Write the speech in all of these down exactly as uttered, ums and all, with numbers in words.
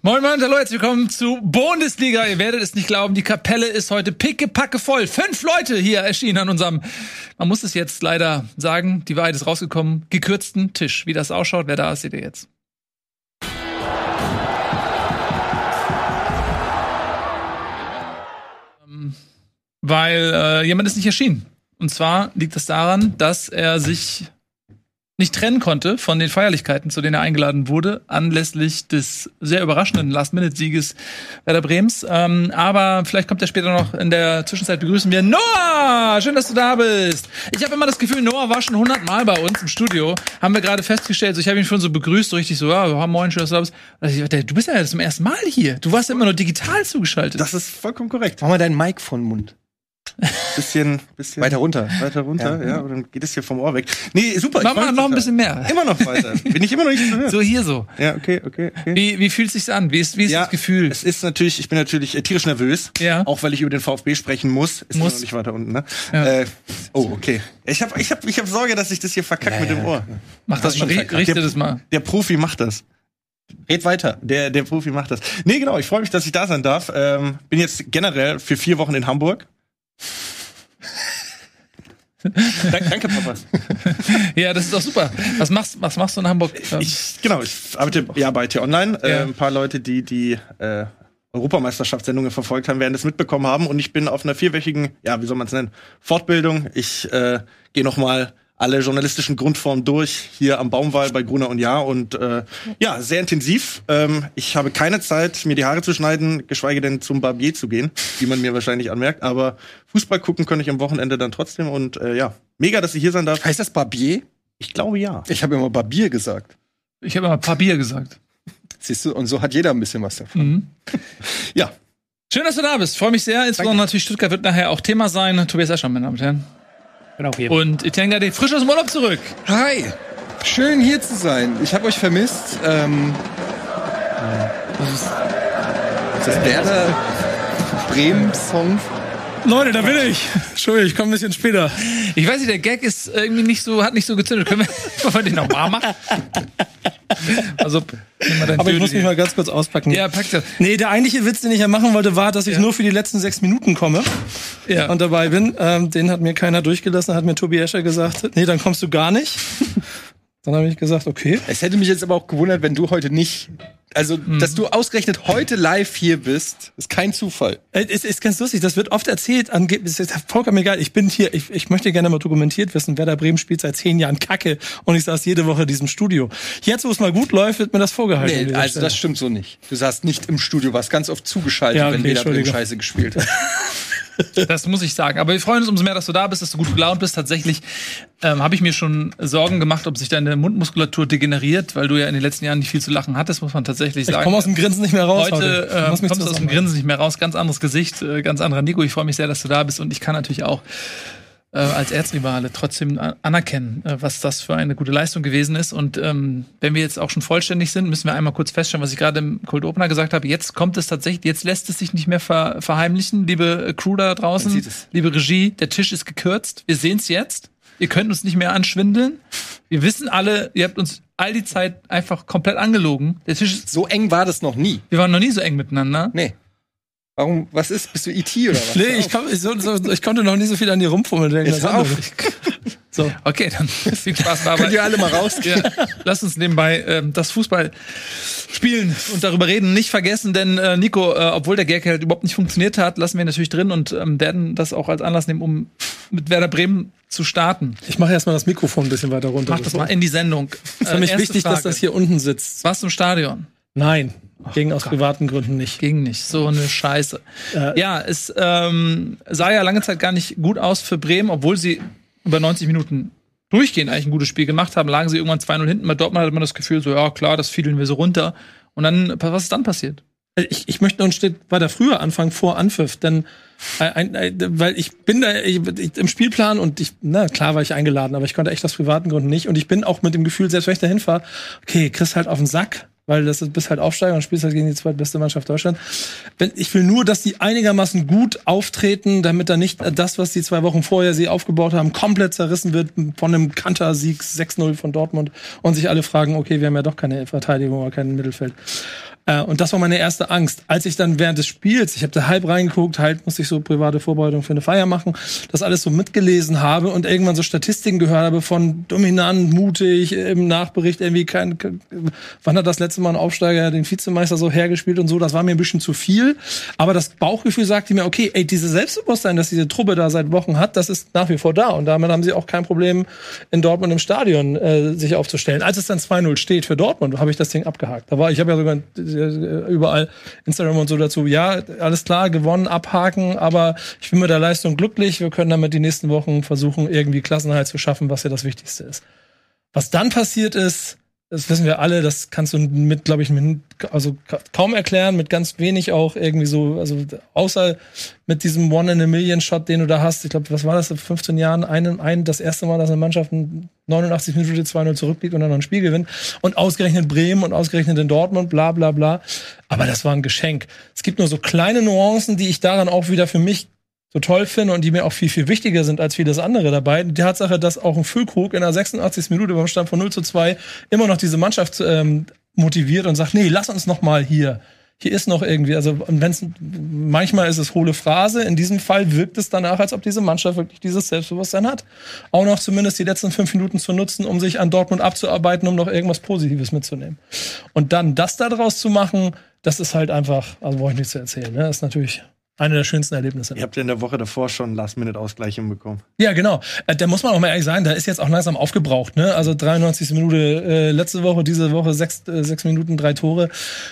Moin Moin, hallo, herzlich willkommen zu Bundesliga. Ihr werdet es nicht glauben, die Kapelle ist heute pickepacke voll. Fünf Leute hier erschienen an unserem, man muss es jetzt leider sagen, die Wahrheit ist rausgekommen, gekürzten Tisch. Wie das ausschaut, wer da ist, seht ihr jetzt. Ähm, weil äh, jemand ist nicht erschienen. Und zwar liegt es daran, dass er sich nicht trennen konnte von den Feierlichkeiten, zu denen er eingeladen wurde, anlässlich des sehr überraschenden Last-Minute-Sieges Werder Brems. Ähm, aber vielleicht kommt er später noch. In der Zwischenzeit begrüßen wir Noah! Schön, dass du da bist. Ich habe immer das Gefühl, Noah war schon hundertmal bei uns im Studio. Haben wir gerade festgestellt. So, ich habe ihn schon so begrüßt, so richtig so, ja, moin, schön, dass du da bist. Also, du bist ja zum ersten Mal hier. Du warst ja immer nur digital zugeschaltet. Das ist vollkommen korrekt. Mach mal dein Mic von Mund. Bisschen, bisschen weiter runter. Weiter runter, ja. ja. Und dann geht es hier vom Ohr weg. Nee, super. Mach mal noch ein bisschen mehr. Immer noch weiter. Bin ich immer noch nicht zu hören. So, hier so. Ja, okay, okay, okay. Wie, wie fühlt es sich an? Wie ist, wie ist ja, das Gefühl? Es ist natürlich, ich bin natürlich äh, tierisch nervös. Ja. Auch weil ich über den VfB sprechen muss. Ist muss. Noch nicht weiter unten, ne? Ja. Äh, oh, okay. Ich hab, ich hab, ich hab Sorge, dass ich das hier verkacke ja, mit dem Ohr. Mach das, das schon. Richte das mal. Der Profi macht das. Red weiter. Der, der Profi macht das. Nee, genau. Ich freue mich, dass ich da sein darf. Ähm, bin jetzt generell für vier Wochen in Hamburg. Danke, Papa. Ja, das ist doch super. Was machst, was machst du in Hamburg? Ich, genau, ich arbeite ja bei T-Online. Ja. Äh, ein paar Leute, die die äh, Europameisterschaftssendungen verfolgt haben, werden das mitbekommen haben. Und ich bin auf einer vierwöchigen, ja, wie soll man es nennen, Fortbildung. Ich äh, gehe noch mal alle journalistischen Grundformen durch, hier am Baumwall bei Gruner und Jahr. Und äh, ja, sehr intensiv. Ähm, ich habe keine Zeit, mir die Haare zu schneiden, geschweige denn zum Barbier zu gehen, wie man mir wahrscheinlich anmerkt. Aber Fußball gucken kann ich am Wochenende dann trotzdem. Und äh, ja, mega, dass ich hier sein darf. Heißt das Barbier? Ich glaube, ja. Ich habe immer Barbier gesagt. Ich habe immer Papier gesagt. Siehst du, und so hat jeder ein bisschen was davon. Mhm. Ja. Schön, dass du da bist. Freue mich sehr. Insbesondere natürlich Stuttgart wird nachher auch Thema sein. Tobias Escher, meine Damen und Herren. Genau, und Etienne Gade, frisch aus dem Urlaub zurück. Hi, schön hier zu sein. Ich habe euch vermisst. Ähm, das ist, ist das Werder Bremen-Song? Leute, da bin ich. Entschuldigung, ich komme ein bisschen später. Ich weiß nicht, der Gag ist irgendwie nicht so, hat nicht so gezündet. Können wir, können wir den noch mal machen? Also, aber ich muss mich mal ganz kurz auspacken. Ja, pack das. Nee, der eigentliche Witz, den ich ja machen wollte, war, dass ich ja. nur für die letzten sechs Minuten komme ja. und dabei bin. Ähm, den hat mir keiner durchgelassen, hat mir Tobi Escher gesagt, nee, dann kommst du gar nicht. Dann habe ich gesagt, okay. Es hätte mich jetzt aber auch gewundert, wenn du heute nicht, also, mhm. dass du ausgerechnet heute live hier bist, ist kein Zufall. Es ist ganz lustig, das wird oft erzählt, angeblich, ist vollkommen egal, ich bin hier, ich, ich möchte gerne mal dokumentiert wissen, Werder Bremen spielt seit zehn Jahren Kacke und ich saß jede Woche in diesem Studio. Jetzt, wo es mal gut läuft, wird mir das vorgehalten. Nee, also Stelle. Das stimmt so nicht. Du saßt nicht im Studio, warst ganz oft zugeschaltet, ja, okay, wenn Werder Bremen Scheiße gespielt hat. Das muss ich sagen. Aber wir freuen uns umso mehr, dass du da bist, dass du gut gelaunt bist. Tatsächlich ähm, habe ich mir schon Sorgen gemacht, ob sich deine Mundmuskulatur degeneriert, weil du ja in den letzten Jahren nicht viel zu lachen hattest, muss man tatsächlich sagen. Ich komme aus dem Grinsen nicht mehr raus. Heute äh, kommst du aus dem Grinsen nicht mehr raus. Ganz anderes Gesicht, äh, ganz anderer Nico. Ich freue mich sehr, dass du da bist. Und ich kann natürlich auch äh, als Erzrivale trotzdem anerkennen, äh, was das für eine gute Leistung gewesen ist. Und ähm, wenn wir jetzt auch schon vollständig sind, müssen wir einmal kurz feststellen, was ich gerade im Cold Opener gesagt habe. Jetzt kommt es tatsächlich, jetzt lässt es sich nicht mehr ver- verheimlichen, liebe Crew da draußen, liebe Regie. Der Tisch ist gekürzt. Wir sehen es jetzt. Ihr könnt uns nicht mehr anschwindeln. Wir wissen alle, ihr habt uns all die Zeit einfach komplett angelogen. Der Tisch ist so eng war das noch nie. Wir waren noch nie so eng miteinander. Nee. Warum, was ist? Bist du E T oder was? Nee, ich, komm, ich, so, so, ich konnte noch nie so viel an dir rumfummeln. Jetzt hör auf. So, okay, dann viel Spaß dabei. Könnt ihr alle mal rausgehen? Ja, lasst uns nebenbei ähm, das Fußball spielen und darüber reden. Nicht vergessen, denn äh, Nico, äh, obwohl der Gag halt überhaupt nicht funktioniert hat, lassen wir natürlich drin und ähm, werden das auch als Anlass nehmen, um mit Werder Bremen zu starten. Ich mache erstmal das Mikrofon ein bisschen weiter runter. Mach das mal in die Sendung. Es ist für mich äh, wichtig, Frage. Dass das hier unten sitzt. Warst du im Stadion? Nein. Ging aus privaten Gründen nicht. Ging nicht. So eine Scheiße. Äh, ja, es ähm, sah ja lange Zeit gar nicht gut aus für Bremen, obwohl sie über neunzig Minuten durchgehend eigentlich ein gutes Spiel gemacht haben. Lagen sie irgendwann zwei null hinten. Bei Dortmund hatte man das Gefühl, so, ja klar, das fiedeln wir so runter. Und dann, was ist dann passiert? Ich, ich möchte noch ein Stück weiter früher anfangen, vor Anpfiff, denn ein, ein, weil ich bin da ich, ich, im Spielplan und ich, na klar war ich eingeladen, aber ich konnte echt aus privaten Gründen nicht. Und ich bin auch mit dem Gefühl, selbst wenn ich da hinfahre, okay, kriegst halt auf den Sack, weil das bist halt Aufsteiger und spielst halt gegen die zweitbeste Mannschaft Deutschland. Ich will nur, dass die einigermaßen gut auftreten, damit da nicht das, was die zwei Wochen vorher sie aufgebaut haben, komplett zerrissen wird von einem Kanter-Sieg sechs null von Dortmund und sich alle fragen, okay, wir haben ja doch keine Verteidigung oder kein Mittelfeld. Äh, und das war meine erste Angst. Als ich dann während des Spiels, ich habe da halb reingeguckt, halt musste ich so private Vorbereitung für eine Feier machen, das alles so mitgelesen habe und irgendwann so Statistiken gehört habe von dominant, mutig, im Nachbericht irgendwie kein, kein wann hat das letzte Mal ein Aufsteiger den Vizemeister so hergespielt und so, das war mir ein bisschen zu viel. Aber das Bauchgefühl sagte mir, okay, ey, dieses Selbstbewusstsein, das diese Truppe da seit Wochen hat, das ist nach wie vor da. Und damit haben sie auch kein Problem, in Dortmund im Stadion äh, sich aufzustellen. Als es dann zwei null steht für Dortmund, habe ich das Ding abgehakt. Da war, ich habe ja sogar überall Instagram und so dazu, ja, alles klar, gewonnen, abhaken, aber ich bin mit der Leistung glücklich. Wir können damit die nächsten Wochen versuchen, irgendwie Klassenerhalt zu schaffen, was ja das Wichtigste ist. Was dann passiert ist, das wissen wir alle, das kannst du mit, glaube ich, mit, also kaum erklären, mit ganz wenig auch irgendwie so, also außer mit diesem One-in-a-Million-Shot, den du da hast. Ich glaube, was war das, in fünfzehn Jahren, ein, ein, das erste Mal, dass eine Mannschaft neunundachtzig Minuten zwei null zurückliegt und dann noch ein Spiel gewinnt. Und ausgerechnet Bremen und ausgerechnet in Dortmund, bla bla bla. Aber das war ein Geschenk. Es gibt nur so kleine Nuancen, die ich daran auch wieder für mich so toll finde und die mir auch viel, viel wichtiger sind als vieles andere dabei. Die Tatsache, dass auch ein Füllkrug in der sechsundachtzigsten Minute beim Stand von null zu zwei immer noch diese Mannschaft ähm, motiviert und sagt, nee, lass uns noch mal hier. Hier ist noch irgendwie, also wenn's, manchmal ist es hohle Phrase, in diesem Fall wirkt es danach, als ob diese Mannschaft wirklich dieses Selbstbewusstsein hat. Auch noch zumindest die letzten fünf Minuten zu nutzen, um sich an Dortmund abzuarbeiten, um noch irgendwas Positives mitzunehmen. Und dann das da draus zu machen, das ist halt einfach, also brauche ich nichts zu erzählen, ne? Das ist natürlich eine der schönsten Erlebnisse. Ihr habt ja in der Woche davor schon Last-Minute-Ausgleich hinbekommen. Ja, genau. Äh, da muss man auch mal ehrlich sagen, da ist jetzt auch langsam aufgebraucht, ne? Also dreiundneunzigste Minute äh, letzte Woche, diese Woche sechs, äh, sechs Minuten, drei Tore.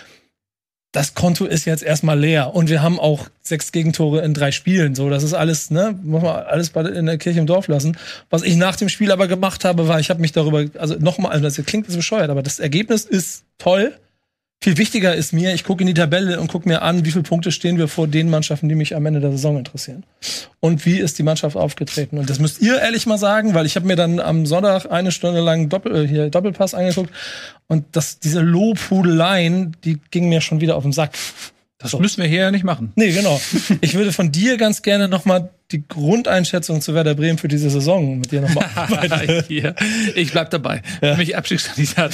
Das Konto ist jetzt erstmal leer. Und wir haben auch sechs Gegentore in drei Spielen. So, das ist alles, ne? Muss man alles in der Kirche im Dorf lassen. Was ich nach dem Spiel aber gemacht habe, war, ich habe mich darüber, also nochmal, also das klingt jetzt bescheuert, aber das Ergebnis ist toll. Viel wichtiger ist mir, ich gucke in die Tabelle und gucke mir an, wie viele Punkte stehen wir vor den Mannschaften, die mich am Ende der Saison interessieren. Und wie ist die Mannschaft aufgetreten. Und das müsst ihr ehrlich mal sagen, weil ich habe mir dann am Sonntag eine Stunde lang Doppel, hier Doppelpass angeguckt. Und das, diese Lobhudeleien, die gingen mir schon wieder auf den Sack. Das so. Müssen wir hier ja nicht machen. Nee, genau. Ich würde von dir ganz gerne noch mal die Grundeinschätzung zu Werder Bremen für diese Saison mit dir nochmal arbeiten. Hier. Ich bleib dabei. Ja. Für mich Abstiegskandidat.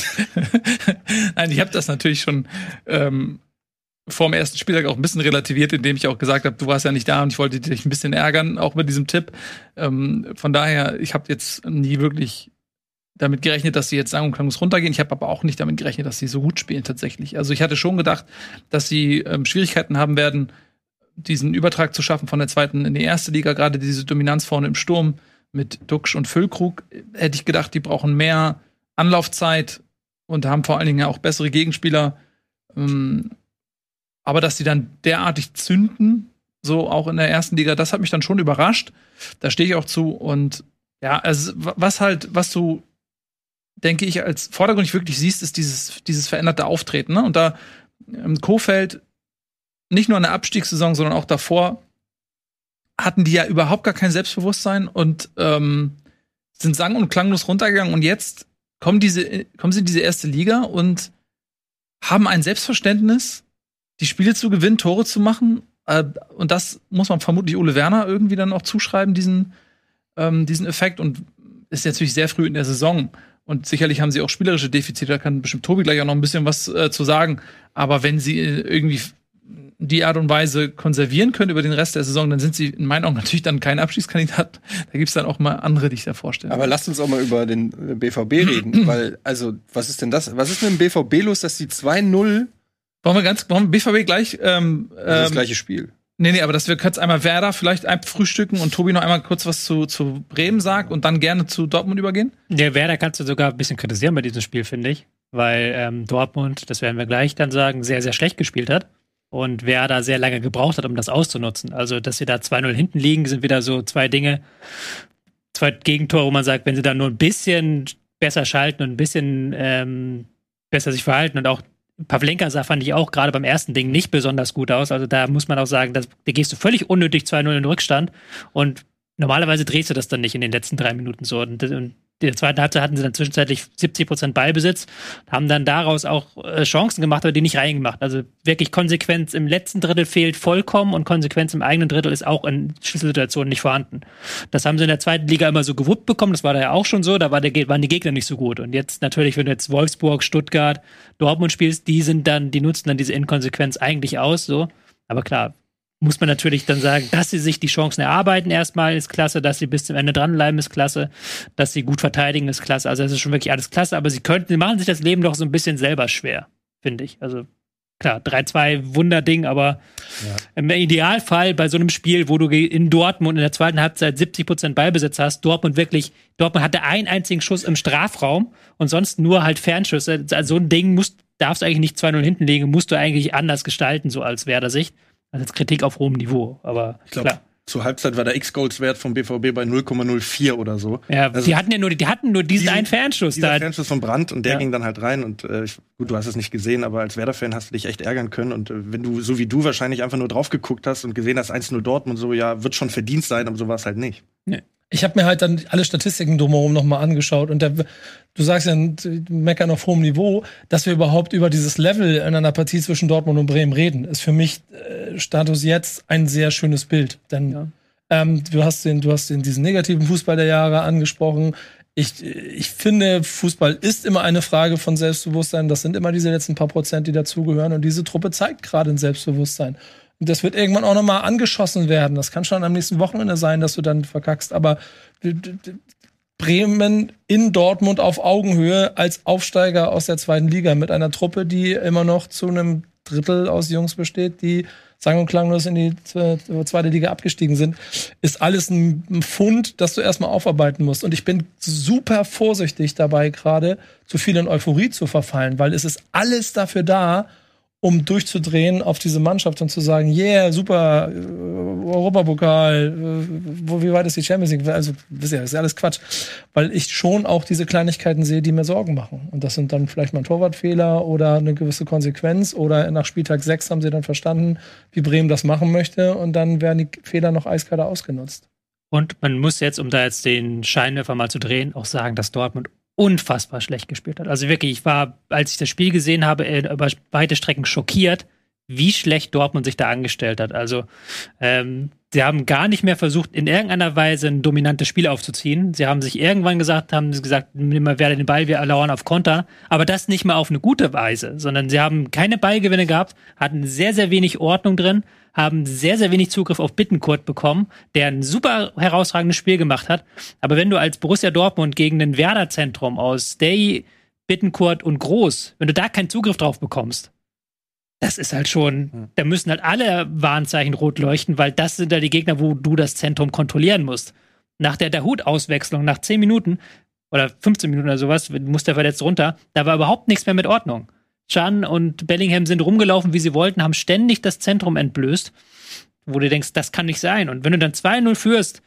Nein, ich habe das natürlich schon ähm, vor dem ersten Spieltag auch ein bisschen relativiert, indem ich auch gesagt habe, du warst ja nicht da und ich wollte dich ein bisschen ärgern, auch mit diesem Tipp. Ähm, von daher, ich habe jetzt nie wirklich damit gerechnet, dass sie jetzt sang- und klanglos runtergehen. Ich habe aber auch nicht damit gerechnet, dass sie so gut spielen tatsächlich. Also ich hatte schon gedacht, dass sie ähm, Schwierigkeiten haben werden, diesen Übertrag zu schaffen von der zweiten in die erste Liga. Gerade diese Dominanz vorne im Sturm mit Duxch und Füllkrug, hätte ich gedacht, die brauchen mehr Anlaufzeit und haben vor allen Dingen auch bessere Gegenspieler. Ähm, aber dass sie dann derartig zünden, so auch in der ersten Liga, das hat mich dann schon überrascht. Da stehe ich auch zu. Und ja, also was halt, was du denke ich, als vordergründig wirklich siehst, ist dieses, dieses veränderte Auftreten. Ne? Und da im Kohfeldt, nicht nur in der Abstiegssaison, sondern auch davor, hatten die ja überhaupt gar kein Selbstbewusstsein und ähm, sind sang- und klanglos runtergegangen. Und jetzt kommen, diese, kommen sie in diese erste Liga und haben ein Selbstverständnis, die Spiele zu gewinnen, Tore zu machen. Äh, und das muss man vermutlich Ole Werner irgendwie dann auch zuschreiben, diesen, ähm, diesen Effekt. Und ist natürlich sehr früh in der Saison. Und sicherlich haben sie auch spielerische Defizite, da kann bestimmt Tobi gleich auch noch ein bisschen was äh, zu sagen. Aber wenn sie irgendwie die Art und Weise konservieren können über den Rest der Saison, dann sind sie in meinen Augen natürlich dann kein Abschiedskandidat. Da gibt's dann auch mal andere, die ich da vorstelle. Aber lasst uns auch mal über den B V B reden, weil, also, was ist denn das? Was ist mit dem B V B los, dass die zwei null Wollen wir ganz, wollen wir B V B gleich, ähm, das, ist das gleiche Spiel. Nee, nee, aber dass wir kurz einmal Werder vielleicht frühstücken und Tobi noch einmal kurz was zu, zu Bremen sagt und dann gerne zu Dortmund übergehen? Der Werder kannst du sogar ein bisschen kritisieren bei diesem Spiel, finde ich. Weil ähm, Dortmund, das werden wir gleich dann sagen, sehr, sehr schlecht gespielt hat. Und Werder sehr lange gebraucht hat, um das auszunutzen. Also, dass sie da zwei null hinten liegen, sind wieder so zwei Dinge. Zwei Gegentore, wo man sagt, wenn sie da nur ein bisschen besser schalten und ein bisschen ähm, besser sich verhalten und auch Pavlenka sah, fand ich auch gerade beim ersten Ding nicht besonders gut aus. Also da muss man auch sagen, da gehst du völlig unnötig zwei null in den Rückstand und normalerweise drehst du das dann nicht in den letzten drei Minuten so. Und, und der zweiten Halbzeit hatten sie dann zwischenzeitlich siebzig Prozent Ballbesitz, haben dann daraus auch äh, Chancen gemacht, aber die nicht reingemacht. Also wirklich Konsequenz im letzten Drittel fehlt vollkommen und Konsequenz im eigenen Drittel ist auch in Schlüsselsituationen nicht vorhanden. Das haben sie in der zweiten Liga immer so gewuppt bekommen, das war da ja auch schon so, da war der, waren die Gegner nicht so gut. Und jetzt natürlich, wenn du jetzt Wolfsburg, Stuttgart, Dortmund spielst, die sind dann, die nutzen dann diese Inkonsequenz eigentlich aus, so. Aber klar, muss man natürlich dann sagen, dass sie sich die Chancen erarbeiten erstmal, ist klasse, dass sie bis zum Ende dranbleiben, ist klasse, dass sie gut verteidigen, ist klasse. Also es ist schon wirklich alles klasse, aber sie könnten, sie machen sich das Leben doch so ein bisschen selber schwer, finde ich. Also klar, drei zwei Wunderding, aber ja. Im Idealfall bei so einem Spiel, wo du in Dortmund in der zweiten Halbzeit siebzig Prozent Ballbesitz hast, Dortmund wirklich, Dortmund hatte einen einzigen Schuss im Strafraum und sonst nur halt Fernschüsse. Also so ein Ding musst, darfst du eigentlich nicht zwei null hinten legen, musst du eigentlich anders gestalten, so als Werder-Sicht. Also jetzt Kritik auf hohem Niveau, aber ich glaub, klar. Zur Halbzeit war der X-Goals-Wert vom B V B bei null Komma null vier oder so. Ja, also die hatten ja nur, die hatten nur diesen, diesen einen Fernschuss dieser da. Fernschuss von Brandt und der ja. ging dann halt rein und äh, ich, gut, du hast es nicht gesehen, aber als Werder-Fan hast du dich echt ärgern können und äh, wenn du, so wie du wahrscheinlich einfach nur drauf geguckt hast und gesehen hast, eins null Dortmund, so, ja, wird schon verdient sein, aber so war es halt nicht. Nee. Ich habe mir halt dann alle Statistiken drumherum nochmal angeschaut und der, du sagst ja, meckern auf hohem Niveau, dass wir überhaupt über dieses Level in einer Partie zwischen Dortmund und Bremen reden, ist für mich äh, Status jetzt ein sehr schönes Bild. Denn ja. ähm, du hast den, du hast den diesen negativen Fußball der Jahre angesprochen. Ich, ich finde, Fußball ist immer eine Frage von Selbstbewusstsein. Das sind immer diese letzten paar Prozent, die dazugehören. Und diese Truppe zeigt gerade ein Selbstbewusstsein. Und das wird irgendwann auch nochmal angeschossen werden. Das kann schon am nächsten Wochenende sein, dass du dann verkackst. Aber Bremen in Dortmund auf Augenhöhe als Aufsteiger aus der zweiten Liga mit einer Truppe, die immer noch zu einem Drittel aus Jungs besteht, die sang- und klanglos in die zweite Liga abgestiegen sind, ist alles ein Fund, das du erstmal aufarbeiten musst. Und ich bin super vorsichtig dabei, gerade zu viel in Euphorie zu verfallen, weil es ist alles dafür da, um durchzudrehen auf diese Mannschaft und zu sagen, yeah, super, äh, Europapokal, äh, wo, wie weit ist die Champions League? Also, das ist ja alles Quatsch. Weil ich schon auch diese Kleinigkeiten sehe, die mir Sorgen machen. Und das sind dann vielleicht mal ein Torwartfehler oder eine gewisse Konsequenz oder nach Spieltag sechs haben sie dann verstanden, wie Bremen das machen möchte und dann werden die Fehler noch eiskalt ausgenutzt. Und man muss jetzt, um da jetzt den Scheinwerfer mal zu drehen, auch sagen, dass Dortmund unfassbar schlecht gespielt hat. Also wirklich, ich war, als ich das Spiel gesehen habe, über weite Strecken schockiert, wie schlecht Dortmund sich da angestellt hat. Also ähm, sie haben gar nicht mehr versucht, in irgendeiner Weise ein dominantes Spiel aufzuziehen. Sie haben sich irgendwann gesagt, haben sie gesagt, nimm mal Werder den Ball, wir lauern auf Konter. Aber das nicht mal auf eine gute Weise, sondern sie haben keine Ballgewinne gehabt, hatten sehr, sehr wenig Ordnung drin, haben sehr, sehr wenig Zugriff auf Bittencourt bekommen, der ein super herausragendes Spiel gemacht hat. Aber wenn du als Borussia Dortmund gegen ein Werder-Zentrum aus Day, Bittencourt und Groß, wenn du da keinen Zugriff drauf bekommst, das ist halt schon, da müssen halt alle Warnzeichen rot leuchten, weil das sind da die Gegner, wo du das Zentrum kontrollieren musst. Nach der Dahut-Auswechslung, nach zehn Minuten oder fünfzehn Minuten oder sowas, muss der verletzt runter, da war überhaupt nichts mehr mit Ordnung. Can und Bellingham sind rumgelaufen, wie sie wollten, haben ständig das Zentrum entblößt, wo du denkst, das kann nicht sein. Und wenn du dann zwei null führst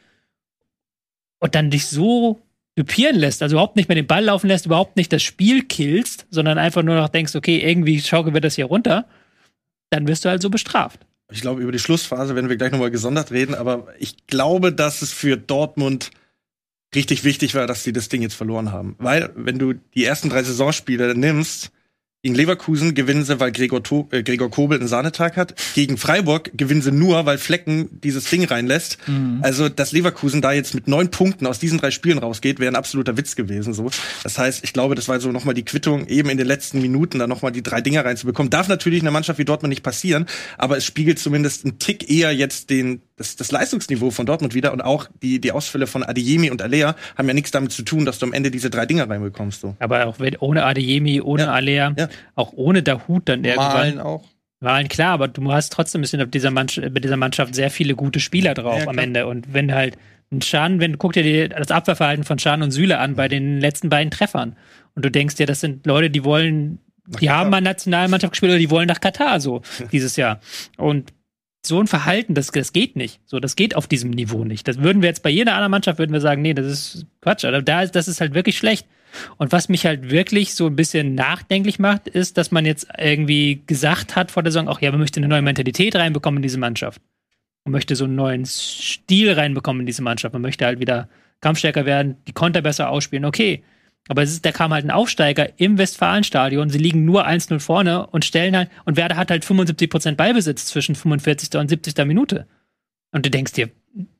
und dann dich so dupieren lässt, also überhaupt nicht mehr den Ball laufen lässt, überhaupt nicht das Spiel killst, sondern einfach nur noch denkst, okay, irgendwie schaukeln wir das hier runter, dann wirst du halt so bestraft. Ich glaube, über die Schlussphase werden wir gleich nochmal gesondert reden, aber ich glaube, dass es für Dortmund richtig wichtig war, dass sie das Ding jetzt verloren haben. Weil, wenn du die ersten drei Saisonspiele nimmst, gegen Leverkusen gewinnen sie, weil Gregor, to- äh, Gregor Kobel einen Sahnetag hat. Gegen Freiburg gewinnen sie nur, weil Flecken dieses Ding reinlässt. Mhm. Also, dass Leverkusen da jetzt mit neun Punkten aus diesen drei Spielen rausgeht, wäre ein absoluter Witz gewesen. So, das heißt, ich glaube, das war so nochmal die Quittung, eben in den letzten Minuten da nochmal die drei Dinger reinzubekommen. Darf natürlich einer Mannschaft wie Dortmund nicht passieren, aber es spiegelt zumindest einen Tick eher jetzt den das, das Leistungsniveau von Dortmund wieder und auch die die Ausfälle von Adeyemi und Alea haben ja nichts damit zu tun, dass du am Ende diese drei Dinger reinbekommst. So. Aber auch wenn, ohne Adeyemi, ohne Ja. Alea, Ja. auch ohne Dahut dann irgendwann. Malen auch. Malen, klar, aber du hast trotzdem ein bisschen auf dieser Mannschaft, bei dieser Mannschaft sehr viele gute Spieler drauf Ja, am klar. Ende. Und wenn halt ein Can, wenn guck dir die, das Abwehrverhalten von Can und Süle an bei den letzten beiden Treffern. Und du denkst dir, das sind Leute, die wollen, die Katar. haben mal Nationalmannschaft gespielt oder die wollen nach Katar so dieses Jahr. Und so ein Verhalten, das, das geht nicht. So, das geht auf diesem Niveau nicht. Das würden wir jetzt bei jeder anderen Mannschaft würden wir sagen, nee, das ist Quatsch. Aber da ist, das ist halt wirklich schlecht. Und was mich halt wirklich so ein bisschen nachdenklich macht, ist, dass man jetzt irgendwie gesagt hat vor der Saison, ach ja, man möchte eine neue Mentalität reinbekommen in diese Mannschaft. Man möchte so einen neuen Stil reinbekommen in diese Mannschaft. Man möchte halt wieder kampfstärker werden, die Konter besser ausspielen, okay. Aber es ist, da kam halt ein Aufsteiger im Westfalenstadion, sie liegen nur eins null vorne und stellen halt, und Werder hat halt fünfundsiebzig Prozent Ballbesitz zwischen fünfundvierzigster und siebzigster Minute. Und du denkst dir,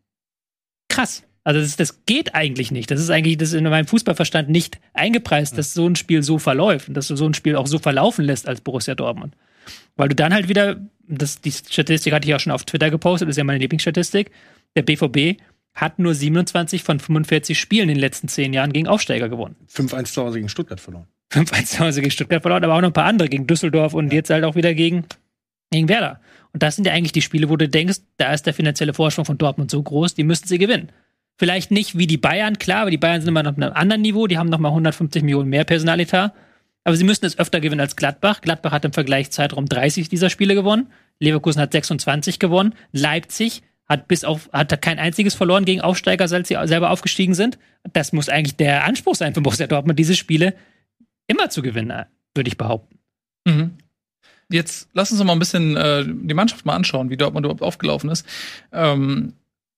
krass. Also das, das geht eigentlich nicht. Das ist eigentlich das ist in meinem Fußballverstand nicht eingepreist, dass so ein Spiel so verläuft und dass du so ein Spiel auch so verlaufen lässt als Borussia Dortmund. Weil du dann halt wieder, das, die Statistik hatte ich auch schon auf Twitter gepostet, das ist ja meine Lieblingsstatistik, der B V B hat nur siebenundzwanzig von fünfundvierzig Spielen in den letzten zehn Jahren gegen Aufsteiger gewonnen. fünf eins zu Hause gegen Stuttgart verloren. fünf eins zu Hause gegen Stuttgart verloren, aber auch noch ein paar andere, gegen Düsseldorf und ja. jetzt halt auch wieder gegen, gegen Werder. Und das sind ja eigentlich die Spiele, wo du denkst, da ist der finanzielle Vorsprung von Dortmund so groß, die müssten sie gewinnen. Vielleicht nicht wie die Bayern, klar, aber die Bayern sind immer noch auf einem anderen Niveau, die haben noch mal hundertfünfzig Millionen mehr Personaletat. Aber sie müssten es öfter gewinnen als Gladbach. Gladbach hat im Vergleichszeitraum dreißig dieser Spiele gewonnen. Leverkusen hat sechsundzwanzig gewonnen. Leipzig hat bis auf hat kein einziges verloren gegen Aufsteiger, seit sie selber aufgestiegen sind. Das muss eigentlich der Anspruch sein für Borussia Dortmund, diese Spiele immer zu gewinnen, würde ich behaupten. Mhm. Jetzt lass uns noch mal ein bisschen äh, die Mannschaft mal anschauen, wie Dortmund überhaupt aufgelaufen ist. Ähm,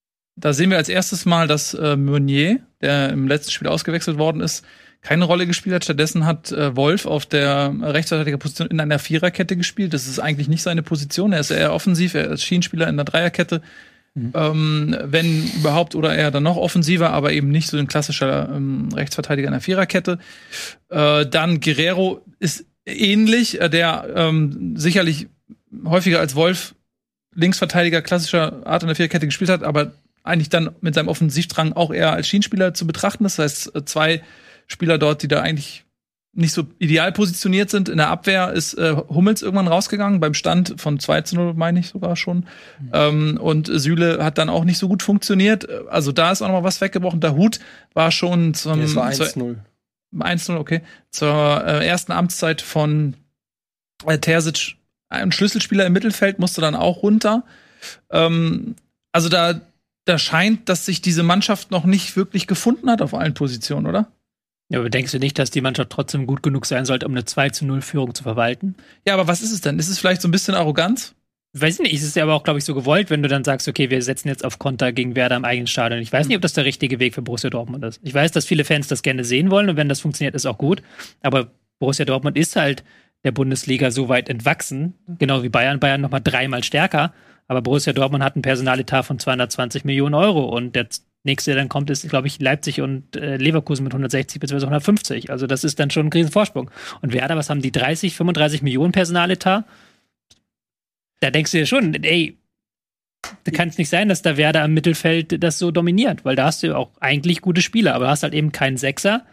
da sehen wir als erstes mal, dass äh, Meunier, der im letzten Spiel ausgewechselt worden ist, keine Rolle gespielt hat. Stattdessen hat äh, Wolf auf der Rechtsverteidigerposition in einer Viererkette gespielt. Das ist eigentlich nicht seine Position. Er ist eher offensiv, er ist Schienenspieler in der Dreierkette. Mhm. Ähm, wenn überhaupt, oder eher dann noch offensiver, aber eben nicht so ein klassischer ähm, Rechtsverteidiger in der Viererkette. Äh, dann Guerrero ist ähnlich, äh, der ähm, sicherlich häufiger als Wolf Linksverteidiger klassischer Art in der Viererkette gespielt hat, aber eigentlich dann mit seinem Offensivdrang auch eher als Schienenspieler zu betrachten. Das heißt, zwei Spieler dort, die da eigentlich nicht so ideal positioniert sind. In der Abwehr ist äh, Hummels irgendwann rausgegangen, beim Stand von zwei zu null, meine ich sogar schon. Mhm. Ähm, und Süle hat dann auch nicht so gut funktioniert. Also da ist auch noch mal was weggebrochen. Der Hut war schon zum ja, es war eins null. eins null, okay. Zur äh, ersten Amtszeit von äh, Terzic, ein Schlüsselspieler im Mittelfeld, musste dann auch runter. Ähm, also da, da scheint, dass sich diese Mannschaft noch nicht wirklich gefunden hat auf allen Positionen, oder? Ja, aber denkst du nicht, dass die Mannschaft trotzdem gut genug sein sollte, um eine zwei zu null Führung zu verwalten? Ja, aber was ist es denn? Ist es vielleicht so ein bisschen Arroganz? Weiß nicht, ist es ja aber auch, glaube ich, so gewollt, wenn du dann sagst, okay, wir setzen jetzt auf Konter gegen Werder im eigenen Stadion. Ich weiß nicht, ob das der richtige Weg für Borussia Dortmund ist. Ich weiß, dass viele Fans das gerne sehen wollen und wenn das funktioniert, ist auch gut. Aber Borussia Dortmund ist halt der Bundesliga so weit entwachsen, genau wie Bayern. Bayern noch mal dreimal stärker. Aber Borussia Dortmund hat einen Personaletat von zweihundertzwanzig Millionen Euro und der nächste, der dann kommt, ist, glaube ich, Leipzig und äh, Leverkusen mit hundertsechzig bzw. hundertfünfzig. Also das ist dann schon ein Riesenvorsprung. Und Werder, was haben die? dreißig, fünfunddreißig Millionen Personaletat? Da denkst du dir schon, ey, da kann es nicht sein, dass da Werder im Mittelfeld das so dominiert, weil da hast du auch eigentlich gute Spieler, aber du hast halt eben keinen Sechser.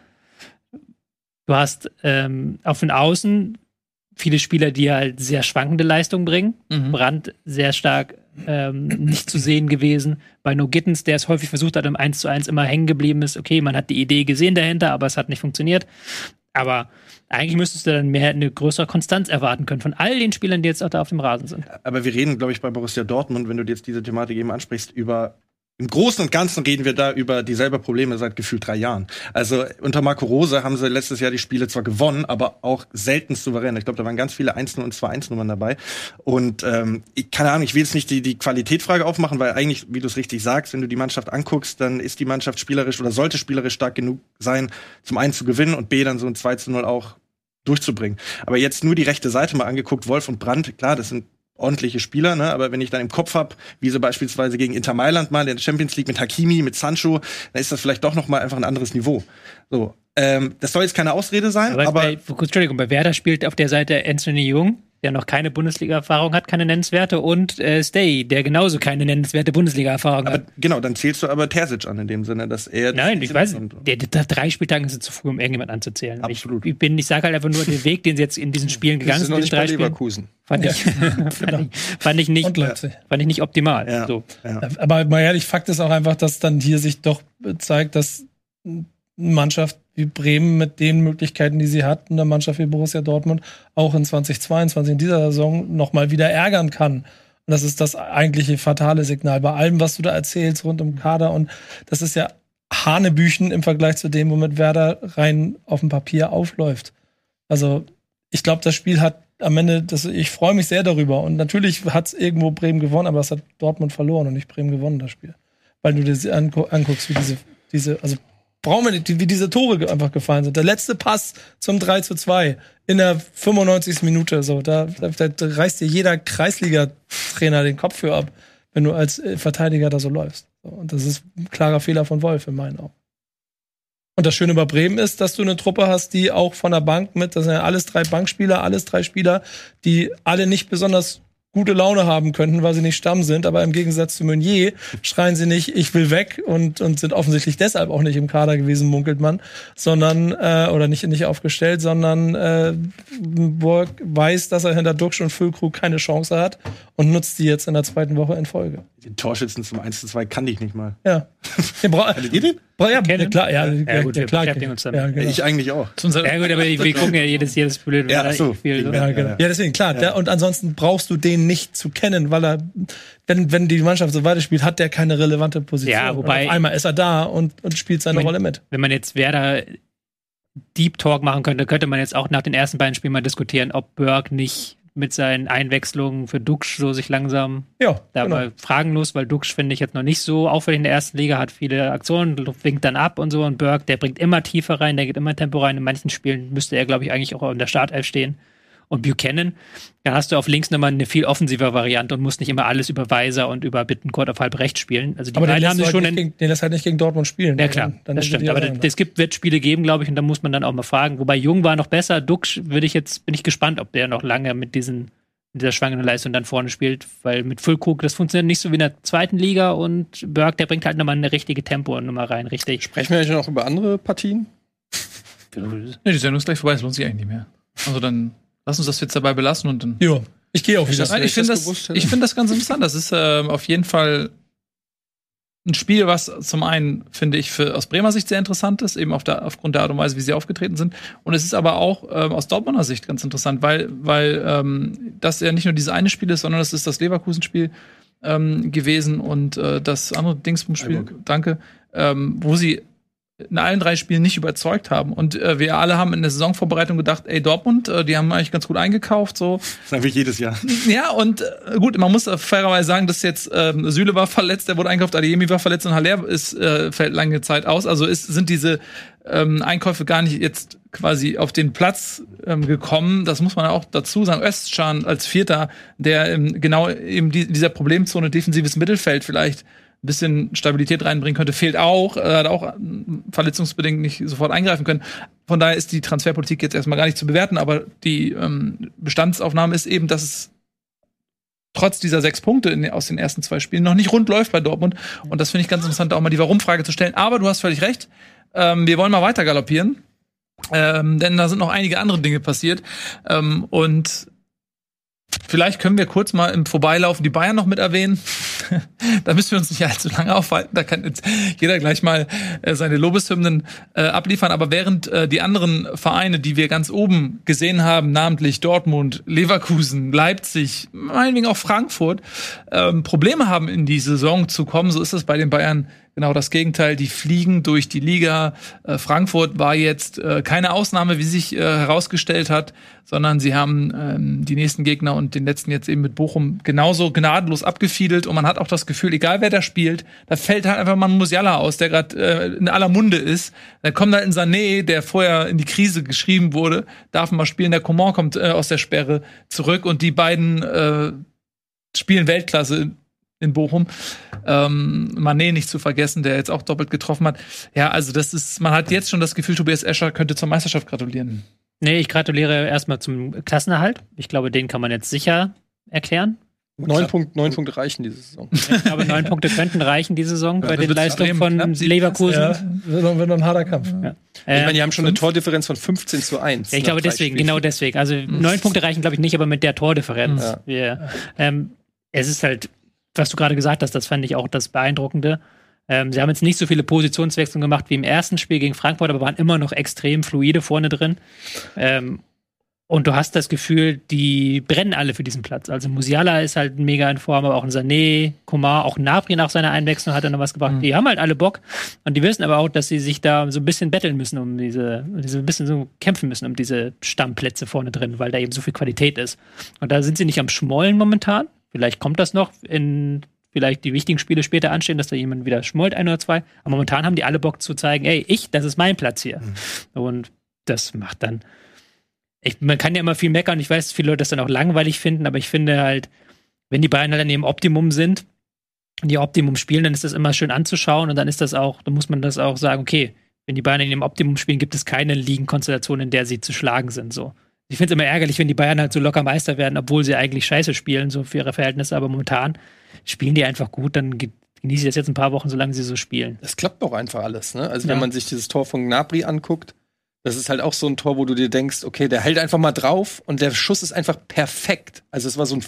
Du hast ähm, auf den Außen viele Spieler, die halt sehr schwankende Leistungen bringen. Mhm. Brandt sehr stark ähm, nicht zu sehen gewesen. Bei No Gittens, der es häufig versucht hat, im eins zu eins immer hängen geblieben ist. Okay, man hat die Idee gesehen dahinter, aber es hat nicht funktioniert. Aber eigentlich müsstest du dann mehr eine größere Konstanz erwarten können von all den Spielern, die jetzt auch da auf dem Rasen sind. Aber wir reden, glaube ich, bei Borussia Dortmund, wenn du jetzt diese Thematik eben ansprichst, über im Großen und Ganzen reden wir da über dieselbe Probleme seit gefühlt drei Jahren. Also unter Marco Rose haben sie letztes Jahr die Spiele zwar gewonnen, aber auch selten souverän. Ich glaube, da waren ganz viele eins null und zwei eins Nummern dabei. Und ähm, ich, keine Ahnung, ich will jetzt nicht die, die Qualitätsfrage aufmachen, weil eigentlich, wie du es richtig sagst, wenn du die Mannschaft anguckst, dann ist die Mannschaft spielerisch oder sollte spielerisch stark genug sein, zum einen zu gewinnen und B, dann so ein zwei zu null auch durchzubringen. Aber jetzt nur die rechte Seite mal angeguckt, Wolf und Brandt, klar, das sind ordentliche Spieler, ne? Aber wenn ich dann im Kopf habe, wie sie beispielsweise gegen Inter Mailand mal in der Champions League mit Hakimi, mit Sancho, dann ist das vielleicht doch noch mal einfach ein anderes Niveau. So, ähm, das soll jetzt keine Ausrede sein, aber, aber bei, Entschuldigung, bei Werder spielt auf der Seite Anthony Jung, der noch keine Bundesliga-Erfahrung hat, keine nennenswerte, und äh, Stay, der genauso keine nennenswerte Bundesliga-Erfahrung aber, hat. Genau, dann zählst du aber Terzic an in dem Sinne, dass er... Nein, ich weiß nicht. Der, der, drei Spieltage sind zu früh, um irgendjemand anzuzählen. Absolut. Ich, ich, bin, ich sage halt einfach nur, den Weg, den sie jetzt in diesen Spielen gegangen sind, noch nicht drei bei Leverkusen. Fand ich, fand, ich, fand, ich nicht, fand ich nicht optimal. Ja, so. ja. Aber mal ehrlich, Fakt ist auch einfach, dass dann hier sich doch zeigt, dass eine Mannschaft wie Bremen mit den Möglichkeiten, die sie hat, eine Mannschaft wie Borussia Dortmund auch in zwanzig zweiundzwanzig in dieser Saison noch mal wieder ärgern kann. Und das ist das eigentliche fatale Signal bei allem, was du da erzählst rund um Kader. Und das ist ja Hanebüchen im Vergleich zu dem, womit Werder rein auf dem Papier aufläuft. Also ich glaube, das Spiel hat am Ende, das, ich freue mich sehr darüber. Und natürlich hat es irgendwo Bremen gewonnen, aber es hat Dortmund verloren und nicht Bremen gewonnen, das Spiel. Weil du dir angu- anguckst, wie diese Diese, also brauchen wir nicht, wie diese Tore einfach gefallen sind. Der letzte Pass zum drei zu zwei in der fünfundneunzigsten Minute, so, da, da, da reißt dir jeder Kreisliga-Trainer den Kopf für ab, wenn du als Verteidiger da so läufst. So, und das ist ein klarer Fehler von Wolf in meinen Augen. Und das Schöne bei Bremen ist, dass du eine Truppe hast, die auch von der Bank mit, das sind ja alles drei Bankspieler, alles drei Spieler, die alle nicht besonders gute Laune haben könnten, weil sie nicht Stamm sind, aber im Gegensatz zu Meunier schreien sie nicht, ich will weg und, und sind offensichtlich deshalb auch nicht im Kader gewesen, munkelt man, sondern, äh, oder nicht, nicht aufgestellt, sondern äh, Borg weiß, dass er hinter Duxch und Füllkrug keine Chance hat und nutzt die jetzt in der zweiten Woche in Folge. Den Torschützen zum eins zu zwei kann ich nicht mal. Ja. Hattet ihr den? Ja, ja, klar, ja, ja, gut, ja, wir klar, beschäftigen uns damit. Ja, genau. Ich eigentlich auch. Ja gut, aber wir gucken ja jedes, jedes blöde Ja, so. Spiel. So. Ja, genau. Ja, deswegen, klar. Ja. Der, und ansonsten brauchst du den nicht zu kennen, weil er, wenn, wenn die Mannschaft so weiterspielt, hat der keine relevante Position. Ja, wobei- Und auf einmal ist er da und, und spielt seine Wenn- Rolle mit. Wenn man jetzt Werder Deep Talk machen könnte, könnte man jetzt auch nach den ersten beiden Spielen mal diskutieren, ob Berg nicht mit seinen Einwechslungen für Duxch so sich langsam Ja, da genau. mal fragenlos, weil Duxch finde ich jetzt noch nicht so auffällig in der ersten Liga, hat viele Aktionen, winkt dann ab und so und Berg, der bringt immer tiefer rein, der geht immer Tempo rein. In manchen Spielen müsste er, glaube ich, eigentlich auch in der Startelf stehen. Und Buchanan, da hast du auf links nochmal eine viel offensive Variante und musst nicht immer alles über Weiser und über Bittencourt auf halb rechts spielen. Also die Aber den beiden lässt, haben du sich halt schon nicht in, gegen, den lässt halt nicht gegen Dortmund spielen. ja Dann- klar, dann das sind stimmt. die Aber auseinander. es gibt, wird Spiele geben, glaube ich, und da muss man dann auch mal fragen. Wobei Jung war noch besser. Duxch würde ich jetzt, bin ich gespannt, ob der noch lange mit diesen, mit dieser schwangeren Leistung dann vorne spielt, weil mit Füllkrug, das funktioniert nicht so wie in der zweiten Liga und Berg, der bringt halt nochmal eine richtige Tempo-Nummer rein, richtig. Sprechen wir eigentlich noch über andere Partien? Nee, die Sendung ist gleich vorbei, das lohnt sich eigentlich nicht mehr. Also dann lass uns das jetzt dabei belassen und dann. Jo, ich gehe auch wieder. Nein, ich finde das, ich finde das ganz interessant. Das ist ähm, auf jeden Fall ein Spiel, was zum einen, finde ich, für, aus Bremer Sicht sehr interessant ist, eben auf der, aufgrund der Art und Weise, wie sie aufgetreten sind. Und es ist aber auch ähm, aus Dortmunder Sicht ganz interessant, weil, weil ähm, das ja nicht nur dieses eine Spiel ist, sondern das ist das Leverkusen-Spiel ähm, gewesen und äh, das andere Dingsbum-Spiel, Freiburg. danke, ähm, wo sie in allen drei Spielen nicht überzeugt haben. Und äh, wir alle haben in der Saisonvorbereitung gedacht, ey, Dortmund, äh, die haben eigentlich ganz gut eingekauft, so. Das ist natürlich jedes Jahr. Ja, und äh, gut, man muss äh, fairerweise sagen, dass jetzt ähm, Süle war verletzt, der wurde eingekauft, Adeyemi war verletzt und Haller ist, äh, fällt lange Zeit aus. Also ist, sind diese ähm, Einkäufe gar nicht jetzt quasi auf den Platz ähm, gekommen. Das muss man auch dazu sagen. Özcan als Vierter, der ähm, genau eben die, dieser Problemzone defensives Mittelfeld vielleicht ein bisschen Stabilität reinbringen könnte, fehlt auch. Er hat auch verletzungsbedingt nicht sofort eingreifen können. Von daher ist die Transferpolitik jetzt erstmal gar nicht zu bewerten, aber die ähm, Bestandsaufnahme ist eben, dass es trotz dieser sechs Punkte in, aus den ersten zwei Spielen noch nicht rund läuft bei Dortmund. Und das finde ich ganz interessant, auch mal die Warum-Frage zu stellen. Aber du hast völlig recht. Ähm, wir wollen mal weiter galoppieren. Ähm, denn da sind noch einige andere Dinge passiert. Ähm, und vielleicht können wir kurz mal im Vorbeilaufen die Bayern noch mit erwähnen. Da müssen wir uns nicht allzu lange aufhalten. Da kann jetzt jeder gleich mal äh, seine Lobeshymnen äh, abliefern. Aber während äh, die anderen Vereine, die wir ganz oben gesehen haben, namentlich Dortmund, Leverkusen, Leipzig, meinetwegen auch Frankfurt, ähm, Probleme haben, in die Saison zu kommen, so ist es bei den Bayern genau das Gegenteil. Die fliegen durch die Liga. Äh, Frankfurt war jetzt äh, keine Ausnahme, wie sich äh, herausgestellt hat, sondern sie haben ähm, die nächsten Gegner und den letzten jetzt eben mit Bochum genauso gnadenlos abgefiedelt. Und man hat auch das Gefühl, egal wer da spielt, da fällt halt einfach mal ein Musiala aus, der gerade äh, in aller Munde ist. Dann kommt halt in Sané, der vorher in die Krise geschrieben wurde, darf mal spielen. Der Coman kommt äh, aus der Sperre zurück und die beiden äh, spielen Weltklasse in Bochum. Ähm, Mané nicht zu vergessen, der jetzt auch doppelt getroffen hat. Ja, also das ist, man hat jetzt schon das Gefühl, Tobias Escher könnte zur Meisterschaft gratulieren. Nee, ich gratuliere erstmal zum Klassenerhalt. Ich glaube, den kann man jetzt sicher erklären. Neun, Punkt, neun Punkte reichen diese Saison. Ich glaube, neun Punkte könnten reichen diese Saison bei das den wird Leistungen extrem von knapp. Leverkusen. Ja, wird noch, wird noch ein harter Kampf. Ja. Ich meine, Äh, die haben schon eine Tordifferenz von fünfzehn zu eins. ja, ich glaube nach drei deswegen, Spielen. genau deswegen. Also neun Punkte reichen, glaube ich, nicht, aber mit der Tordifferenz. Ja. Wir, ähm, es ist halt, was du gerade gesagt hast, das fand ich auch das Beeindruckende. Ähm, sie haben jetzt nicht so viele Positionswechseln gemacht wie im ersten Spiel gegen Frankfurt, aber waren immer noch extrem fluide vorne drin. Ähm, und du hast das Gefühl, die brennen alle für diesen Platz. Also Musiala ist halt mega in Form, aber auch ein Sané, Coman, auch Gnabry nach seiner Einwechslung hat er noch was gebracht. Mhm. Die haben halt alle Bock und die wissen aber auch, dass sie sich da so ein bisschen betteln müssen, um diese, diese ein bisschen so kämpfen müssen um diese Stammplätze vorne drin, weil da eben so viel Qualität ist. Und da sind sie nicht am Schmollen momentan. Vielleicht kommt das noch in vielleicht die wichtigen Spiele später anstehen, dass da jemand wieder schmollt, ein oder zwei. Aber momentan haben die alle Bock zu zeigen, ey, ich, das ist mein Platz hier. Mhm. Und das macht dann ich, man kann ja immer viel meckern, ich weiß, dass viele Leute das dann auch langweilig finden, aber ich finde halt, wenn die Bayern halt an ihrem Optimum sind und ihr Optimum spielen, dann ist das immer schön anzuschauen und dann ist das auch, dann muss man das auch sagen, okay, wenn die Bayern in ihrem Optimum spielen, gibt es keine Ligenkonstellation, in der sie zu schlagen sind, so. Ich finde es immer ärgerlich, wenn die Bayern halt so locker Meister werden, obwohl sie eigentlich scheiße spielen, so für ihre Verhältnisse, aber momentan spielen die einfach gut, dann genieße ich das jetzt ein paar Wochen, solange sie so spielen. Das klappt doch einfach alles, ne? Also ja. wenn man sich dieses Tor von Gnabry anguckt, das ist halt auch so ein Tor, wo du dir denkst, okay, der hält einfach mal drauf und der Schuss ist einfach perfekt. Also es war so ein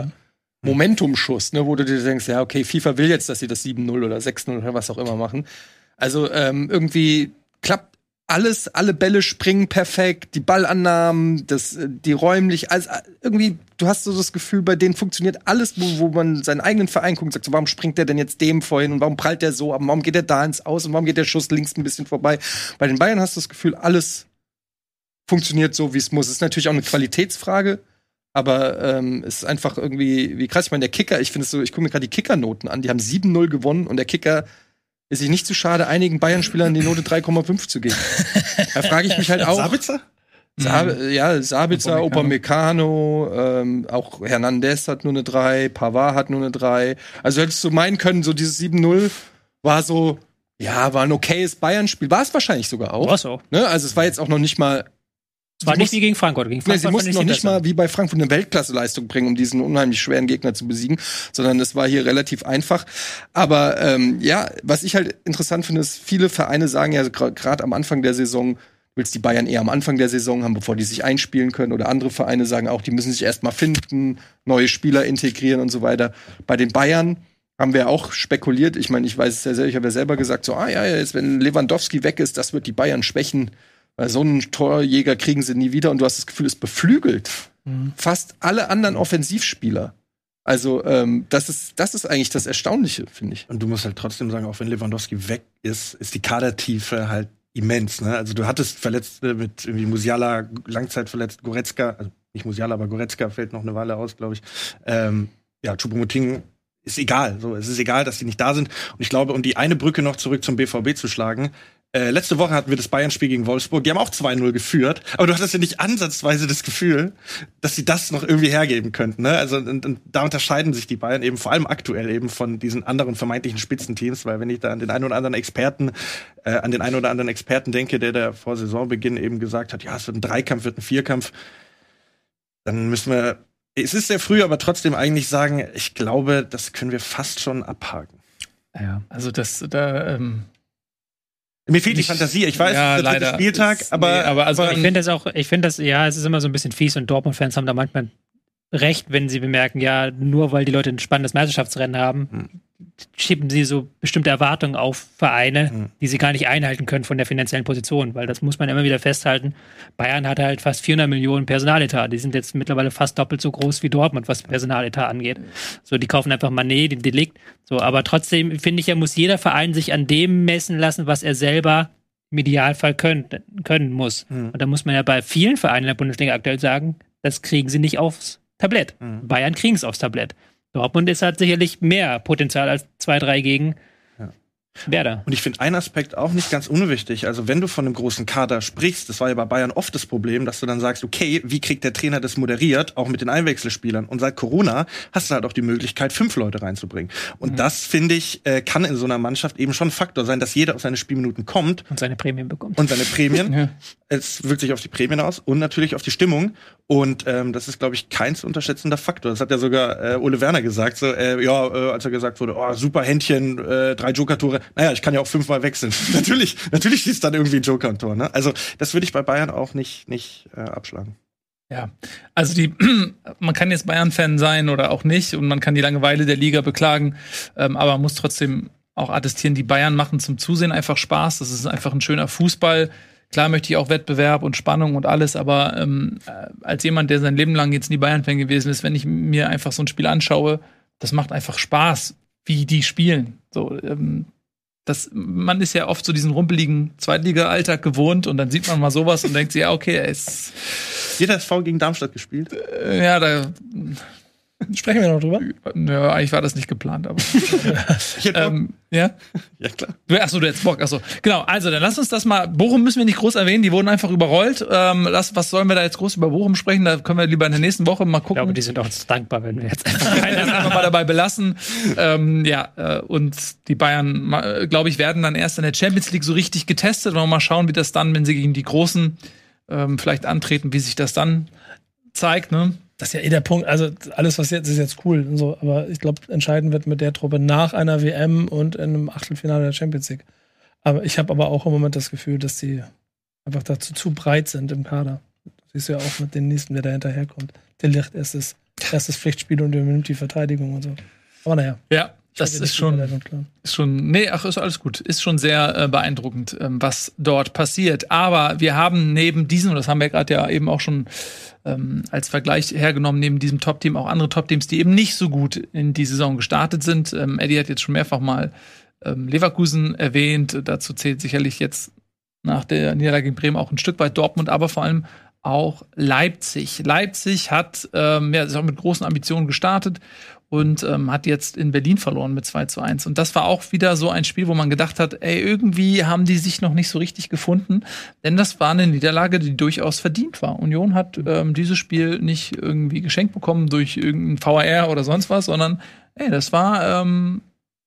FIFA-Momentum-Schuss, ne, wo du dir denkst, ja, okay, FIFA will jetzt, dass sie das sieben null oder sechs null oder was auch immer machen. Also ähm, irgendwie klappt alles, alle Bälle springen perfekt, die Ballannahmen, das, die räumlich, also irgendwie, du hast so das Gefühl, bei denen funktioniert alles, wo, wo man seinen eigenen Verein guckt und sagt, so, warum springt der denn jetzt dem vorhin und warum prallt der so ab, warum geht der da ins Aus und warum geht der Schuss links ein bisschen vorbei. Bei den Bayern hast du das Gefühl, alles funktioniert so, wie es muss. Es ist natürlich auch eine Qualitätsfrage, aber ähm, es ist einfach irgendwie, wie krass, ich meine, der Kicker, ich finde es so, ich gucke mir gerade die Kickernoten an, die haben sieben null gewonnen und der Kicker ist sich nicht zu schade, einigen Bayern-Spielern die Note drei Komma fünf zu geben. Da frage ich mich halt auch. Sabitzer? Sab- ja, Sabitzer, Upamecano, ähm, auch Hernandez hat nur eine drei, Pavard hat nur eine drei. Also hättest du meinen können, so dieses sieben null war so, ja, war ein okayes Bayern-Spiel. War es wahrscheinlich sogar auch. War es auch. Ne? Also es war jetzt auch noch nicht mal. Es war nicht wie gegen Frankfurt. Gegen Nee, Frankfurt sie mussten fand ich noch sie nicht besser. mal wie bei Frankfurt eine Weltklasse-Leistung bringen, um diesen unheimlich schweren Gegner zu besiegen, sondern es war hier relativ einfach. Aber ähm, ja, was ich halt interessant finde, ist, viele Vereine sagen ja gerade am Anfang der Saison, du willst die Bayern eher am Anfang der Saison haben, bevor die sich einspielen können. Oder andere Vereine sagen auch, die müssen sich erst mal finden, neue Spieler integrieren und so weiter. Bei den Bayern haben wir auch spekuliert. Ich meine, ich weiß es ja selber, ich habe ja selber gesagt, so, ah ja, jetzt, wenn Lewandowski weg ist, das wird die Bayern schwächen. Weil so einen Torjäger kriegen sie nie wieder und du hast das Gefühl, es beflügelt mhm. fast alle anderen Offensivspieler. Also ähm, das ist das ist eigentlich das Erstaunliche, finde ich. Und du musst halt trotzdem sagen, auch wenn Lewandowski weg ist, ist die Kadertiefe halt immens. Ne? Also du hattest Verletzte mit irgendwie Musiala, Langzeitverletzt, Goretzka, also nicht Musiala, aber Goretzka fällt noch eine Weile aus, glaube ich. Ähm, ja, Choupo-Moting ist egal. So, es ist egal, dass die nicht da sind. Und ich glaube, um die eine Brücke noch zurück zum B V B zu schlagen, Äh, letzte Woche hatten wir das Bayern-Spiel gegen Wolfsburg. Die haben auch zwei null geführt. Aber du hattest ja nicht ansatzweise das Gefühl, dass sie das noch irgendwie hergeben könnten. Ne? Also und, und da unterscheiden sich die Bayern eben vor allem aktuell eben von diesen anderen vermeintlichen Spitzenteams. Weil wenn ich da an den einen oder anderen Experten, äh, an den einen oder anderen Experten denke, der da vor Saisonbeginn eben gesagt hat, ja, es wird ein Dreikampf, wird ein Vierkampf, dann müssen wir, es ist sehr früh, aber trotzdem eigentlich sagen, ich glaube, das können wir fast schon abhaken. Ja, also das, da, ähm Mir fehlt die Fantasie. Ich weiß, ja, es ist der dritte Spieltag, ist, aber, nee, aber also Ich finde das auch, ich finde das, ja, es ist immer so ein bisschen fies und Dortmund-Fans haben da manchmal recht, wenn sie bemerken, ja, nur weil die Leute ein spannendes Meisterschaftsrennen haben, hm. schieben sie so bestimmte Erwartungen auf Vereine, hm. die sie gar nicht einhalten können von der finanziellen Position, weil das muss man immer wieder festhalten. Bayern hat halt fast vierhundert Millionen Personaletat. Die sind jetzt mittlerweile fast doppelt so groß wie Dortmund, was Personaletat angeht. So, die kaufen einfach Mané, den Delikt. So, aber trotzdem finde ich, ja, muss jeder Verein sich an dem messen lassen, was er selber im Idealfall können, können muss. Hm. Und da muss man ja bei vielen Vereinen in der Bundesliga aktuell sagen, das kriegen sie nicht aufs Tablett. Hm. Bayern kriegen es aufs Tablett. Dortmund ist halt sicherlich mehr Potenzial als zwei drei gegen ja. Werder. Und ich finde einen Aspekt auch nicht ganz unwichtig. Also wenn du von einem großen Kader sprichst, das war ja bei Bayern oft das Problem, dass du dann sagst, okay, wie kriegt der Trainer das moderiert, auch mit den Einwechselspielern? Und seit Corona hast du halt auch die Möglichkeit, fünf Leute reinzubringen. Und mhm. das, finde ich, äh, kann in so einer Mannschaft eben schon ein Faktor sein, dass jeder auf seine Spielminuten kommt. Und seine Prämien bekommt. Und seine Prämien. ja. Es wirkt sich auf die Prämien aus und natürlich auf die Stimmung. Und ähm, das ist, glaube ich, kein zu unterschätzender Faktor. Das hat ja sogar äh, Ole Werner gesagt, so, äh, ja, äh, als er gesagt wurde, oh, super Händchen, äh, drei Joker-Tore. Naja, ich kann ja auch fünfmal wechseln. natürlich, natürlich ist dann irgendwie ein Joker ein Tor. Ne? Also das würde ich bei Bayern auch nicht, nicht äh, abschlagen. Ja, also die, man kann jetzt Bayern-Fan sein oder auch nicht und man kann die Langeweile der Liga beklagen, ähm, aber man muss trotzdem auch attestieren, die Bayern machen zum Zusehen einfach Spaß. Das ist einfach ein schöner Fußball. Klar möchte ich auch Wettbewerb und Spannung und alles, aber ähm, als jemand, der sein Leben lang jetzt nie Bayern-Fan gewesen ist, wenn ich mir einfach so ein Spiel anschaue, das macht einfach Spaß, wie die spielen. So, ähm, das, man ist ja oft so diesen rumpeligen Zweitliga-Alltag gewohnt und dann sieht man mal sowas und denkt sich, ja, okay, er ist jeder S V gegen Darmstadt gespielt? Äh, ja, da Sprechen wir noch drüber? Ja, eigentlich war das nicht geplant, aber. ähm, ja? Ja, klar. Achso, du hättest Bock. Achso. Genau, also dann lass uns das mal. Bochum müssen wir nicht groß erwähnen, die wurden einfach überrollt. Ähm, lass, was sollen wir da jetzt groß über Bochum sprechen? Da können wir lieber in der nächsten Woche mal gucken. Ich glaube, die sind auch dankbar, wenn wir jetzt einfach, einfach mal dabei belassen. Ähm, ja, äh, und die Bayern, äh, glaube ich, werden dann erst in der Champions League so richtig getestet und mal schauen, wie das dann, wenn sie gegen die Großen ähm, vielleicht antreten, wie sich das dann zeigt, ne? Das ist ja eh der Punkt. Also alles, was jetzt ist, jetzt cool und so. Aber ich glaube, entscheidend wird mit der Truppe nach einer W M und in einem Achtelfinale der Champions League. Aber ich habe aber auch im Moment das Gefühl, dass die einfach dazu zu breit sind im Kader. Das siehst du ja auch mit den nächsten, wer da hinterherkommt. Der Licht erstes, erstes Pflichtspiel und übernimmt die Verteidigung und so. Aber naja. Ja. Das ist schon, ist schon, nee, ach, ist alles gut. Ist schon sehr äh, beeindruckend, ähm, was dort passiert. Aber wir haben neben diesem, und das haben wir gerade ja eben auch schon ähm, als Vergleich hergenommen, neben diesem Top-Team auch andere Top-Teams, die eben nicht so gut in die Saison gestartet sind. Ähm, Eddie hat jetzt schon mehrfach mal ähm, Leverkusen erwähnt. Dazu zählt sicherlich jetzt nach der Niederlage gegen Bremen auch ein Stück weit Dortmund, aber vor allem auch Leipzig. Leipzig hat ähm, ja, ist auch mit großen Ambitionen gestartet und ähm, hat jetzt in Berlin verloren mit zwei zu eins. Und das war auch wieder so ein Spiel, wo man gedacht hat, ey, irgendwie haben die sich noch nicht so richtig gefunden. Denn das war eine Niederlage, die durchaus verdient war. Union hat ähm, dieses Spiel nicht irgendwie geschenkt bekommen durch irgendein V A R oder sonst was, sondern ey, das war ähm,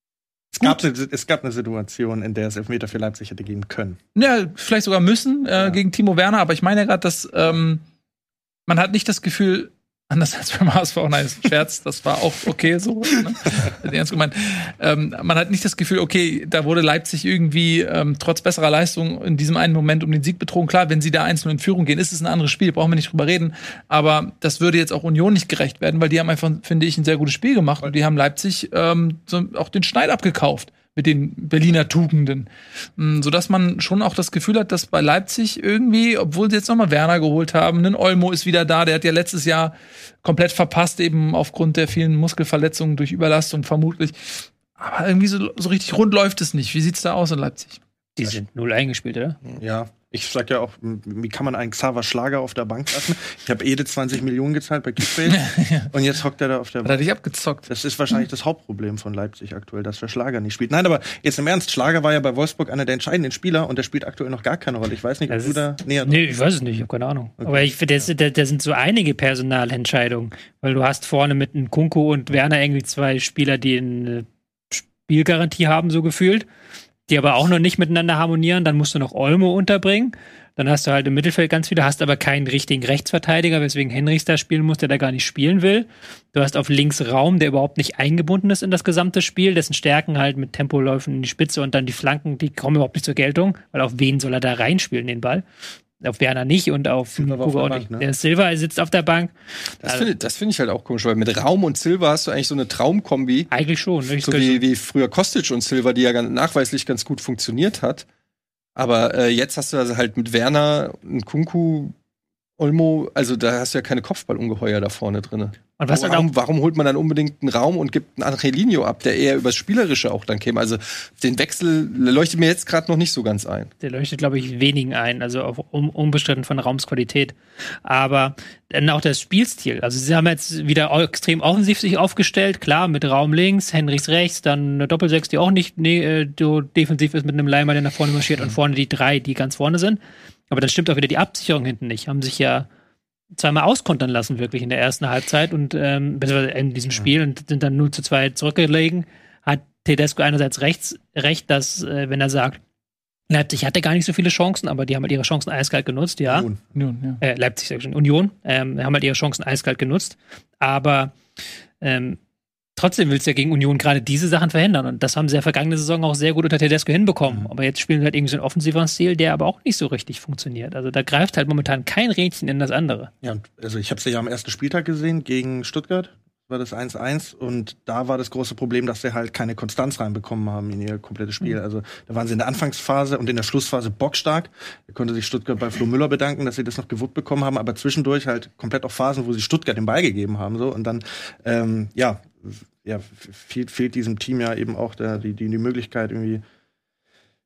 Es gab, eine, es gab eine Situation, in der es Elfmeter für Leipzig hätte geben können. Ja, vielleicht sogar müssen äh, ja. gegen Timo Werner, aber ich meine ja gerade, dass ähm, man hat nicht das Gefühl, anders als beim H S V, nein, ist ein Scherz, das war auch okay so, ne? Ernst gemeint. Ähm, man hat nicht das Gefühl, okay, da wurde Leipzig irgendwie ähm, trotz besserer Leistung in diesem einen Moment um den Sieg betrogen. Klar, wenn sie da eins null in Führung gehen, ist es ein anderes Spiel, brauchen wir nicht drüber reden. Aber das würde jetzt auch Union nicht gerecht werden, weil die haben einfach, finde ich, ein sehr gutes Spiel gemacht und die haben Leipzig ähm, so auch den Schneid abgekauft mit den Berliner Tugenden. Sodass man schon auch das Gefühl hat, dass bei Leipzig irgendwie, obwohl sie jetzt nochmal Werner geholt haben, ein Olmo ist wieder da, der hat ja letztes Jahr komplett verpasst, eben aufgrund der vielen Muskelverletzungen durch Überlastung vermutlich. Aber irgendwie so, so richtig rund läuft es nicht. Wie sieht's da aus in Leipzig? Die sind null eingespielt, oder? Ja. Ich sag ja auch, wie kann man einen Xaver Schlager auf der Bank lassen? Ich habe Ede zwanzig Millionen gezahlt bei Kickbase ja. und jetzt hockt er da auf der Bank. Hat er dich abgezockt? Das ist wahrscheinlich das Hauptproblem von Leipzig aktuell, dass der Schlager nicht spielt. Nein, aber jetzt im Ernst, Schlager war ja bei Wolfsburg einer der entscheidenden Spieler und der spielt aktuell noch gar keine Rolle. Ich weiß nicht, ob das du da näher Nee, ich weiß es nicht, ich habe keine Ahnung. Okay. Aber ich finde, da, da sind so einige Personalentscheidungen, weil du hast vorne mit einem Kunku und Werner irgendwie zwei Spieler, die eine Spielgarantie haben, so gefühlt, die aber auch noch nicht miteinander harmonieren. Dann musst du noch Olmo unterbringen. Dann hast du halt im Mittelfeld ganz viele, hast aber keinen richtigen Rechtsverteidiger, weswegen Henrichs da spielen muss, der da gar nicht spielen will. Du hast auf links Raum, der überhaupt nicht eingebunden ist in das gesamte Spiel, dessen Stärken halt mit Tempoläufen in die Spitze und dann die Flanken, die kommen überhaupt nicht zur Geltung, weil auf wen soll er da reinspielen, den Ball? Auf Werner nicht und auf Silva auch nicht. Ne? Der Silva sitzt auf der Bank. Das also, finde find ich halt auch komisch, weil mit Raum und Silva hast du eigentlich so eine Traumkombi. Eigentlich schon. Ne? So wie, wie früher Kostic und Silva, die ja ganz, nachweislich ganz gut funktioniert hat. Aber äh, jetzt hast du also halt mit Werner, Nkunku, Olmo, also da hast du ja keine Kopfballungeheuer da vorne drin. Und was warum, auch, warum holt man dann unbedingt einen Raum und gibt einen Angelino ab, der eher übers Spielerische auch dann käme? Also den Wechsel leuchtet mir jetzt gerade noch nicht so ganz ein. Der leuchtet, glaube ich, wenigen ein, also auch un- unbestritten von Raumsqualität. Aber dann auch das Spielstil. Also sie haben jetzt wieder extrem offensiv sich aufgestellt, klar, mit Raum links, Henrichs rechts, dann eine Doppelsechs, die auch nicht nee, so defensiv ist mit einem Leimer, der nach vorne marschiert und vorne die drei, die ganz vorne sind. Aber dann stimmt auch wieder die Absicherung hinten nicht. Haben sich ja zweimal auskontern lassen, wirklich in der ersten Halbzeit und ähm, in diesem Spiel und sind dann null zu zwei zurückgelegen. Hat Tedesco einerseits rechts, recht, dass, äh, wenn er sagt, Leipzig hatte gar nicht so viele Chancen, aber die haben halt ihre Chancen eiskalt genutzt, ja. Union, Union ja. Äh, Leipzig, sag ich schon, Union, ähm, haben halt ihre Chancen eiskalt genutzt. Aber ähm, trotzdem willst du ja gegen Union gerade diese Sachen verhindern. Und das haben sie ja vergangene Saison auch sehr gut unter Tedesco hinbekommen. Mhm. Aber jetzt spielen sie halt irgendwie so einen offensiven Stil, der aber auch nicht so richtig funktioniert. Also da greift halt momentan kein Rädchen in das andere. Ja, also ich habe es ja am ersten Spieltag gesehen gegen Stuttgart. War das eins eins und da war das große Problem, dass sie halt keine Konstanz reinbekommen haben in ihr komplettes Spiel. Mhm. Also da waren sie in der Anfangsphase und in der Schlussphase bockstark. Da konnte sich Stuttgart bei Flo Müller bedanken, dass sie das noch gewuppt bekommen haben, aber zwischendurch halt komplett auch Phasen, wo sie Stuttgart den Ball gegeben haben. So. Und dann, ähm, ja, ja fehlt, fehlt diesem Team ja eben auch der, die, die, die Möglichkeit, irgendwie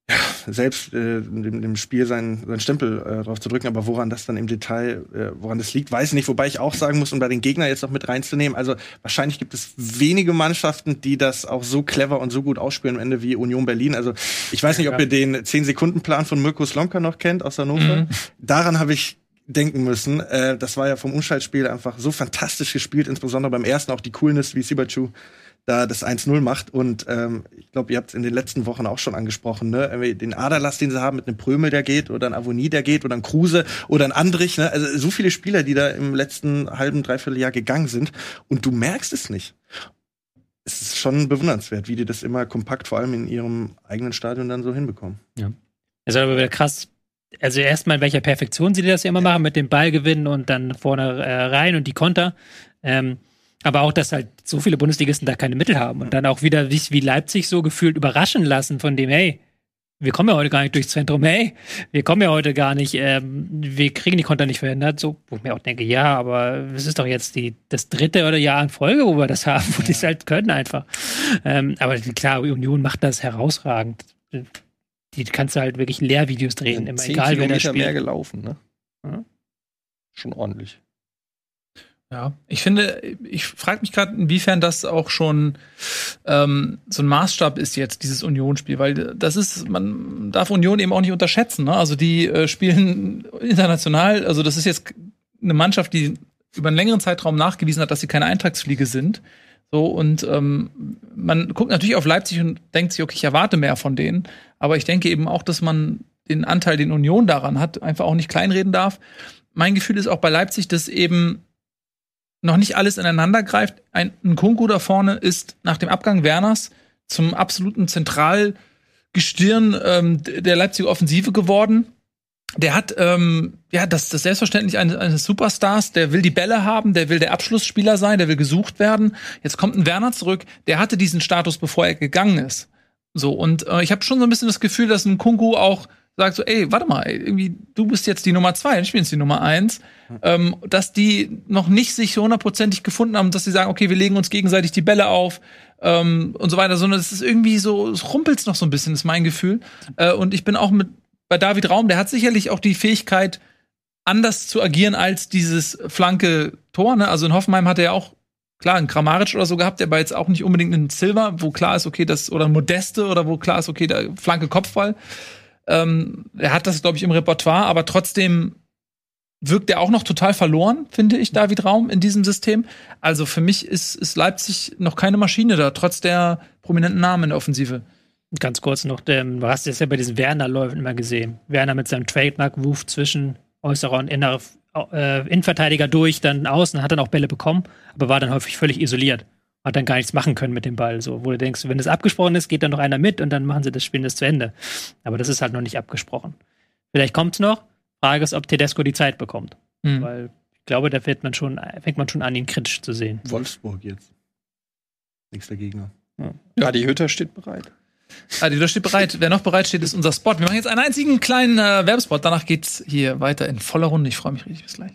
selbst äh, dem, dem Spiel seinen, seinen Stempel äh, drauf zu drücken, aber woran das dann im Detail, äh, woran das liegt, weiß ich nicht. Wobei ich auch sagen muss, um bei den Gegner jetzt noch mit reinzunehmen, also wahrscheinlich gibt es wenige Mannschaften, die das auch so clever und so gut ausspielen am Ende wie Union Berlin. Also ich weiß nicht, ob ihr den zehn-Sekunden-Plan von Mirko Slomka noch kennt aus Hannover. Mhm. Daran habe ich denken müssen. Äh, das war ja vom Umschaltspiel einfach so fantastisch gespielt, insbesondere beim ersten auch die Coolness, wie Sibachu da das eins null macht. Und ähm, ich glaube, ihr habt es in den letzten Wochen auch schon angesprochen, ne? Den Aderlass, den sie haben mit einem Prömel, der geht, oder ein Avonie, der geht, oder ein Kruse, oder ein Andrich, ne? Also so viele Spieler, die da im letzten halben, dreiviertel Jahr gegangen sind. Und du merkst es nicht. Es ist schon bewundernswert, wie die das immer kompakt, vor allem in ihrem eigenen Stadion, dann so hinbekommen. Ja. Das ist aber wieder krass. Also erstmal in welcher Perfektion sie das ja immer machen, mit dem Ball gewinnen und dann vorne äh, rein und die Konter. Ähm, aber auch, dass halt so viele Bundesligisten da keine Mittel haben und dann auch wieder wie, wie Leipzig so gefühlt überraschen lassen von dem, hey, wir kommen ja heute gar nicht durchs Zentrum, hey, wir kommen ja heute gar nicht, ähm, wir kriegen die Konter nicht verhindert. So, wo ich mir auch denke, ja, aber es ist doch jetzt die, das dritte oder Jahr in Folge, wo wir das haben, wo die es halt können einfach. Ähm, aber klar, Union macht das herausragend. Die kannst du halt wirklich Lehrvideos drehen, immer egal wer da spielt. Mehr gelaufen, ne? Ja. Schon ordentlich. Ja, ich finde, ich frage mich gerade, inwiefern das auch schon ähm, so ein Maßstab ist jetzt, dieses Union-Spiel, weil das ist, man darf Union eben auch nicht unterschätzen, ne? Also die äh, spielen international, also das ist jetzt eine Mannschaft, die über einen längeren Zeitraum nachgewiesen hat, dass sie keine Eintagsfliege sind. So, und ähm, man guckt natürlich auf Leipzig und denkt sich, okay, ich erwarte mehr von denen. Aber ich denke eben auch, dass man den Anteil, den Union daran hat, einfach auch nicht kleinreden darf. Mein Gefühl ist auch bei Leipzig, dass eben noch nicht alles ineinander greift. Ein Nkunku da vorne ist nach dem Abgang Werners zum absoluten Zentralgestirn ähm, der Leipziger Offensive geworden. Der hat ähm, ja das, das Selbstverständlich eines, eines Superstars, der will die Bälle haben, der will der Abschlussspieler sein, der will gesucht werden. Jetzt kommt ein Werner zurück, der hatte diesen Status, bevor er gegangen ist. So, und äh, ich habe schon so ein bisschen das Gefühl, dass ein Nkunku auch sagt so, ey, warte mal, ey, irgendwie, du bist jetzt die Nummer zwei, ich bin jetzt die Nummer eins. Mhm. Ähm, dass die noch nicht sich so hundertprozentig gefunden haben, dass sie sagen, okay, wir legen uns gegenseitig die Bälle auf ähm, und so weiter, sondern es ist irgendwie so, es rumpelt's noch so ein bisschen, ist mein Gefühl. Äh, und ich bin auch mit bei David Raum, der hat sicherlich auch die Fähigkeit, anders zu agieren als dieses flanke Tor, ne? Also in Hoffenheim hat er ja auch, klar, einen Kramaric oder so gehabt, der war jetzt auch nicht unbedingt ein Silva, wo klar ist, okay, das, oder ein Modeste, oder wo klar ist, okay, der flanke Kopfball. Ähm, er hat das, glaube ich, im Repertoire, aber trotzdem wirkt er auch noch total verloren, finde ich, David Raum in diesem System. Also für mich ist, ist Leipzig noch keine Maschine da, trotz der prominenten Namen in der Offensive. Ganz kurz noch, du hast es ja bei diesen Werner-Läufen immer gesehen. Werner mit seinem Trademark-Move zwischen äußerer und innerer äh, Innenverteidiger durch, dann außen, hat dann auch Bälle bekommen, aber war dann häufig völlig isoliert. Hat dann gar nichts machen können mit dem Ball. So, wo du denkst, wenn das abgesprochen ist, geht dann noch einer mit und dann machen sie das Spiel das zu Ende. Aber das ist halt noch nicht abgesprochen. Vielleicht kommt's noch. Frage ist, ob Tedesco die Zeit bekommt. Mhm. Weil ich glaube, da fängt man schon, fängt man schon an, ihn kritisch zu sehen. Wolfsburg jetzt. Nächster Gegner. Ja. Ja, die Hütter steht bereit. Ah, die steht bereit. Wer noch bereit steht, ist unser Spot. Wir machen jetzt einen einzigen kleinen äh, Werbespot. Danach geht's hier weiter in voller Runde. Ich freue mich richtig. Bis gleich.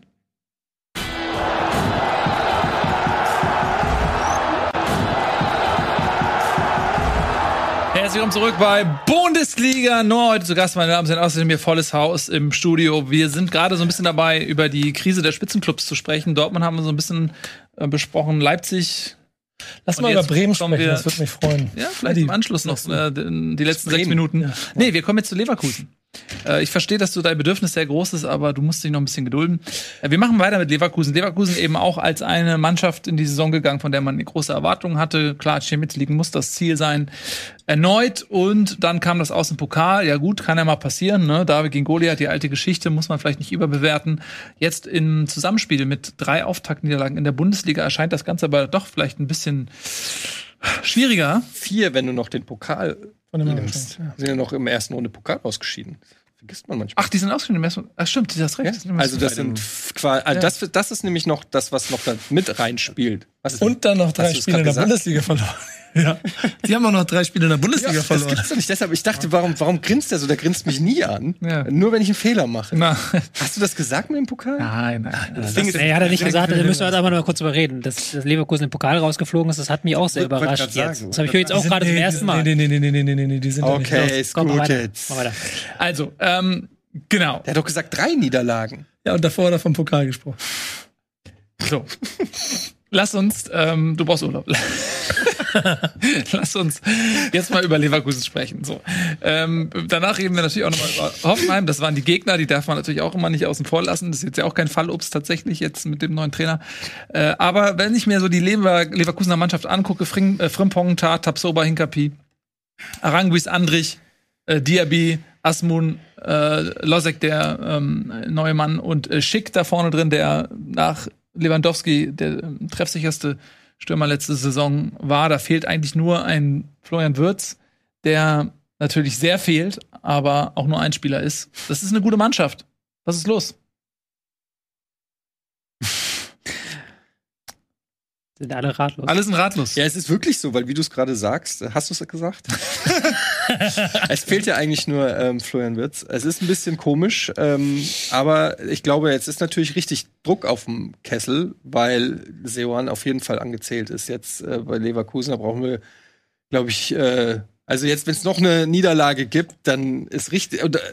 Herzlich willkommen zurück bei Bundesliga Nord. Heute zu Gast, meine Damen und Herren, außerdem hier volles Haus im Studio. Wir sind gerade so ein bisschen dabei, über die Krise der Spitzenclubs zu sprechen. Dortmund haben wir so ein bisschen äh, besprochen. Leipzig. Lass mal über Bremen sprechen, wir, das würde mich freuen. Ja, vielleicht im Anschluss noch äh, die letzten sechs Minuten. Ja. Nee, wir kommen jetzt zu Leverkusen. Äh, ich verstehe, dass du dein Bedürfnis sehr groß ist, aber du musst dich noch ein bisschen gedulden. Äh, wir machen weiter mit Leverkusen. Leverkusen eben auch als eine Mannschaft in die Saison gegangen, von der man große Erwartungen hatte. Klar, Champions League muss das Ziel sein. Erneut. Und dann kam das aus dem Pokal. Ja gut, kann ja mal passieren. Ne? David gegen Goliath, die alte Geschichte, muss man vielleicht nicht überbewerten. Jetzt im Zusammenspiel mit drei Auftaktniederlagen in der Bundesliga erscheint das Ganze aber doch vielleicht ein bisschen schwieriger. Vier, wenn du noch den Pokal von dem nimmst. Ja. Sind ja noch im ersten Runde Pokal ausgeschieden. Vergisst man manchmal. Ach, die sind ausgeschieden im ersten Runde. Ach, stimmt, du hast recht. Ja. Also das sind quasi, also das, das ist nämlich noch das, was noch da mit reinspielt. Was und dann noch drei Spiele in der Bundesliga verloren. Ja. Die haben auch noch drei Spiele in der Bundesliga Ja, verloren. Das gibt's doch nicht. Deshalb, ich dachte, warum, warum grinst der so? Der grinst mich nie an. Ja. Nur wenn ich einen Fehler mache. Na. Hast du das gesagt mit dem Pokal? Nein, nein. nein. Das Ding ist, Nee, hat er nicht gesagt, da müssen wir jetzt aber noch mal kurz drüber reden. Dass, dass Leverkusen im Pokal rausgeflogen ist, das hat mich auch sehr Wollte überrascht grad sagen. jetzt. Das habe ich jetzt auch Die sind- gerade zum nee, ersten Mal. Nee, nee, nee, nee, nee, nee, nee, nee, die sind da nicht Okay, raus. ist Komm, mach gut weiter. jetzt. Mach weiter. Also, ähm, genau. Der hat doch gesagt, drei Niederlagen. Ja, und davor hat er vom Pokal gesprochen. So. Lass uns, ähm, du brauchst Urlaub. Lass uns jetzt mal über Leverkusen sprechen. So. Ähm, danach reden wir natürlich auch nochmal über Hoffenheim. Das waren die Gegner, die darf man natürlich auch immer nicht außen vor lassen. Das ist jetzt ja auch kein Fallobst tatsächlich jetzt mit dem neuen Trainer. Äh, aber wenn ich mir so die Lever Leverkusener Mannschaft angucke, Fring, äh, Frimpong, Tar, Tapsoba, Hinkapi, Aranguiz, Andrich, äh, Diaby, Asmun, äh, Losek, der ähm, neue Mann, und äh, Schick da vorne drin, der nach Lewandowski der ähm, treffsicherste Stürmer letzte Saison war. Da fehlt eigentlich nur ein Florian Wirtz, der natürlich sehr fehlt, aber auch nur ein Spieler ist. Das ist eine gute Mannschaft. Was ist los? Sind alle ratlos. Alle sind ratlos. Ja, es ist wirklich so, weil wie du es gerade sagst, hast du es gesagt? Es fehlt ja eigentlich nur ähm, Florian Wirtz. Es ist ein bisschen komisch, ähm, aber ich glaube, jetzt ist natürlich richtig Druck auf dem Kessel, weil Seoane auf jeden Fall angezählt ist jetzt äh, bei Leverkusen. Da brauchen wir, glaube ich, äh, also jetzt, wenn es noch eine Niederlage gibt, dann ist richtig. Äh,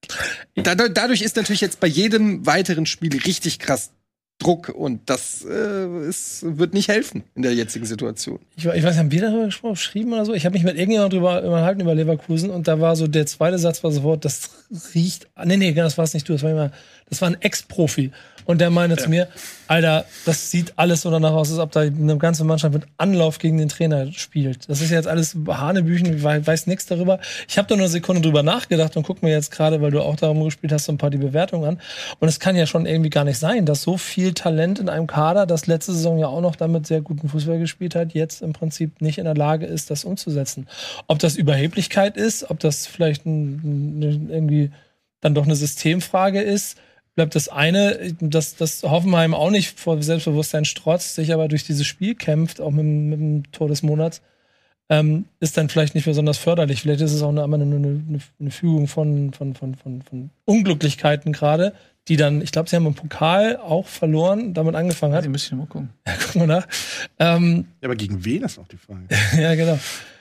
da, dadurch ist natürlich jetzt bei jedem weiteren Spiel richtig krass Druck, und das äh, ist, wird nicht helfen in der jetzigen Situation. Ich, ich weiß nicht, haben wir darüber gesprochen, geschrieben oder so? Ich habe mich mit irgendjemandem drüber unterhalten über Leverkusen, und da war so der zweite Satz war sofort, das riecht. Nee, nee, das war es nicht du, das war immer, das war ein Ex-Profi. Und der meinte ja zu mir, Alter, das sieht alles so danach aus, als ob da eine ganze Mannschaft mit Anlauf gegen den Trainer spielt. Das ist jetzt alles Hanebüchen, ich weiß nichts darüber. Ich habe da nur eine Sekunde drüber nachgedacht und guck mir jetzt gerade, weil du auch darum gespielt hast, so ein paar die Bewertungen an. Und es kann ja schon irgendwie gar nicht sein, dass so viel Talent in einem Kader, das letzte Saison ja auch noch damit sehr guten Fußball gespielt hat, jetzt im Prinzip nicht in der Lage ist, das umzusetzen. Ob das Überheblichkeit ist, ob das vielleicht ein, ein, irgendwie dann doch eine Systemfrage ist, bleibt das eine, dass, dass Hoffenheim auch nicht vor Selbstbewusstsein strotzt, sich aber durch dieses Spiel kämpft, auch mit, mit dem Tor des Monats, ähm, ist dann vielleicht nicht besonders förderlich. Vielleicht ist es auch eine, eine, eine, eine Fügung von, von, von, von, von Unglücklichkeiten gerade, die dann, ich glaube, sie haben im Pokal auch verloren, damit angefangen hat. Die müsste ich mal gucken. Ja, guck mal nach. Ähm, Ja, aber gegen wen ist noch die Frage? ja, genau.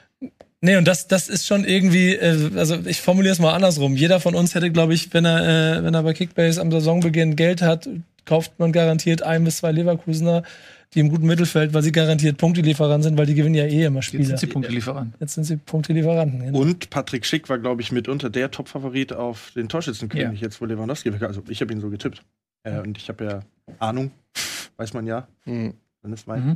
Nee, und das, das ist schon irgendwie, äh, also ich formuliere es mal andersrum. Jeder von uns hätte, glaube ich, wenn er, äh, wenn er bei Kickbase am Saisonbeginn Geld hat, kauft man garantiert ein bis zwei Leverkusener, die im guten Mittelfeld, weil sie garantiert Punktelieferant sind, weil die gewinnen ja eh immer Spiele. Jetzt sind sie Punktelieferant. Jetzt sind sie Punktelieferanten. Genau. Und Patrick Schick war, glaube ich, mitunter der Top-Favorit auf den Torschützenkönig, Ja. jetzt wo Lewandowski weg. Also ich habe ihn so getippt. Äh, und ich habe ja Ahnung, weiß man ja. Mhm. Dann ist mein. Mhm.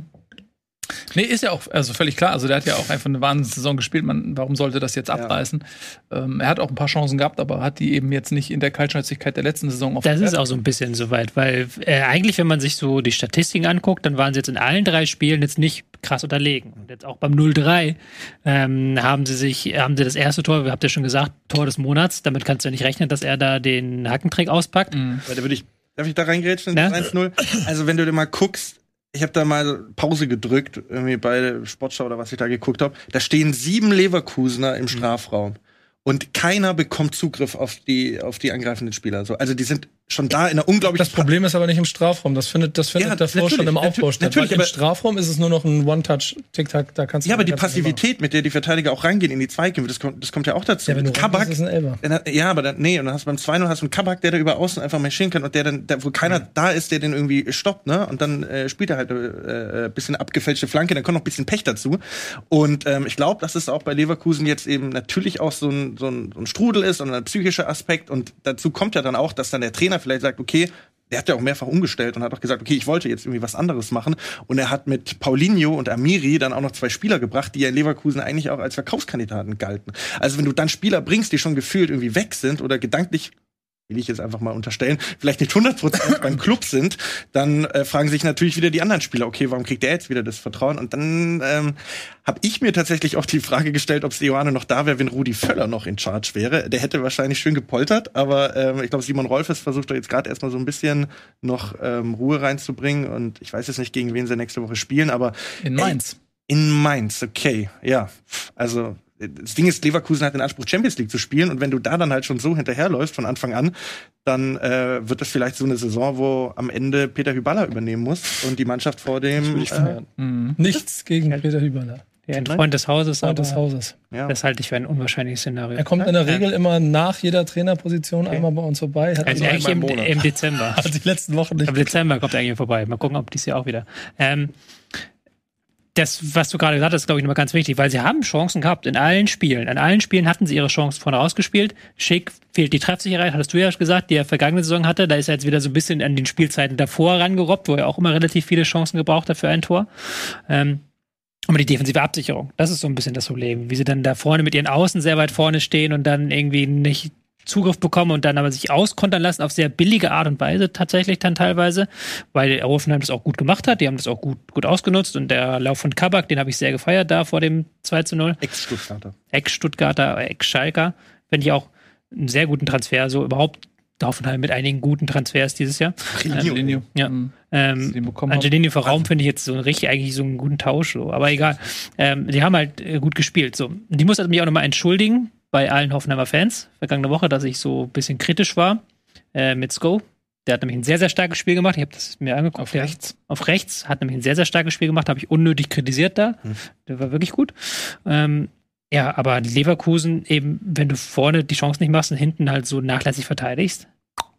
Nee, ist ja auch, also völlig klar. Also der hat ja auch einfach eine Wahnsinnssaison gespielt. Man, warum sollte das jetzt abreißen? Ja. Ähm, er hat auch ein paar Chancen gehabt, aber hat die eben jetzt nicht in der Kaltschnäuzigkeit der letzten Saison auf. Das ist auch so ein bisschen soweit, weil äh, eigentlich, wenn man sich so die Statistiken anguckt, dann waren sie jetzt in allen drei Spielen jetzt nicht krass unterlegen. Und jetzt auch beim null drei ähm, haben sie sich, haben sie das erste Tor, habt ihr schon gesagt, Tor des Monats. Damit kannst du ja nicht rechnen, dass er da den Hackentrick auspackt. Mhm. Weil da würde ich, darf ich da reingrätschen? Ja. eins null? Also wenn du dir mal guckst, ich habe da mal Pause gedrückt, irgendwie bei Sportschau oder was ich da geguckt habe. Da stehen sieben Leverkusener im Strafraum. Und keiner bekommt Zugriff auf die, auf die angreifenden Spieler. So, also die sind schon da in einer unglaublichen. Das Problem ist aber nicht im Strafraum. Das findet, das findet Ja, davor schon im natürlich, Aufbau statt. natürlich, Weil Im aber- Strafraum ist es nur noch ein One-Touch-Tick-Tack. Da kannst du Ja, aber die kannst du Passivität, mit der die Verteidiger auch reingehen in die Zweikämpfe, das kommt, das kommt ja auch dazu. Ja, wenn du Kabak, reingehst, ist es ein Elfer. dann hat- ja, aber dann, nee, und dann hast du beim zwei null hast du einen Kabak, der da über außen einfach marschieren kann und der dann, der, wo keiner da ist, der den irgendwie stoppt, ne? Und dann äh, spielt er halt äh, äh, bisschen abgefälschte Flanke, dann kommt noch ein bisschen Pech dazu. Und ähm, ich glaube, dass es auch bei Leverkusen jetzt eben natürlich auch so ein, so ein, so ein Strudel ist und ein psychischer Aspekt. Und dazu kommt ja dann auch, dass dann der Trainer vielleicht sagt, okay, der hat ja auch mehrfach umgestellt und hat auch gesagt, okay, ich wollte jetzt irgendwie was anderes machen. Und er hat mit Paulinho und Amiri dann auch noch zwei Spieler gebracht, die ja in Leverkusen eigentlich auch als Verkaufskandidaten galten. Also wenn du dann Spieler bringst, die schon gefühlt irgendwie weg sind oder gedanklich, will ich jetzt einfach mal unterstellen, vielleicht nicht hundert Prozent beim Club sind, dann äh, fragen sich natürlich wieder die anderen Spieler, okay, warum kriegt der jetzt wieder das Vertrauen? Und dann ähm, habe ich mir tatsächlich auch die Frage gestellt, ob Seoane noch da wäre, wenn Rudi Völler noch in Charge wäre. Der hätte wahrscheinlich schön gepoltert, aber ähm, ich glaube, Simon Rolfes versucht da jetzt gerade erstmal so ein bisschen noch ähm, Ruhe reinzubringen. Und ich weiß jetzt nicht, gegen wen sie nächste Woche spielen, aber In Mainz. In Mainz, okay, ja. Also, das Ding ist, Leverkusen hat den Anspruch, Champions League zu spielen. Und wenn du da dann halt schon so hinterherläufst von Anfang an, dann äh, wird das vielleicht so eine Saison, wo am Ende Peter Hyballa übernehmen muss und die Mannschaft vor dem äh, mhm. Nichts gegen Peter Hyballa. Ja, ein Freund des Hauses. Freund des Hauses. Ja. Das halte ich für ein unwahrscheinliches Szenario. Er kommt in der Regel immer nach jeder Trainerposition okay. einmal bei uns vorbei. Hat also eigentlich im, im Dezember. Also die letzten Wochen nicht. Im Dezember kommt er eigentlich vorbei. Mal gucken, ob dies Jahr auch wieder. Ähm, das, was du gerade gesagt hast, ist, glaube ich, nochmal ganz wichtig, weil sie haben Chancen gehabt in allen Spielen. In allen Spielen hatten sie ihre Chancen vorne rausgespielt. Schick fehlt die Treffsicherheit, hattest du ja gesagt, die er vergangene Saison hatte. Da ist er jetzt wieder so ein bisschen an den Spielzeiten davor rangerobbt, wo er auch immer relativ viele Chancen gebraucht hat für ein Tor. Ähm, aber die defensive Absicherung, das ist so ein bisschen das Problem. Wie sie dann da vorne mit ihren Außen sehr weit vorne stehen und dann irgendwie nicht Zugriff bekommen und dann aber sich auskontern lassen auf sehr billige Art und Weise tatsächlich dann teilweise, weil Hoffenheim das auch gut gemacht hat, die haben das auch gut, gut ausgenutzt und der Lauf von Kabak, den habe ich sehr gefeiert da vor dem zwei zu null. Ex-Stuttgarter. Ex-Stuttgarter, Ex-Schalker, finde ich auch einen sehr guten Transfer, so überhaupt Hoffenheim mit einigen guten Transfers dieses Jahr. Angelino. Ja. Mhm. Ähm, Angelino für Raum finde ich jetzt so ein richtig, eigentlich so einen guten Tausch, so. Aber egal. Ähm, die haben halt äh, gut gespielt, so. Die muss also mich auch nochmal entschuldigen bei allen Hoffenheimer Fans vergangene Woche, dass ich so ein bisschen kritisch war äh, mit Sko. Der hat nämlich ein sehr, sehr starkes Spiel gemacht. Ich habe das mir angeguckt. Auf rechts. Auf rechts. Hat nämlich ein sehr, sehr starkes Spiel gemacht. Habe ich unnötig kritisiert da. Hm. Der war wirklich gut. Ähm, ja, aber Leverkusen eben, wenn du vorne die Chance nicht machst und hinten halt so nachlässig verteidigst.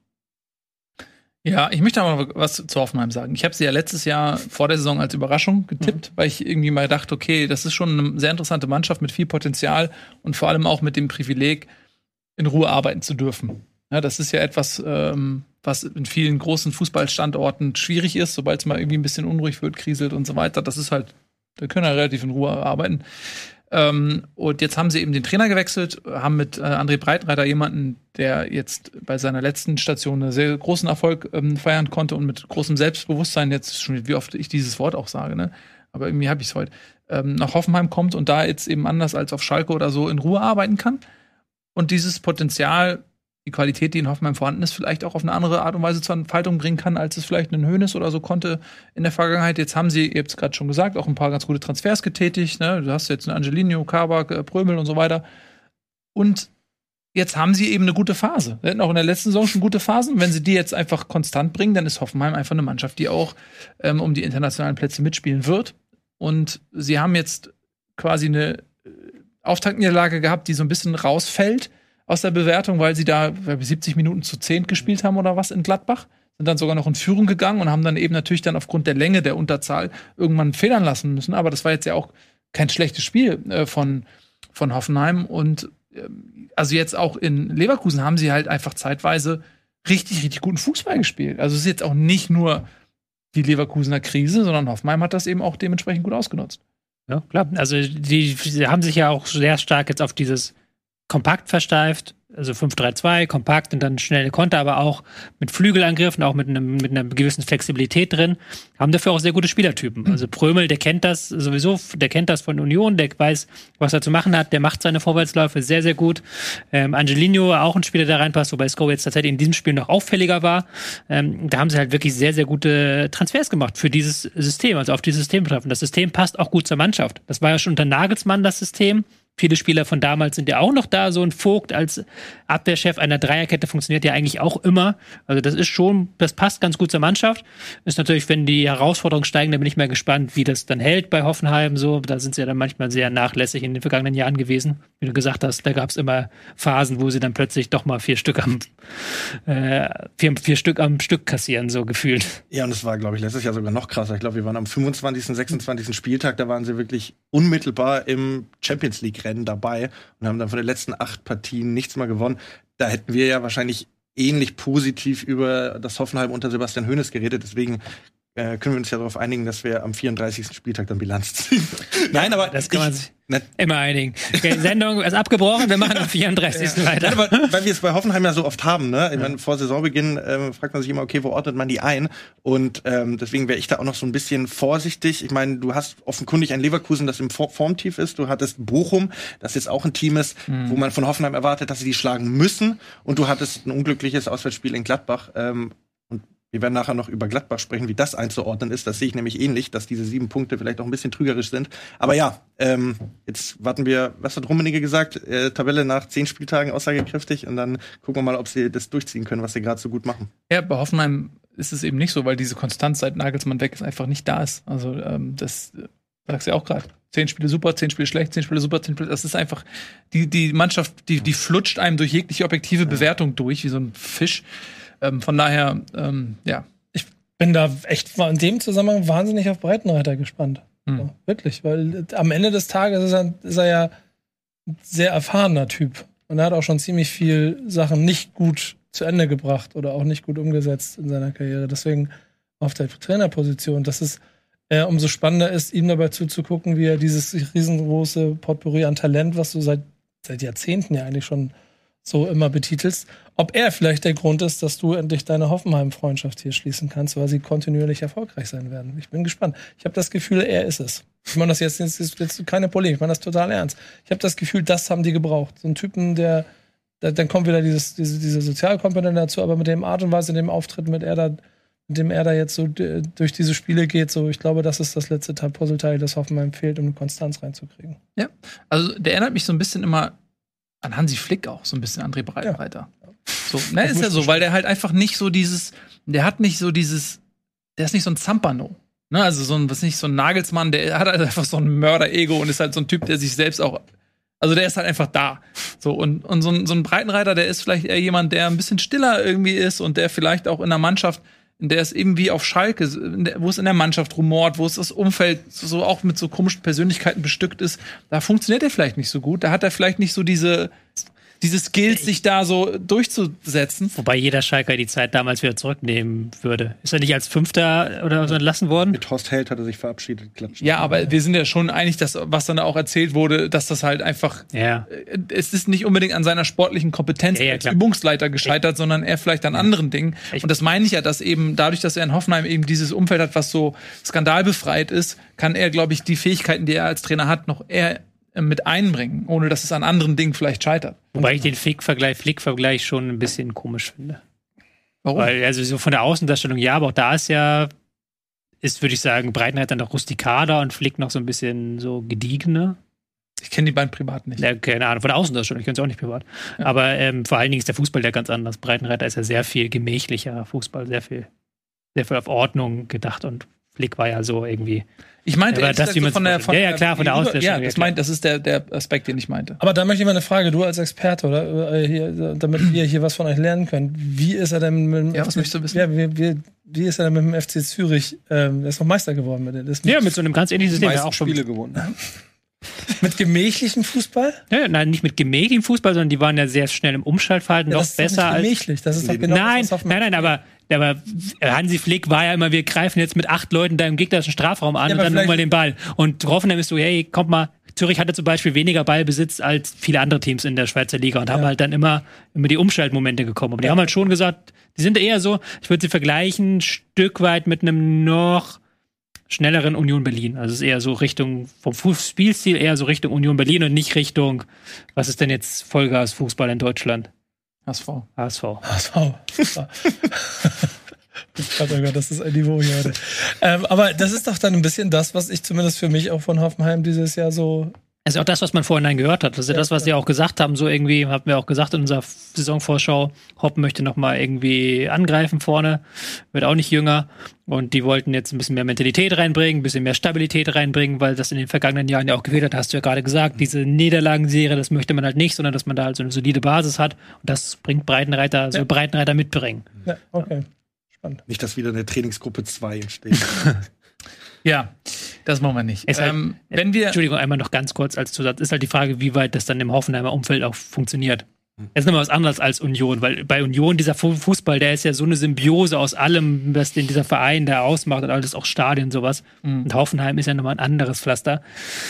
Ja, ich möchte aber was zu Hoffenheim sagen. Ich habe sie ja letztes Jahr vor der Saison als Überraschung getippt, mhm. weil ich irgendwie mal dachte, okay, das ist schon eine sehr interessante Mannschaft mit viel Potenzial und vor allem auch mit dem Privileg, in Ruhe arbeiten zu dürfen. Ja, das ist ja etwas, ähm, was in vielen großen Fußballstandorten schwierig ist, sobald es mal irgendwie ein bisschen unruhig wird, kriselt und so weiter. Das ist halt, da können wir relativ in Ruhe arbeiten. Ähm, und jetzt haben sie eben den Trainer gewechselt, haben mit äh, André Breitenreiter jemanden, der jetzt bei seiner letzten Station einen sehr großen Erfolg ähm, feiern konnte und mit großem Selbstbewusstsein, jetzt schon, wie oft ich dieses Wort auch sage, ne? Aber irgendwie habe ich es heute, ähm, nach Hoffenheim kommt und da jetzt eben anders als auf Schalke oder so in Ruhe arbeiten kann. Und dieses Potenzial, die Qualität, die in Hoffenheim vorhanden ist, vielleicht auch auf eine andere Art und Weise zur Entfaltung bringen kann, als es vielleicht ein Hoeneß oder so konnte in der Vergangenheit. Jetzt haben sie, ihr habt es gerade schon gesagt, auch ein paar ganz gute Transfers getätigt. Ne? Du hast jetzt einen Angelino, Kabak, Prömel und so weiter. Und jetzt haben sie eben eine gute Phase. Sie hatten auch in der letzten Saison schon gute Phasen. Wenn sie die jetzt einfach konstant bringen, dann ist Hoffenheim einfach eine Mannschaft, die auch ähm, um die internationalen Plätze mitspielen wird. Und sie haben jetzt quasi eine Auftaktniederlage gehabt, die so ein bisschen rausfällt aus der Bewertung, weil sie da siebzig Minuten zu zehn gespielt haben oder was in Gladbach. Sind dann sogar noch in Führung gegangen und haben dann eben natürlich dann aufgrund der Länge der Unterzahl irgendwann federn lassen müssen. Aber das war jetzt ja auch kein schlechtes Spiel äh, von, von Hoffenheim. Und äh, also jetzt auch in Leverkusen haben sie halt einfach zeitweise richtig, richtig guten Fußball gespielt. Also es ist jetzt auch nicht nur die Leverkusener Krise, sondern Hoffenheim hat das eben auch dementsprechend gut ausgenutzt. Ja, klar. Also die, die haben sich ja auch sehr stark jetzt auf dieses kompakt versteift, also fünf drei zwei, kompakt und dann schnelle Konter, aber auch mit Flügelangriffen, auch mit, einem, mit einer gewissen Flexibilität drin, haben dafür auch sehr gute Spielertypen. Also Prömel, der kennt das sowieso, der kennt das von Union, der weiß, was er zu machen hat, der macht seine Vorwärtsläufe sehr, sehr gut. Ähm, Angelino, auch ein Spieler, der reinpasst, wobei Sko jetzt tatsächlich in diesem Spiel noch auffälliger war. Ähm, da haben sie halt wirklich sehr, sehr gute Transfers gemacht für dieses System, also auf dieses System betreffen. Das System passt auch gut zur Mannschaft. Das war ja schon unter Nagelsmann das System. Viele Spieler von damals sind ja auch noch da. So ein Vogt als Abwehrchef einer Dreierkette funktioniert ja eigentlich auch immer. Also das ist schon, das passt ganz gut zur Mannschaft. Ist natürlich, wenn die Herausforderungen steigen, dann bin ich mal gespannt, wie das dann hält bei Hoffenheim. So, da sind sie ja dann manchmal sehr nachlässig in den vergangenen Jahren gewesen. Wie du gesagt hast, da gab es immer Phasen, wo sie dann plötzlich doch mal vier Stück am äh, vier, vier Stück am Stück kassieren, so gefühlt. Ja, und das war, glaube ich, letztes Jahr sogar noch krasser. Ich glaube, wir waren am fünfundzwanzigsten, sechsundzwanzigsten Spieltag, da waren sie wirklich unmittelbar im Champions League Rennen dabei und haben dann von den letzten acht Partien nichts mehr gewonnen. Da hätten wir ja wahrscheinlich ähnlich positiv über das Hoffenheim unter Sebastian Hoeneß geredet. Deswegen äh, können wir uns ja darauf einigen, dass wir am vierunddreißigsten Spieltag dann Bilanz ziehen. Nein, aber das kann man sich ne, immer einigen. Okay, die Sendung ist abgebrochen, wir machen am vierunddreißigsten Ja. weiter. Nein, aber weil wir es bei Hoffenheim ja so oft haben, ne? Ich meine, vor Saisonbeginn ähm, fragt man sich immer, okay, wo ordnet man die ein? Und ähm, deswegen wäre ich da auch noch so ein bisschen vorsichtig. Ich meine, du hast offenkundig ein Leverkusen, das im Formtief ist. Du hattest Bochum, das jetzt auch ein Team ist, mhm. wo man von Hoffenheim erwartet, dass sie die schlagen müssen. Und du hattest ein unglückliches Auswärtsspiel in Gladbach. Ähm, und wir werden nachher noch über Gladbach sprechen, wie das einzuordnen ist. Das sehe ich nämlich ähnlich, dass diese sieben Punkte vielleicht auch ein bisschen trügerisch sind. Aber ja, ähm, jetzt warten wir, was hat Rummenigge gesagt? Äh, Tabelle nach zehn Spieltagen aussagekräftig und dann gucken wir mal, ob sie das durchziehen können, was sie gerade so gut machen. Ja, bei Hoffenheim ist es eben nicht so, weil diese Konstanz seit Nagelsmann weg ist, einfach nicht da ist. Also ähm, das äh, sagst du ja auch gerade. Zehn Spiele super, zehn Spiele schlecht, zehn Spiele super, zehn Spiele. Das ist einfach, die, die Mannschaft, die, die flutscht einem durch jegliche objektive Bewertung durch, wie so ein Fisch. Ähm, von daher, ähm, ja. Ich bin da echt in dem Zusammenhang wahnsinnig auf Breitenreiter gespannt. Hm. So, wirklich, weil am Ende des Tages ist er, ist er ja ein sehr erfahrener Typ. Und er hat auch schon ziemlich viel Sachen nicht gut zu Ende gebracht oder auch nicht gut umgesetzt in seiner Karriere. Deswegen auf der Trainerposition, dass es äh, umso spannender ist, ihm dabei zuzugucken, wie er dieses riesengroße Potpourri an Talent, was du seit, seit Jahrzehnten ja eigentlich schon so immer betitelst, ob er vielleicht der Grund ist, dass du endlich deine Hoffenheim-Freundschaft hier schließen kannst, weil sie kontinuierlich erfolgreich sein werden. Ich bin gespannt. Ich habe das Gefühl, er ist es. Ich meine das jetzt, jetzt ist jetzt keine Polemik, ich meine das total ernst. Ich habe das Gefühl, das haben die gebraucht. So einen Typen, der, der dann kommt wieder dieses, diese, diese Sozialkomponente dazu, aber mit dem Art und Weise, in dem Auftritt, mit, er da, mit dem er da jetzt so d- durch diese Spiele geht, so, ich glaube, das ist das letzte Teil, Puzzleteil, das Hoffenheim fehlt, um eine Konstanz reinzukriegen. Ja, also der erinnert mich so ein bisschen immer an Hansi Flick auch, so ein bisschen André Breitenreiter. Ja. So, ne, ist ja so, weil der halt einfach nicht so dieses, der hat nicht so dieses, der ist nicht so ein Zampano. Ne, also so ein, was nicht, so ein Nagelsmann, der hat halt einfach so ein Mörder-Ego und ist halt so ein Typ, der sich selbst auch, also der ist halt einfach da. So, und, und so ein, so ein Breitenreiter, der ist vielleicht eher jemand, der ein bisschen stiller irgendwie ist und der vielleicht auch in der Mannschaft, in der es eben wie auf Schalke, der, wo es in der Mannschaft rumort, wo es das Umfeld so auch mit so komischen Persönlichkeiten bestückt ist, da funktioniert er vielleicht nicht so gut. Da hat er vielleicht nicht so diese, diese Skills, sich da so durchzusetzen. Wobei jeder Schalker die Zeit damals wieder zurücknehmen würde. Ist er nicht als Fünfter oder so entlassen worden? Mit Horst Held hat er sich verabschiedet. Klatschen. Ja, aber wir sind ja schon einig, dass, was dann auch erzählt wurde, dass das halt einfach, ja. Es ist nicht unbedingt an seiner sportlichen Kompetenz ja, ja, als Übungsleiter gescheitert, ich, sondern eher vielleicht an ja. anderen Dingen. Ich, Und das meine ich ja, dass eben dadurch, dass er in Hoffenheim eben dieses Umfeld hat, was so skandalbefreit ist, kann er, glaube ich, die Fähigkeiten, die er als Trainer hat, noch eher mit einbringen, ohne dass es an anderen Dingen vielleicht scheitert. Wobei ich den Flick-Vergleich, Flick-Vergleich schon ein bisschen komisch finde. Warum? Weil, also so von der Außendarstellung, ja, aber auch da ist ja, ist, würde ich sagen, Breitenreiter noch rustikaler und Flick noch so ein bisschen so gediegener. Ich kenne die beiden privat nicht. Ja, keine Ahnung, von der Außendarstellung, ich kenne sie auch nicht privat. Ja. Aber ähm, vor allen Dingen ist der Fußball ja ganz anders. Breitenreiter ist ja sehr viel gemächlicher Fußball, sehr viel, sehr viel auf Ordnung gedacht und Flick war ja so irgendwie. Ich meinte, ja, das, so von der, von ja, ja, klar, von der Ausstellung. Ja, das, meint, das ist der, der Aspekt, den ich meinte. Aber da möchte ich mal eine Frage, du als Experte, oder? Hier, damit wir hier was von euch lernen können. Wie ist er denn mit dem Ja, was möchtest du wissen? Ja, wie, wie, wie ist er denn mit dem F C Zürich? Ähm, er ist noch Meister geworden mit dem. Ja, mit so einem ganz ähnlichen System. Die auch meisten Spiele gewonnen. Mit gemächlichem Fußball? Ja, nein, nicht mit gemächlichem Fußball, sondern die waren ja sehr schnell im Umschaltverhalten, Ja, noch das ist besser doch nicht gemächlich. Das ist doch genau nein, das, was nein, nein, aber, aber Hansi Flick war ja immer, wir greifen jetzt mit acht Leuten da im gegnerischen Strafraum an Ja, und aber dann vielleicht- nochmal den Ball. Und Hoffenheim ist so, hey, kommt mal, Zürich hatte zum Beispiel weniger Ballbesitz als viele andere Teams in der Schweizer Liga und haben halt dann immer, immer die Umschaltmomente gekommen. Aber die haben halt schon gesagt, die sind eher so, ich würde sie vergleichen, ein Stück weit mit einem noch schnelleren Union Berlin. Also es ist eher so Richtung, vom Spielstil eher so Richtung Union Berlin und nicht Richtung, was ist denn jetzt Vollgas Fußball in Deutschland? H S V. H S V. H S V. Oh Gott, das ist ein Niveau hier heute. Ähm, aber das ist doch dann ein bisschen das, was ich zumindest für mich auch von Hoffenheim dieses Jahr so. Das ist auch das, was man vorhin gehört hat. Das ist ja, ja das, was sie auch gesagt haben. So irgendwie, haben wir auch gesagt in unserer Saisonvorschau, Hoppen möchte noch mal irgendwie angreifen vorne, wird auch nicht jünger. Und die wollten jetzt ein bisschen mehr Mentalität reinbringen, ein bisschen mehr Stabilität reinbringen, weil das in den vergangenen Jahren ja auch gefehlt hat, hast du ja gerade gesagt. Diese Niederlagenserie, das möchte man halt nicht, sondern dass man da halt so eine solide Basis hat. Und das bringt Breitenreiter, soll ja. Breitenreiter mitbringen. Ja, okay. Spannend. Nicht, dass wieder eine Trainingsgruppe zwei entsteht. Ja, das machen wir nicht. Halt, Ähm, wenn wir Entschuldigung, einmal noch ganz kurz als Zusatz, ist halt die Frage, wie weit das dann im Hoffenheimer Umfeld auch funktioniert. Das ist nochmal was anderes als Union, weil bei Union dieser Fußball, der ist ja so eine Symbiose aus allem, was den dieser Verein da ausmacht und alles, auch Stadien und sowas. Mhm. Und Hoffenheim ist ja nochmal ein anderes Pflaster.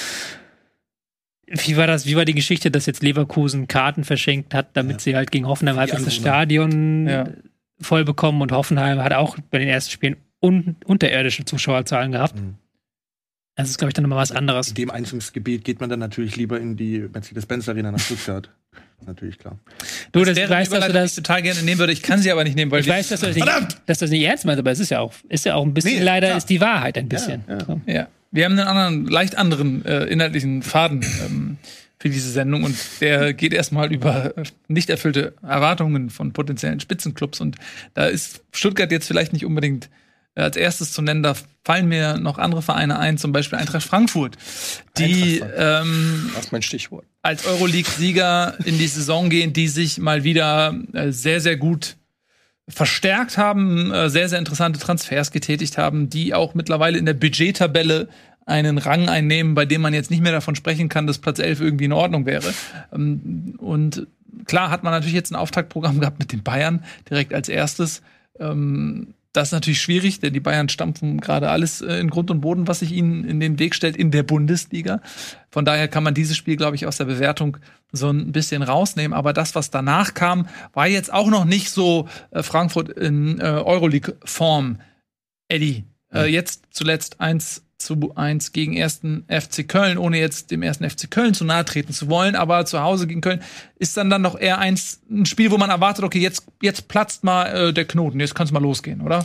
Wie war das, wie war die Geschichte, dass jetzt Leverkusen Karten verschenkt hat, damit ja. sie halt gegen Hoffenheim halt das Stadion ja. voll bekommen, und Hoffenheim hat auch bei den ersten Spielen un- unterirdische Zuschauerzahlen gehabt. Mhm. Das ist, glaube ich, dann nochmal was anderes. In dem Einzugsgebiet geht man dann natürlich lieber in die Mercedes-Benz-Arena nach Stuttgart. Natürlich klar. Du, das das, wäre weißt, dass du das ich total gerne nehmen würde. Ich kann sie aber nicht nehmen, weil ich weiß, dass du das nicht, dass du das nicht ernst meinst, aber es ist ja auch, ist ja auch ein bisschen, Nee, leider klar. ist die Wahrheit ein bisschen. Ja, ja. So. ja, wir haben einen anderen, leicht anderen äh, inhaltlichen Faden ähm, für diese Sendung und der geht erstmal über äh, nicht erfüllte Erwartungen von potenziellen Spitzenclubs und da ist Stuttgart jetzt vielleicht nicht unbedingt äh, als erstes zu nennen. Da fallen mir noch andere Vereine ein, zum Beispiel Eintracht Frankfurt, die Eintracht ähm, Das ist mein Stichwort. als Euroleague-Sieger in die Saison gehen, die sich mal wieder äh, sehr, sehr gut verstärkt haben, äh, sehr, sehr interessante Transfers getätigt haben, die auch mittlerweile in der Budgettabelle einen Rang einnehmen, bei dem man jetzt nicht mehr davon sprechen kann, dass Platz elf irgendwie in Ordnung wäre. Ähm, und klar hat man natürlich jetzt ein Auftaktprogramm gehabt mit den Bayern direkt als erstes. Ähm, Das ist natürlich schwierig, denn die Bayern stampfen gerade alles äh, in Grund und Boden, was sich ihnen in den Weg stellt in der Bundesliga. Von daher kann man dieses Spiel, glaube ich, aus der Bewertung so ein bisschen rausnehmen. Aber das, was danach kam, war jetzt auch noch nicht so äh, Frankfurt in äh, Euroleague-Form. Eddie, äh, jetzt zuletzt eins zu eins gegen ersten F C Köln, ohne jetzt dem ersten F C Köln zu nahe treten zu wollen, aber zu Hause gegen Köln ist dann dann noch eher eins, ein Spiel, wo man erwartet, okay, jetzt, jetzt platzt mal äh, der Knoten, jetzt kann es mal losgehen, oder?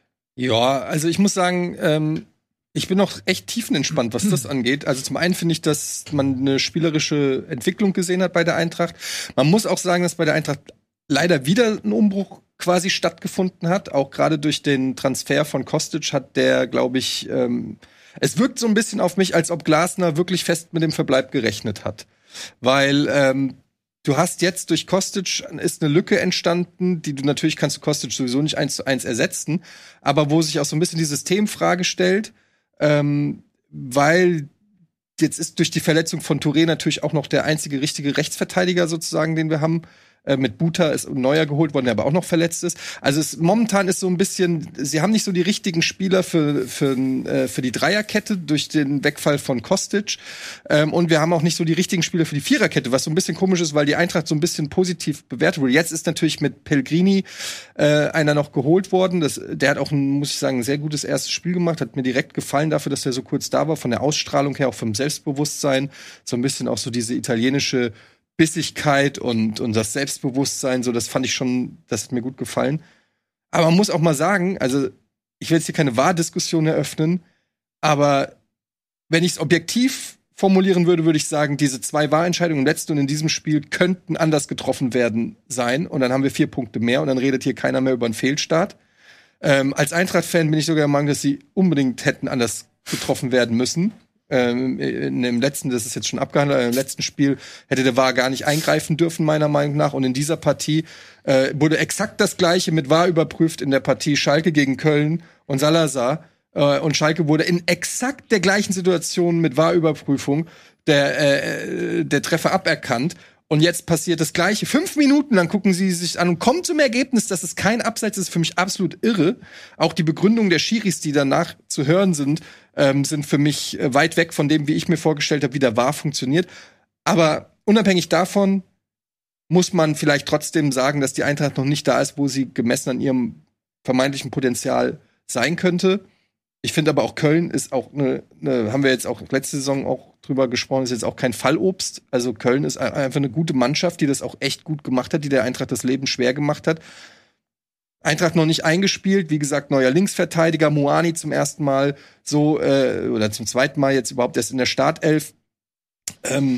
Ja, also ich muss sagen, ähm, ich bin noch echt tiefenentspannt, was das angeht. Also zum einen finde ich, dass man eine spielerische Entwicklung gesehen hat bei der Eintracht. Man muss auch sagen, dass bei der Eintracht leider wieder ein Umbruch quasi stattgefunden hat. Auch gerade durch den Transfer von Kostic hat der, glaube ich, ähm, es wirkt so ein bisschen auf mich, als ob Glasner wirklich fest mit dem Verbleib gerechnet hat. Weil ähm, du hast jetzt durch Kostic ist eine Lücke entstanden, die du natürlich kannst du Kostic sowieso nicht eins zu eins ersetzen, aber wo sich auch so ein bisschen die Systemfrage stellt, ähm, weil jetzt ist durch die Verletzung von Touré natürlich auch noch der einzige richtige Rechtsverteidiger sozusagen, den wir haben. Äh, mit Buta ist ein neuer geholt worden, der aber auch noch verletzt ist. Also es, momentan ist so ein bisschen, sie haben nicht so die richtigen Spieler für, für, äh, für die Dreierkette durch den Wegfall von Kostic. Ähm, und wir haben auch nicht so die richtigen Spieler für die Viererkette, was so ein bisschen komisch ist, weil die Eintracht so ein bisschen positiv bewertet wurde. Jetzt ist natürlich mit Pellegrini äh, einer noch geholt worden. Das, der hat auch, ein, muss ich sagen, ein sehr gutes erstes Spiel gemacht. Hat mir direkt gefallen dafür, dass er so kurz da war. Von der Ausstrahlung her, auch vom Selbstbewusstsein. So ein bisschen auch so diese italienische Bissigkeit und, und das Selbstbewusstsein, so, das fand ich schon, das hat mir gut gefallen. Aber man muss auch mal sagen, also, ich will jetzt hier keine Wahrdiskussion eröffnen, aber wenn ich es objektiv formulieren würde, würde ich sagen, diese zwei Wahrentscheidungen im letzten und in diesem Spiel könnten anders getroffen werden sein. Und dann haben wir vier Punkte mehr und dann redet hier keiner mehr über einen Fehlstart. Ähm, als Eintracht-Fan bin ich sogar der Meinung, dass sie unbedingt hätten anders getroffen werden müssen. Ähm, in dem letzten, das ist jetzt schon abgehandelt, im letzten Spiel hätte der V A R gar nicht eingreifen dürfen, meiner Meinung nach. Und in dieser Partie äh, wurde exakt das Gleiche mit V A R überprüft in der Partie Schalke gegen Köln und Salazar. Äh, und Schalke wurde in exakt der gleichen Situation mit V A R-Überprüfung der, äh, der Treffer aberkannt. Und jetzt passiert das Gleiche. Fünf Minuten lang gucken sie sich an und kommen zum Ergebnis, dass es kein Abseits ist. Für mich absolut irre. Auch die Begründung der Schiris, die danach zu hören sind, ähm, sind für mich äh, weit weg von dem, wie ich mir vorgestellt habe, wie der V A R funktioniert. Aber unabhängig davon muss man vielleicht trotzdem sagen, dass die Eintracht noch nicht da ist, wo sie gemessen an ihrem vermeintlichen Potenzial sein könnte. Ich finde aber auch Köln ist auch eine, eine, haben wir jetzt auch letzte Saison auch drüber gesprochen, ist jetzt auch kein Fallobst. Also Köln ist einfach eine gute Mannschaft, die das auch echt gut gemacht hat, die der Eintracht das Leben schwer gemacht hat. Eintracht noch nicht eingespielt, wie gesagt, neuer Linksverteidiger, Muani zum ersten Mal so, äh, oder zum zweiten Mal jetzt überhaupt erst in der Startelf. Ähm,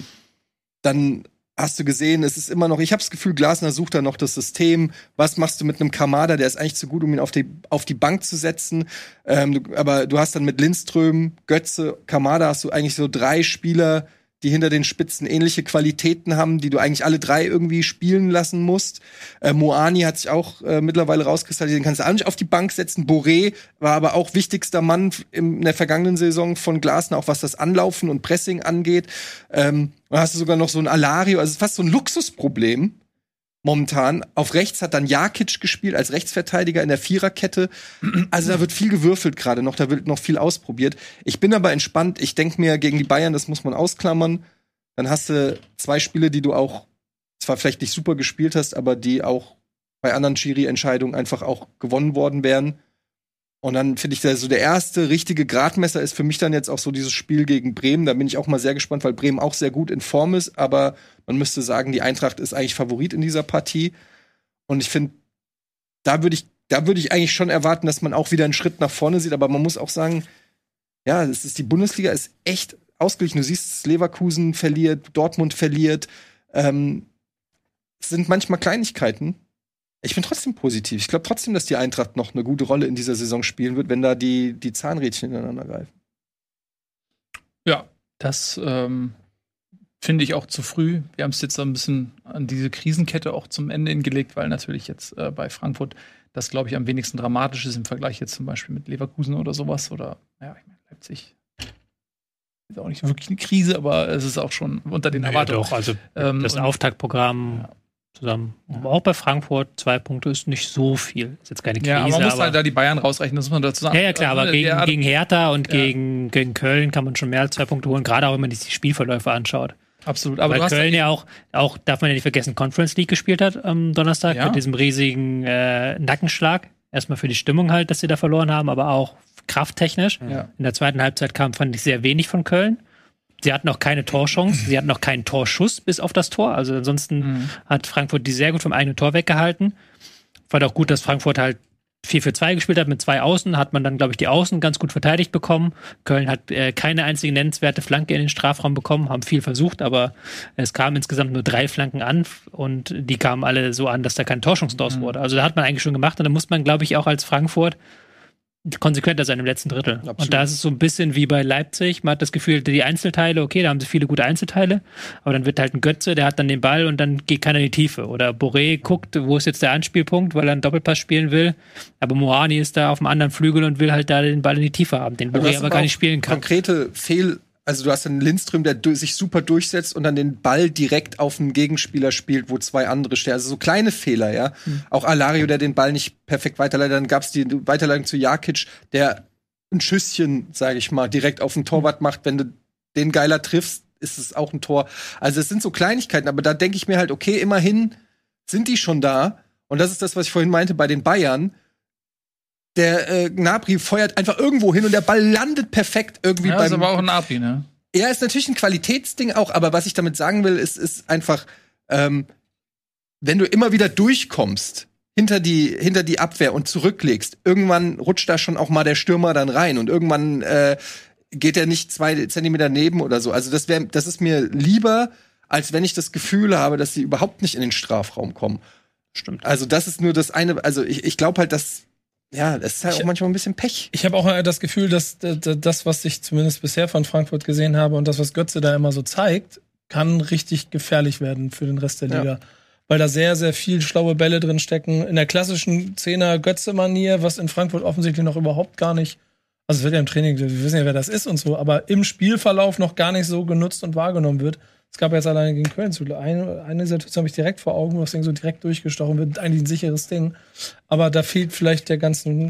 dann hast du gesehen, es ist immer noch, ich habe das Gefühl, Glasner sucht da noch das System. Was machst du mit einem Kamada, der ist eigentlich zu gut, um ihn auf die, auf die Bank zu setzen. Ähm, du, aber du hast dann mit Lindström, Götze, Kamada hast du eigentlich so drei Spieler, die hinter den Spitzen ähnliche Qualitäten haben, die du eigentlich alle drei irgendwie spielen lassen musst. Äh, Moani hat sich auch äh, mittlerweile rauskristallisiert, den kannst du auch nicht auf die Bank setzen. Boré war aber auch wichtigster Mann in der vergangenen Saison von Glasner, auch was das Anlaufen und Pressing angeht. Ähm, dann hast du sogar noch so ein Alario, also es ist fast so ein Luxusproblem momentan. Auf rechts hat dann Jakic gespielt als Rechtsverteidiger in der Viererkette. Also da wird viel gewürfelt gerade noch, da wird noch viel ausprobiert. Ich bin aber entspannt. Ich denke mir, gegen die Bayern, das muss man ausklammern. Dann hast du zwei Spiele, die du auch zwar vielleicht nicht super gespielt hast, aber die auch bei anderen Schiri-Entscheidungen einfach auch gewonnen worden wären. Und dann finde ich, der, so der erste richtige Gradmesser ist für mich dann jetzt auch so dieses Spiel gegen Bremen. Da bin ich auch mal sehr gespannt, weil Bremen auch sehr gut in Form ist. Aber man müsste sagen, die Eintracht ist eigentlich Favorit in dieser Partie. Und ich finde, da würde ich, da würde ich eigentlich schon erwarten, dass man auch wieder einen Schritt nach vorne sieht. Aber man muss auch sagen, ja, es ist, die Bundesliga ist echt ausgeglichen. Du siehst, Leverkusen verliert, Dortmund verliert. Ähm, es sind manchmal Kleinigkeiten. Ich bin trotzdem positiv. Ich glaube trotzdem, dass die Eintracht noch eine gute Rolle in dieser Saison spielen wird, wenn da die, die Zahnrädchen ineinander greifen. Ja, das ähm, finde ich auch zu früh. Wir haben es jetzt so ein bisschen an diese Krisenkette auch zum Ende hingelegt, weil natürlich jetzt äh, bei Frankfurt das, glaube ich, am wenigsten dramatisch ist im Vergleich jetzt zum Beispiel mit Leverkusen oder sowas. Oder, ja, ich meine, Leipzig ist auch nicht wirklich eine Krise, aber es ist auch schon unter den Erwartungen. Ja, doch, also ähm, das Auftaktprogramm ja. zusammen. Aber auch bei Frankfurt, zwei Punkte ist nicht so viel. Ist jetzt keine Krise. Ja, aber man muss aber halt da die Bayern rausrechnen, das muss man dazu sagen. Ja, ja, klar, aber also, gegen, der, gegen Hertha und ja. gegen, gegen Köln kann man schon mehr als zwei Punkte holen, gerade auch wenn man sich die Spielverläufe anschaut. Absolut. Aber weil du hast Köln ja auch, auch, darf man ja nicht vergessen, Conference League gespielt hat am Donnerstag ja. mit diesem riesigen äh, Nackenschlag. Erstmal für die Stimmung halt, dass sie da verloren haben, aber auch krafttechnisch. Ja. In der zweiten Halbzeit kam, fand ich, sehr wenig von Köln. Sie hatten auch keine Torchance, sie hatten auch keinen Torschuss bis auf das Tor. Also ansonsten mhm. hat Frankfurt die sehr gut vom eigenen Tor weggehalten. Fand auch gut, dass Frankfurt halt vier für zwei gespielt hat mit zwei Außen. Hat man dann, glaube ich, die Außen ganz gut verteidigt bekommen. Köln hat äh, keine einzige nennenswerte Flanke in den Strafraum bekommen, haben viel versucht, aber es kamen insgesamt nur drei Flanken an und die kamen alle so an, dass da keine Torchancen draus mhm. wurde. Also da hat man eigentlich schon gemacht und da muss man, glaube ich, auch als Frankfurt konsequenter sein im letzten Drittel. Absolut. Und da ist es so ein bisschen wie bei Leipzig. Man hat das Gefühl, die Einzelteile, okay, da haben sie viele gute Einzelteile, aber dann wird halt ein Götze, der hat dann den Ball und dann geht keiner in die Tiefe. Oder Boré guckt, wo ist jetzt der Anspielpunkt, weil er einen Doppelpass spielen will. Aber Moani ist da auf dem anderen Flügel und will halt da den Ball in die Tiefe haben, den Boré aber gar nicht spielen kann. Konkrete Fehl Also du hast einen Lindström, der du- sich super durchsetzt und dann den Ball direkt auf einen Gegenspieler spielt, wo zwei andere stehen. Also so kleine Fehler, ja. Mhm. Auch Alario, der den Ball nicht perfekt weiterleitet. Dann gab's die Weiterleitung zu Jakic, der ein Schüsschen, sage ich mal, direkt auf den Torwart macht. Wenn du den geiler triffst, ist es auch ein Tor. Also es sind so Kleinigkeiten, aber da denke ich mir halt, okay, immerhin sind die schon da. Und das ist das, was ich vorhin meinte bei den Bayern. Der äh, Gnabry feuert einfach irgendwo hin und der Ball landet perfekt irgendwie ja, beim. ist aber auch ein Gnabry, ne? Ja, ist natürlich ein Qualitätsding auch, aber was ich damit sagen will, ist, ist einfach, ähm, wenn du immer wieder durchkommst hinter die, hinter die Abwehr und zurücklegst, irgendwann rutscht da schon auch mal der Stürmer dann rein und irgendwann äh, geht er nicht zwei Zentimeter neben oder so. Also das wäre, das ist mir lieber, als wenn ich das Gefühl habe, dass sie überhaupt nicht in den Strafraum kommen. Stimmt. Also das ist nur das eine, also ich, ich glaube halt, dass ja, das ist halt ich, auch manchmal ein bisschen Pech. Ich habe auch das Gefühl, dass das, was ich zumindest bisher von Frankfurt gesehen habe und das, was Götze da immer so zeigt, kann richtig gefährlich werden für den Rest der Liga. Ja. Weil da sehr, sehr viel schlaue Bälle drin stecken. In der klassischen Zehner-Götze-Manier, was in Frankfurt offensichtlich noch überhaupt gar nicht, also es wird ja im Training, wir wissen ja, wer das ist und so, aber im Spielverlauf noch gar nicht so genutzt und wahrgenommen wird. Es gab jetzt alleine gegen Köln zu. Eine, eine Situation habe ich direkt vor Augen, wo das Ding so direkt durchgestochen wird. Eigentlich ein sicheres Ding. Aber da fehlt vielleicht der ganzen,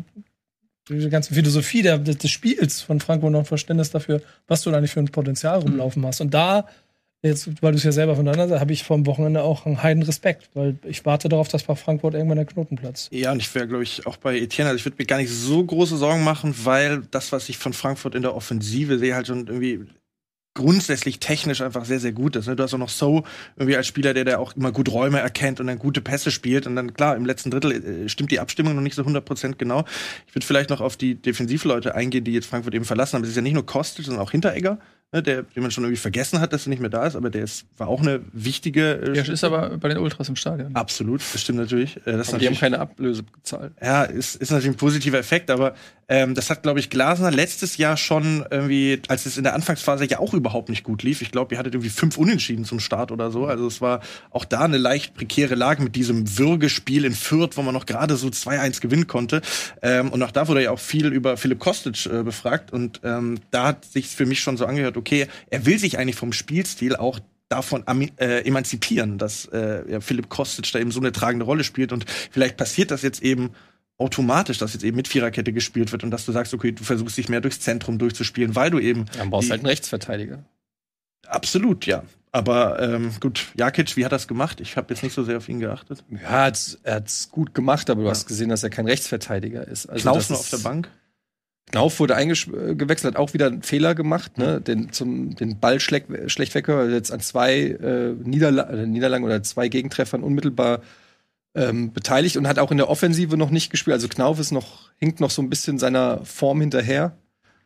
der ganzen Philosophie der, des Spiels von Frankfurt noch ein Verständnis dafür, was du da nicht für ein Potenzial rumlaufen hast. Und da, jetzt, weil du es ja selber von deiner Seite, habe ich vom Wochenende auch einen heiden Respekt, weil ich warte darauf, dass bei Frankfurt irgendwann der Knoten platzt. Ja, und ich wäre, glaube ich, auch bei Etienne. Also ich würde mir gar nicht so große Sorgen machen, weil das, was ich von Frankfurt in der Offensive sehe, halt schon irgendwie grundsätzlich technisch einfach sehr, sehr gut ist. Ne? Du hast auch noch So irgendwie als Spieler, der da auch immer gut Räume erkennt und dann gute Pässe spielt. Und dann, klar, im letzten Drittel äh, stimmt die Abstimmung noch nicht so hundert Prozent genau. Ich würde vielleicht noch auf die Defensivleute eingehen, die jetzt Frankfurt eben verlassen haben. Es ist ja nicht nur Kostic, sondern auch Hinteregger, ne? der, den man schon irgendwie vergessen hat, dass er nicht mehr da ist. Aber der ist, war auch eine wichtige äh, Der ist aber bei den Ultras im Stadion. Absolut, das stimmt natürlich. Äh, das aber die haben keine Ablöse gezahlt. Ja, ist, ist natürlich ein positiver Effekt, aber ähm, das hat, glaube ich, Glasner letztes Jahr schon irgendwie, als es in der Anfangsphase ja auch überhaupt nicht gut lief. Ich glaube, ihr hattet irgendwie fünf Unentschieden zum Start oder so. Also es war auch da eine leicht prekäre Lage mit diesem Würgespiel in Fürth, wo man noch gerade so zwei eins gewinnen konnte. Ähm, und auch da wurde ja auch viel über Philipp Kostic äh, befragt. Und ähm, da hat sich für mich schon so angehört, okay, er will sich eigentlich vom Spielstil auch davon äh, emanzipieren, dass äh, ja, Philipp Kostic da eben so eine tragende Rolle spielt. Und vielleicht passiert das jetzt eben automatisch, dass jetzt eben mit Viererkette gespielt wird und dass du sagst, okay, du versuchst dich mehr durchs Zentrum durchzuspielen, weil du eben Dann brauchst du halt einen Rechtsverteidiger. Absolut, ja. Aber ähm, gut, Jakic, wie hat das gemacht? Ich habe jetzt nicht so sehr auf ihn geachtet. Ja, er hat's, er hat's gut gemacht, aber du Ja. hast gesehen, dass er kein Rechtsverteidiger ist. Also Klausen das auf der Bank? Knauf wurde eingewechselt, hat auch wieder einen Fehler gemacht, ne? Den, zum, den Ball schlecht, schlecht weggehört, jetzt an zwei äh, Niederla äh, Niederlagen oder zwei Gegentreffern unmittelbar ähm, beteiligt und hat auch in der Offensive noch nicht gespielt. Also Knauf ist noch, hinkt noch so ein bisschen seiner Form hinterher.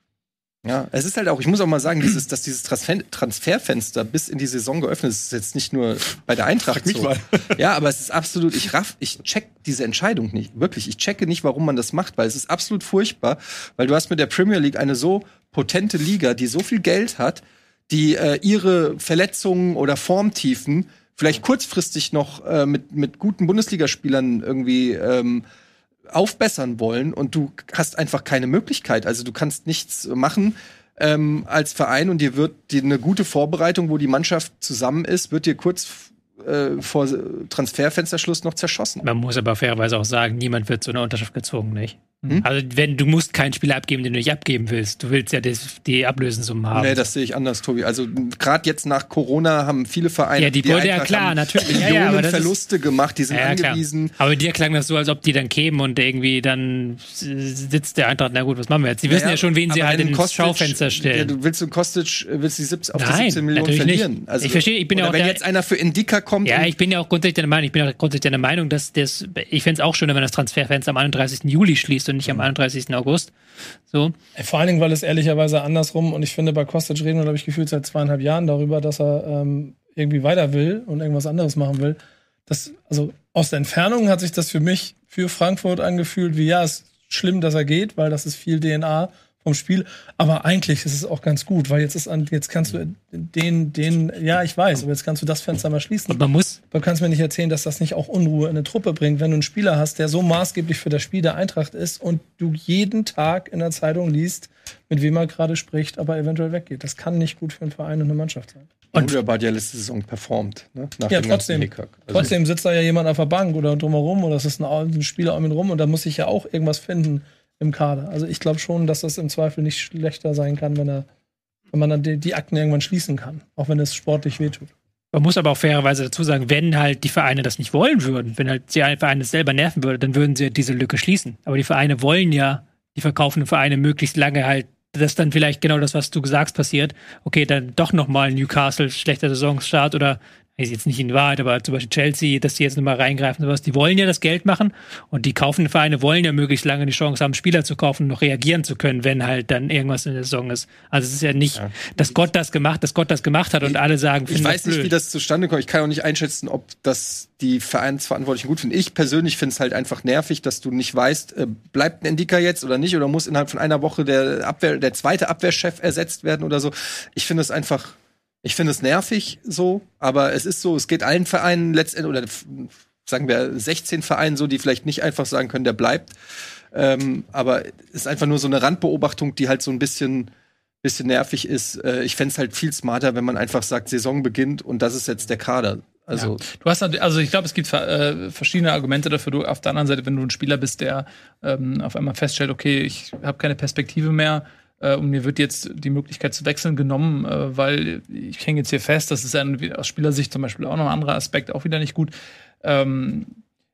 Ja, es ist halt auch, ich muss auch mal sagen, dieses, dass dieses Transfer Transferfenster bis in die Saison geöffnet ist, ist jetzt nicht nur bei der Eintracht so. Mal. Ja, aber es ist absolut, ich raff, ich check diese Entscheidung nicht. Wirklich, ich checke nicht, warum man das macht, weil es ist absolut furchtbar, weil du hast mit der Premier League eine so potente Liga, die so viel Geld hat, die äh, ihre Verletzungen oder Formtiefen vielleicht kurzfristig noch äh, mit, mit guten Bundesligaspielern irgendwie ähm, aufbessern wollen und du hast einfach keine Möglichkeit. Also du kannst nichts machen ähm, als Verein und dir wird dir eine gute Vorbereitung, wo die Mannschaft zusammen ist, wird dir kurz äh, vor Transferfensterschluss noch zerschossen. Man muss aber fairerweise auch sagen, niemand wird zu einer Unterschrift gezwungen, nicht? Hm? Also wenn du musst keinen Spieler abgeben, den du nicht abgeben willst. Du willst ja das, die Ablösensummen haben. Nee, das sehe ich anders, Tobi. Also gerade jetzt nach Corona haben viele Vereine ja, die, die wurde ja klar, natürlich. Millionen ja, ja, aber das Verluste ist, gemacht, die sind ja, angewiesen. Klar. Aber dir klang das so, als ob die dann kämen und irgendwie dann sitzt der Eintracht, na gut, was machen wir jetzt? Die wissen ja, ja schon, wen sie halt ins Kostic, Schaufenster stellen. Ja, du willst du Kostic, willst die siebzehn, auf Nein, die siebzehn Millionen verlieren? Nicht. Also, ich verstehe, ich bin ja auch wenn der, jetzt einer für Indika kommt. Ja, ich bin ja auch grundsätzlich der Meinung, ich bin auch grundsätzlich der Meinung, dass das, ich fände es auch schöner, wenn das Transferfenster am einunddreißigsten Juli schließt und nicht am einunddreißigsten August. So. Vor allen Dingen, weil es ehrlicherweise andersrum, und ich finde, bei Kostic reden wir, glaube ich, gefühlt seit zweieinhalb Jahren darüber, dass er ähm, irgendwie weiter will und irgendwas anderes machen will. Das, also aus der Entfernung hat sich das für mich, für Frankfurt angefühlt, wie ja, es ist schlimm, dass er geht, weil das ist viel D N A vom Spiel. Aber eigentlich ist es auch ganz gut, weil jetzt ist an, jetzt kannst du den, den, ja, ich weiß, aber jetzt kannst du das Fenster mal schließen. Und man muss. Du kannst mir nicht erzählen, dass das nicht auch Unruhe in eine Truppe bringt, wenn du einen Spieler hast, der so maßgeblich für das Spiel der Eintracht ist und du jeden Tag in der Zeitung liest, mit wem er gerade spricht, aber eventuell weggeht. Das kann nicht gut für einen Verein und eine Mannschaft sein. Und der hat ja letzte Saison performt, ne? Nach ja, dem trotzdem, also trotzdem sitzt da ja jemand auf der Bank oder drumherum oder es ist ein, ein Spieler um ihn rum und da muss sich ja auch irgendwas finden im Kader. Also ich glaube schon, dass das im Zweifel nicht schlechter sein kann, wenn er, wenn man dann die, die Akten irgendwann schließen kann, auch wenn es sportlich wehtut. Man muss aber auch fairerweise dazu sagen, wenn halt die Vereine das nicht wollen würden, wenn halt die Vereine es selber nerven würde, dann würden sie diese Lücke schließen. Aber die Vereine wollen ja, die verkaufenden Vereine möglichst lange halt, dass dann vielleicht genau das, was du gesagt passiert, okay, dann doch nochmal Newcastle, schlechter Saisonstart oder ist jetzt nicht in Wahrheit, aber zum Beispiel Chelsea, dass die jetzt nochmal reingreifen oder was, die wollen ja das Geld machen und die kaufenden Vereine wollen ja möglichst lange die Chance haben, Spieler zu kaufen und noch reagieren zu können, wenn halt dann irgendwas in der Saison ist. Also es ist ja nicht, ja. dass Gott das gemacht, dass Gott das gemacht hat und ich, alle sagen, ich weiß nicht, blöd. Wie das zustande kommt. Ich kann auch nicht einschätzen, ob das die Vereinsverantwortlichen gut finden. Ich persönlich finde es halt einfach nervig, dass du nicht weißt, äh, bleibt ein Endika jetzt oder nicht oder muss innerhalb von einer Woche der Abwehr, der zweite Abwehrchef ersetzt werden oder so. Ich finde es einfach Ich finde es nervig so, aber es ist so, es geht allen Vereinen letztendlich, oder sagen wir sechzehn Vereinen so, die vielleicht nicht einfach sagen können, der bleibt. Ähm, aber es ist einfach nur so eine Randbeobachtung, die halt so ein bisschen, bisschen nervig ist. Äh, ich fände es halt viel smarter, wenn man einfach sagt, Saison beginnt und das ist jetzt der Kader. Also, ja. Du hast also ich glaube, es gibt äh, verschiedene Argumente dafür. Du auf der anderen Seite, wenn du ein Spieler bist, der ähm, auf einmal feststellt, okay, ich habe keine Perspektive mehr. Und mir wird jetzt die Möglichkeit zu wechseln genommen, weil ich hänge jetzt hier fest. Das ist ein, aus Spielersicht zum Beispiel auch noch ein anderer Aspekt, auch wieder nicht gut. Ähm,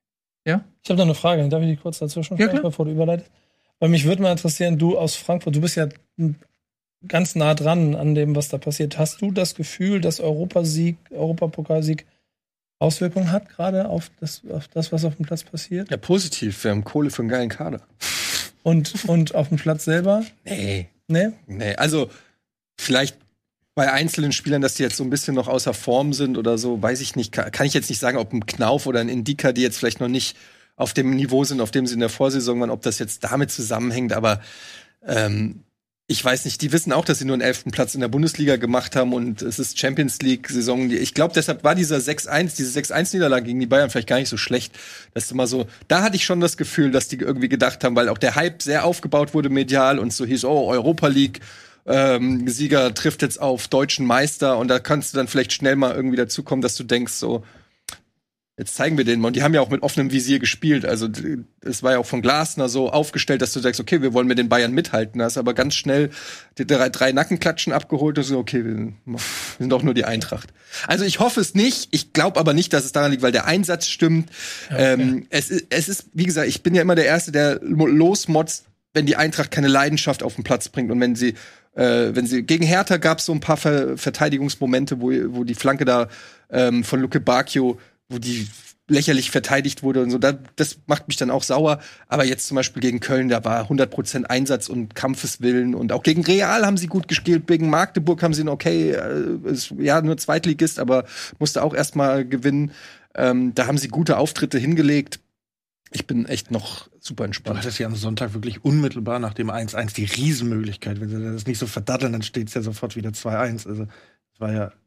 ja? Ich habe noch eine Frage. Darf ich die kurz dazwischen ja, fragen, bevor du überleitest? Weil mich würde mal interessieren, du aus Frankfurt, du bist ja ganz nah dran an dem, was da passiert. Hast du das Gefühl, dass Europasieg, Europapokalsieg Auswirkungen hat, gerade auf das, auf das, was auf dem Platz passiert? Ja, positiv. Wir haben Kohle für einen geilen Kader. Und, und auf dem Platz selber? Nee. Nee? Nee, also vielleicht bei einzelnen Spielern, dass die jetzt so ein bisschen noch außer Form sind oder so, weiß ich nicht. Kann, kann ich jetzt nicht sagen, ob ein Knauf oder ein Indika, die jetzt vielleicht noch nicht auf dem Niveau sind, auf dem sie in der Vorsaison waren, ob das jetzt damit zusammenhängt. Aber ähm, ich weiß nicht, die wissen auch, dass sie nur einen elften Platz in der Bundesliga gemacht haben und es ist Champions League-Saison. Ich glaube, deshalb war dieser sechs eins, diese sechs eins Niederlage gegen die Bayern vielleicht gar nicht so schlecht. Das ist immer so, da hatte ich schon das Gefühl, dass die irgendwie gedacht haben, weil auch der Hype sehr aufgebaut wurde medial und so hieß, oh, Europa League, ähm, Sieger trifft jetzt auf deutschen Meister und da kannst du dann vielleicht schnell mal irgendwie dazukommen, dass du denkst so, jetzt zeigen wir denen mal. Und die haben ja auch mit offenem Visier gespielt. Also es war ja auch von Glasner so aufgestellt, dass du sagst, okay, wir wollen mit den Bayern mithalten. Da hast aber ganz schnell die drei, drei Nackenklatschen abgeholt und so, okay, wir, wir sind doch nur die Eintracht. Also ich hoffe es nicht. Ich glaube aber nicht, dass es daran liegt, weil der Einsatz stimmt. Ja, okay. ähm, es, es ist, wie gesagt, ich bin ja immer der Erste, der losmotzt, wenn die Eintracht keine Leidenschaft auf den Platz bringt und wenn sie, äh, wenn sie gegen Hertha gab es so ein paar Ver- Verteidigungsmomente, wo, wo die Flanke da ähm, von Luke Bacchio, wo die lächerlich verteidigt wurde und so, das, das macht mich dann auch sauer. Aber jetzt zum Beispiel gegen Köln, da war hundert Prozent Einsatz und Kampfeswillen und auch gegen Real haben sie gut gespielt, gegen Magdeburg haben sie ein okay, äh, ist, ja, nur Zweitligist, aber musste auch erstmal gewinnen. Ähm, da haben sie gute Auftritte hingelegt. Ich bin echt noch super entspannt. Du hattest ja am Sonntag wirklich unmittelbar nach dem eins eins die Riesenmöglichkeit. Wenn sie das nicht so verdatteln, dann steht es ja sofort wieder zwei eins. Also, das war ja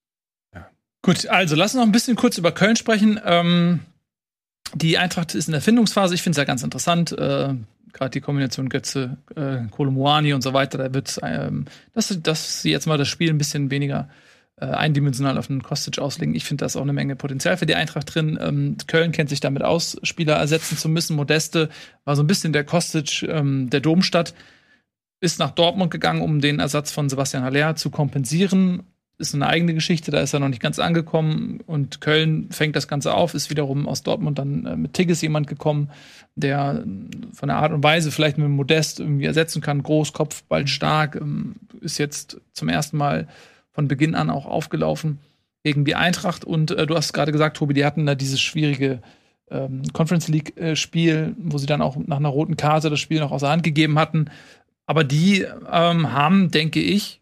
Gut, also lass uns noch ein bisschen kurz über Köln sprechen. Ähm, die Eintracht ist in der Findungsphase. Ich finde es ja ganz interessant. Äh, Gerade die Kombination Götze, äh, Kolomuani und so weiter. Da wird ähm, dass, dass sie jetzt mal das Spiel ein bisschen weniger äh, eindimensional auf den Kostic auslegen. Ich finde, da ist auch eine Menge Potenzial für die Eintracht drin. Ähm, Köln kennt sich damit aus, Spieler ersetzen zu müssen. Modeste war so ein bisschen der Kostic ähm, der Domstadt. Ist nach Dortmund gegangen, um den Ersatz von Sebastian Haller zu kompensieren. Ist eine eigene Geschichte, da ist er noch nicht ganz angekommen. Und Köln fängt das Ganze auf, ist wiederum aus Dortmund dann äh, mit Tigges jemand gekommen, der von der Art und Weise vielleicht mit Modest irgendwie ersetzen kann. Groß, Kopf, bald stark, ähm, ist jetzt zum ersten Mal von Beginn an auch aufgelaufen gegen die Eintracht. Und äh, du hast gerade gesagt, Tobi, die hatten da dieses schwierige ähm, Conference League-Spiel, wo sie dann auch nach einer roten Karte das Spiel noch aus der Hand gegeben hatten. Aber die ähm, haben, denke ich,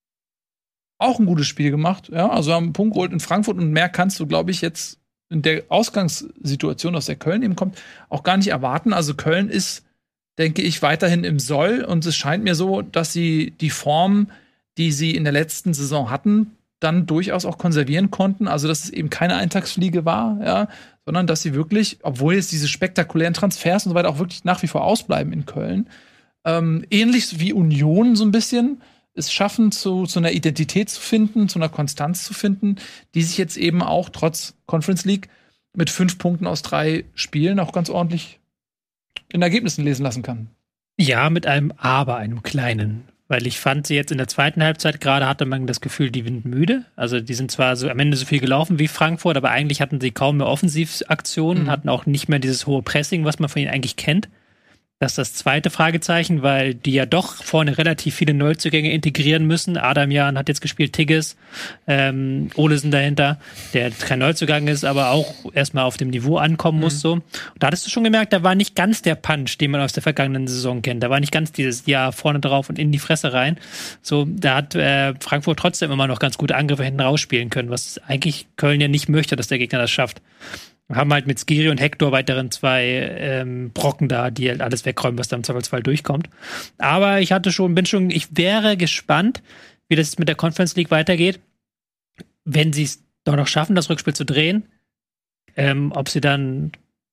auch ein gutes Spiel gemacht, ja, also haben einen Punkt geholt in Frankfurt und mehr kannst du, glaube ich, jetzt in der Ausgangssituation, aus der Köln eben kommt, auch gar nicht erwarten. Also Köln ist, denke ich, weiterhin im Soll und es scheint mir so, dass sie die Form, die sie in der letzten Saison hatten, dann durchaus auch konservieren konnten. Also dass es eben keine Eintagsfliege war, ja, sondern dass sie wirklich, obwohl jetzt diese spektakulären Transfers und so weiter auch wirklich nach wie vor ausbleiben in Köln, ähm, ähnlich wie Union so ein bisschen, es schaffen, zu, zu einer Identität zu finden, zu einer Konstanz zu finden, die sich jetzt eben auch trotz Conference League mit fünf Punkten aus drei Spielen auch ganz ordentlich in Ergebnissen lesen lassen kann. Ja, mit einem Aber, einem kleinen. Weil ich fand sie jetzt in der zweiten Halbzeit gerade hatte man das Gefühl, die sind müde. Also die sind zwar so am Ende so viel gelaufen wie Frankfurt, aber eigentlich hatten sie kaum mehr Offensivaktionen, mhm. hatten auch nicht mehr dieses hohe Pressing, was man von ihnen eigentlich kennt. Das ist das zweite Fragezeichen, weil die ja doch vorne relativ viele Neuzugänge integrieren müssen. Adamjan hat jetzt gespielt, Tigges, ähm, Olesen dahinter, der kein Neuzugang ist, aber auch erstmal auf dem Niveau ankommen mhm. muss. So. Und da hattest du schon gemerkt, da war nicht ganz der Punch, den man aus der vergangenen Saison kennt. Da war nicht ganz dieses Jahr vorne drauf und in die Fresse rein. So, da hat äh, Frankfurt trotzdem immer noch ganz gute Angriffe hinten rausspielen können, was eigentlich Köln ja nicht möchte, dass der Gegner das schafft. Wir haben halt mit Skiri und Hector weiteren zwei ähm, Brocken da, die halt alles wegräumen, was da im Zweifelsfall durchkommt. Aber ich hatte schon, bin schon, ich wäre gespannt, wie das mit der Conference League weitergeht, wenn sie es doch noch schaffen, das Rückspiel zu drehen, ähm, ob sie dann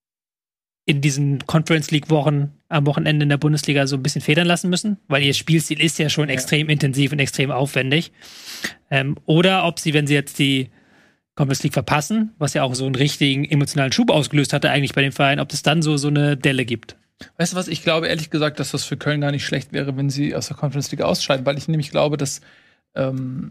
in diesen Conference League Wochen am Wochenende in der Bundesliga so ein bisschen federn lassen müssen, weil ihr Spielstil ist ja schon ja. extrem intensiv und extrem aufwendig. Ähm, oder ob sie, wenn sie jetzt die Conference League verpassen, was ja auch so einen richtigen emotionalen Schub ausgelöst hatte eigentlich bei dem Verein, ob es dann so, so eine Delle gibt. Weißt du was, ich glaube ehrlich gesagt, dass das für Köln gar nicht schlecht wäre, wenn sie aus der Conference League ausscheiden, weil ich nämlich glaube, dass ähm,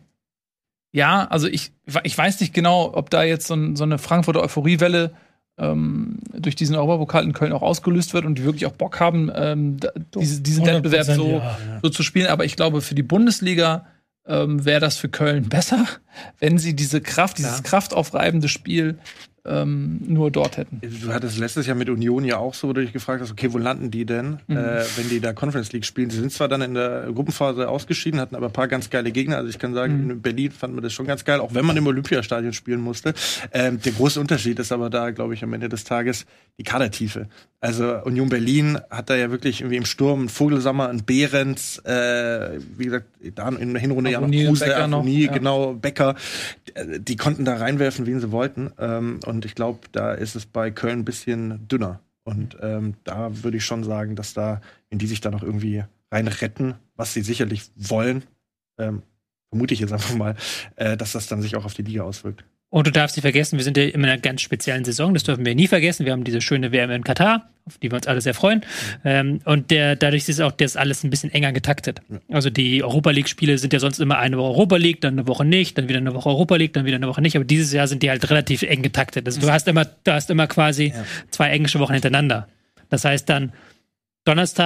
ja, also ich, ich weiß nicht genau, ob da jetzt so, ein, so eine Frankfurter Euphoriewelle ähm, durch diesen Europapokal in Köln auch ausgelöst wird und die wirklich auch Bock haben, ähm, da, diese, diesen Wettbewerb so, ja. so zu spielen, aber ich glaube, für die Bundesliga Ähm, wäre das für Köln besser, wenn sie diese Kraft, dieses ja. kraftaufreibende Spiel ähm, nur dort hätten. Du hattest letztes Jahr mit Union ja auch so, wo du dich gefragt hast, okay, wo landen die denn, mhm. äh, wenn die da Conference League spielen? Die sind zwar dann in der Gruppenphase ausgeschieden, hatten aber ein paar ganz geile Gegner. Also ich kann sagen, mhm. in Berlin fand man das schon ganz geil, auch wenn man im Olympiastadion spielen musste. Ähm, der große Unterschied ist aber da, glaube ich, am Ende des Tages die Kadertiefe. Also Union Berlin hat da ja wirklich irgendwie im Sturm einen Vogelsammer, einen Behrens, äh, wie gesagt, da in der Hinrunde ja noch Kruse, Afoni, ja. genau, Becker. Die konnten da reinwerfen, wen sie wollten. Ähm, und ich glaube, da ist es bei Köln ein bisschen dünner. Und ähm, da würde ich schon sagen, dass da, wenn die sich da noch irgendwie rein retten, was sie sicherlich wollen, ähm, vermute ich jetzt einfach mal, äh, dass das dann sich auch auf die Liga auswirkt. Und du darfst nicht vergessen, wir sind ja in einer ganz speziellen Saison, das dürfen wir nie vergessen. Wir haben diese schöne W M in Katar, auf die wir uns alle sehr freuen. Mhm. Ähm, und der, dadurch ist auch das alles ein bisschen enger getaktet. Ja. Also die Europa-League-Spiele sind ja sonst immer eine Woche Europa League, dann eine Woche nicht, dann wieder eine Woche Europa League, dann wieder eine Woche nicht. Aber dieses Jahr sind die halt relativ eng getaktet. Also du hast immer, du hast immer quasi ja. zwei englische Wochen hintereinander. Das heißt dann Donnerstag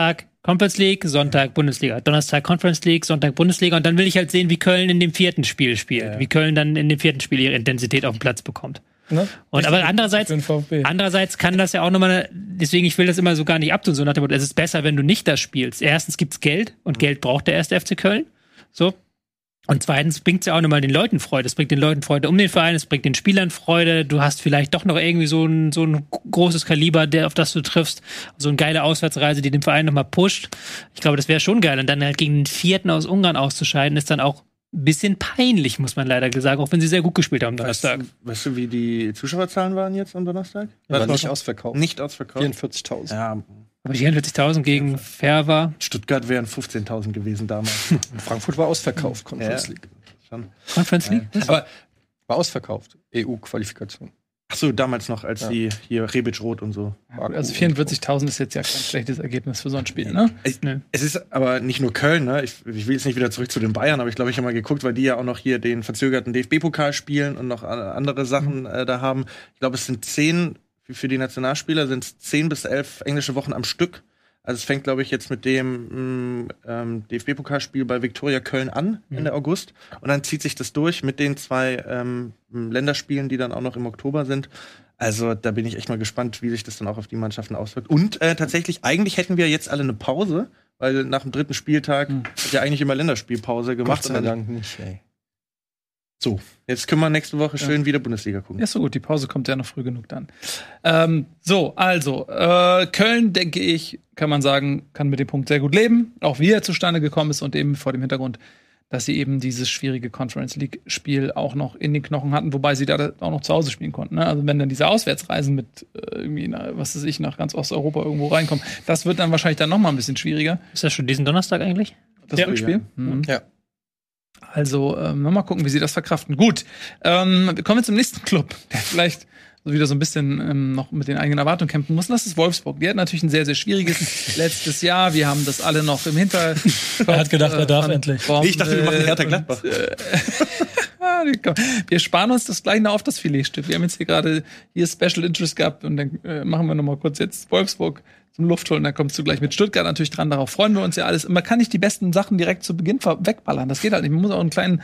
Conference League, Sonntag Bundesliga, Donnerstag Conference League, Sonntag Bundesliga und dann will ich halt sehen, wie Köln in dem vierten Spiel spielt, ja. wie Köln dann in dem vierten Spiel ihre Intensität auf den Platz bekommt. Ne? Und aber andererseits, andererseits kann das ja auch nochmal, deswegen ich will das immer so gar nicht abtun, so nach dem Motto, es ist besser, wenn du nicht das spielst. Erstens gibt's Geld und Geld braucht der erste F C Köln, so. Und zweitens bringt es ja auch nochmal den Leuten Freude. Es bringt den Leuten Freude um den Verein, es bringt den Spielern Freude. Du hast vielleicht doch noch irgendwie so ein, so ein großes Kaliber, der, auf das du triffst. So eine geile Auswärtsreise, die den Verein nochmal pusht. Ich glaube, das wäre schon geil. Und dann halt gegen den Vierten aus Ungarn auszuscheiden, ist dann auch ein bisschen peinlich, muss man leider sagen. Auch wenn sie sehr gut gespielt haben am Donnerstag. Weißt, weißt du, wie die Zuschauerzahlen waren jetzt am Donnerstag? Ja, war nicht ausverkauft. Nicht ausverkauft? vierundvierzigtausend. Ja. Aber vierundvierzigtausend gegen Fair war. Stuttgart wären fünfzehntausend gewesen damals. Und Frankfurt war ausverkauft, Conference League. Schon. Conference League? Ja. Aber war ausverkauft. E U-Qualifikation. Ach so, damals noch, als ja. die hier Rebic-Rot und so. Also vierundvierzigtausend ist jetzt ja kein schlechtes Ergebnis für so ein Spiel, ne? Es, nee. es ist aber nicht nur Köln, ne? Ich, ich will jetzt nicht wieder zurück zu den Bayern, aber ich glaube, ich habe mal geguckt, weil die ja auch noch hier den verzögerten D F B-Pokal spielen und noch andere Sachen mhm. äh, da haben. Ich glaube, es sind zehn, für die Nationalspieler sind es zehn bis elf englische Wochen am Stück. Also es fängt, glaube ich, jetzt mit dem ähm, D F B-Pokalspiel bei Viktoria Köln an, mhm. Ende August. Und dann zieht sich das durch mit den zwei ähm, Länderspielen, die dann auch noch im Oktober sind. Also da bin ich echt mal gespannt, wie sich das dann auch auf die Mannschaften auswirkt. Und äh, tatsächlich, eigentlich hätten wir jetzt alle eine Pause, weil nach dem dritten Spieltag mhm. wird ja eigentlich immer Länderspielpause gemacht. Gott sei Dank nicht, ey. So, jetzt können wir nächste Woche schön ja. wieder Bundesliga gucken. Ja, so gut, die Pause kommt ja noch früh genug dann. Ähm, so, also, äh, Köln, denke ich, kann man sagen, kann mit dem Punkt sehr gut leben. Auch wie er zustande gekommen ist und eben vor dem Hintergrund, dass sie eben dieses schwierige Conference League-Spiel auch noch in den Knochen hatten, wobei sie da auch noch zu Hause spielen konnten. Ne? Also wenn dann diese Auswärtsreisen mit äh, irgendwie, na, was weiß ich, nach ganz Osteuropa irgendwo reinkommen, das wird dann wahrscheinlich dann noch mal ein bisschen schwieriger. Ist das schon diesen Donnerstag eigentlich? Das ja. Rückspiel? Ja. Mhm. ja. Also, ähm, mal gucken, wie sie das verkraften. Gut, ähm, kommen wir zum nächsten Club, der vielleicht so wieder so ein bisschen ähm, noch mit den eigenen Erwartungen kämpfen muss. Und das ist Wolfsburg. Die hatten natürlich ein sehr, sehr schwieriges letztes Jahr. Wir haben das alle noch im Hinterkopf. Er hat gedacht, er darf äh, endlich. Nee, ich dachte, wir machen Hertha Gladbach. Und, äh, wir sparen uns das gleich noch auf das Filetstück. Wir haben jetzt hier gerade hier Special Interest gehabt und dann äh, machen wir noch mal kurz jetzt Wolfsburg zum Luft holen. Dann kommst du gleich mit Stuttgart natürlich dran. Darauf freuen wir uns ja alles. Und man kann nicht die besten Sachen direkt zu Beginn wegballern. Das geht halt nicht. Man muss auch einen kleinen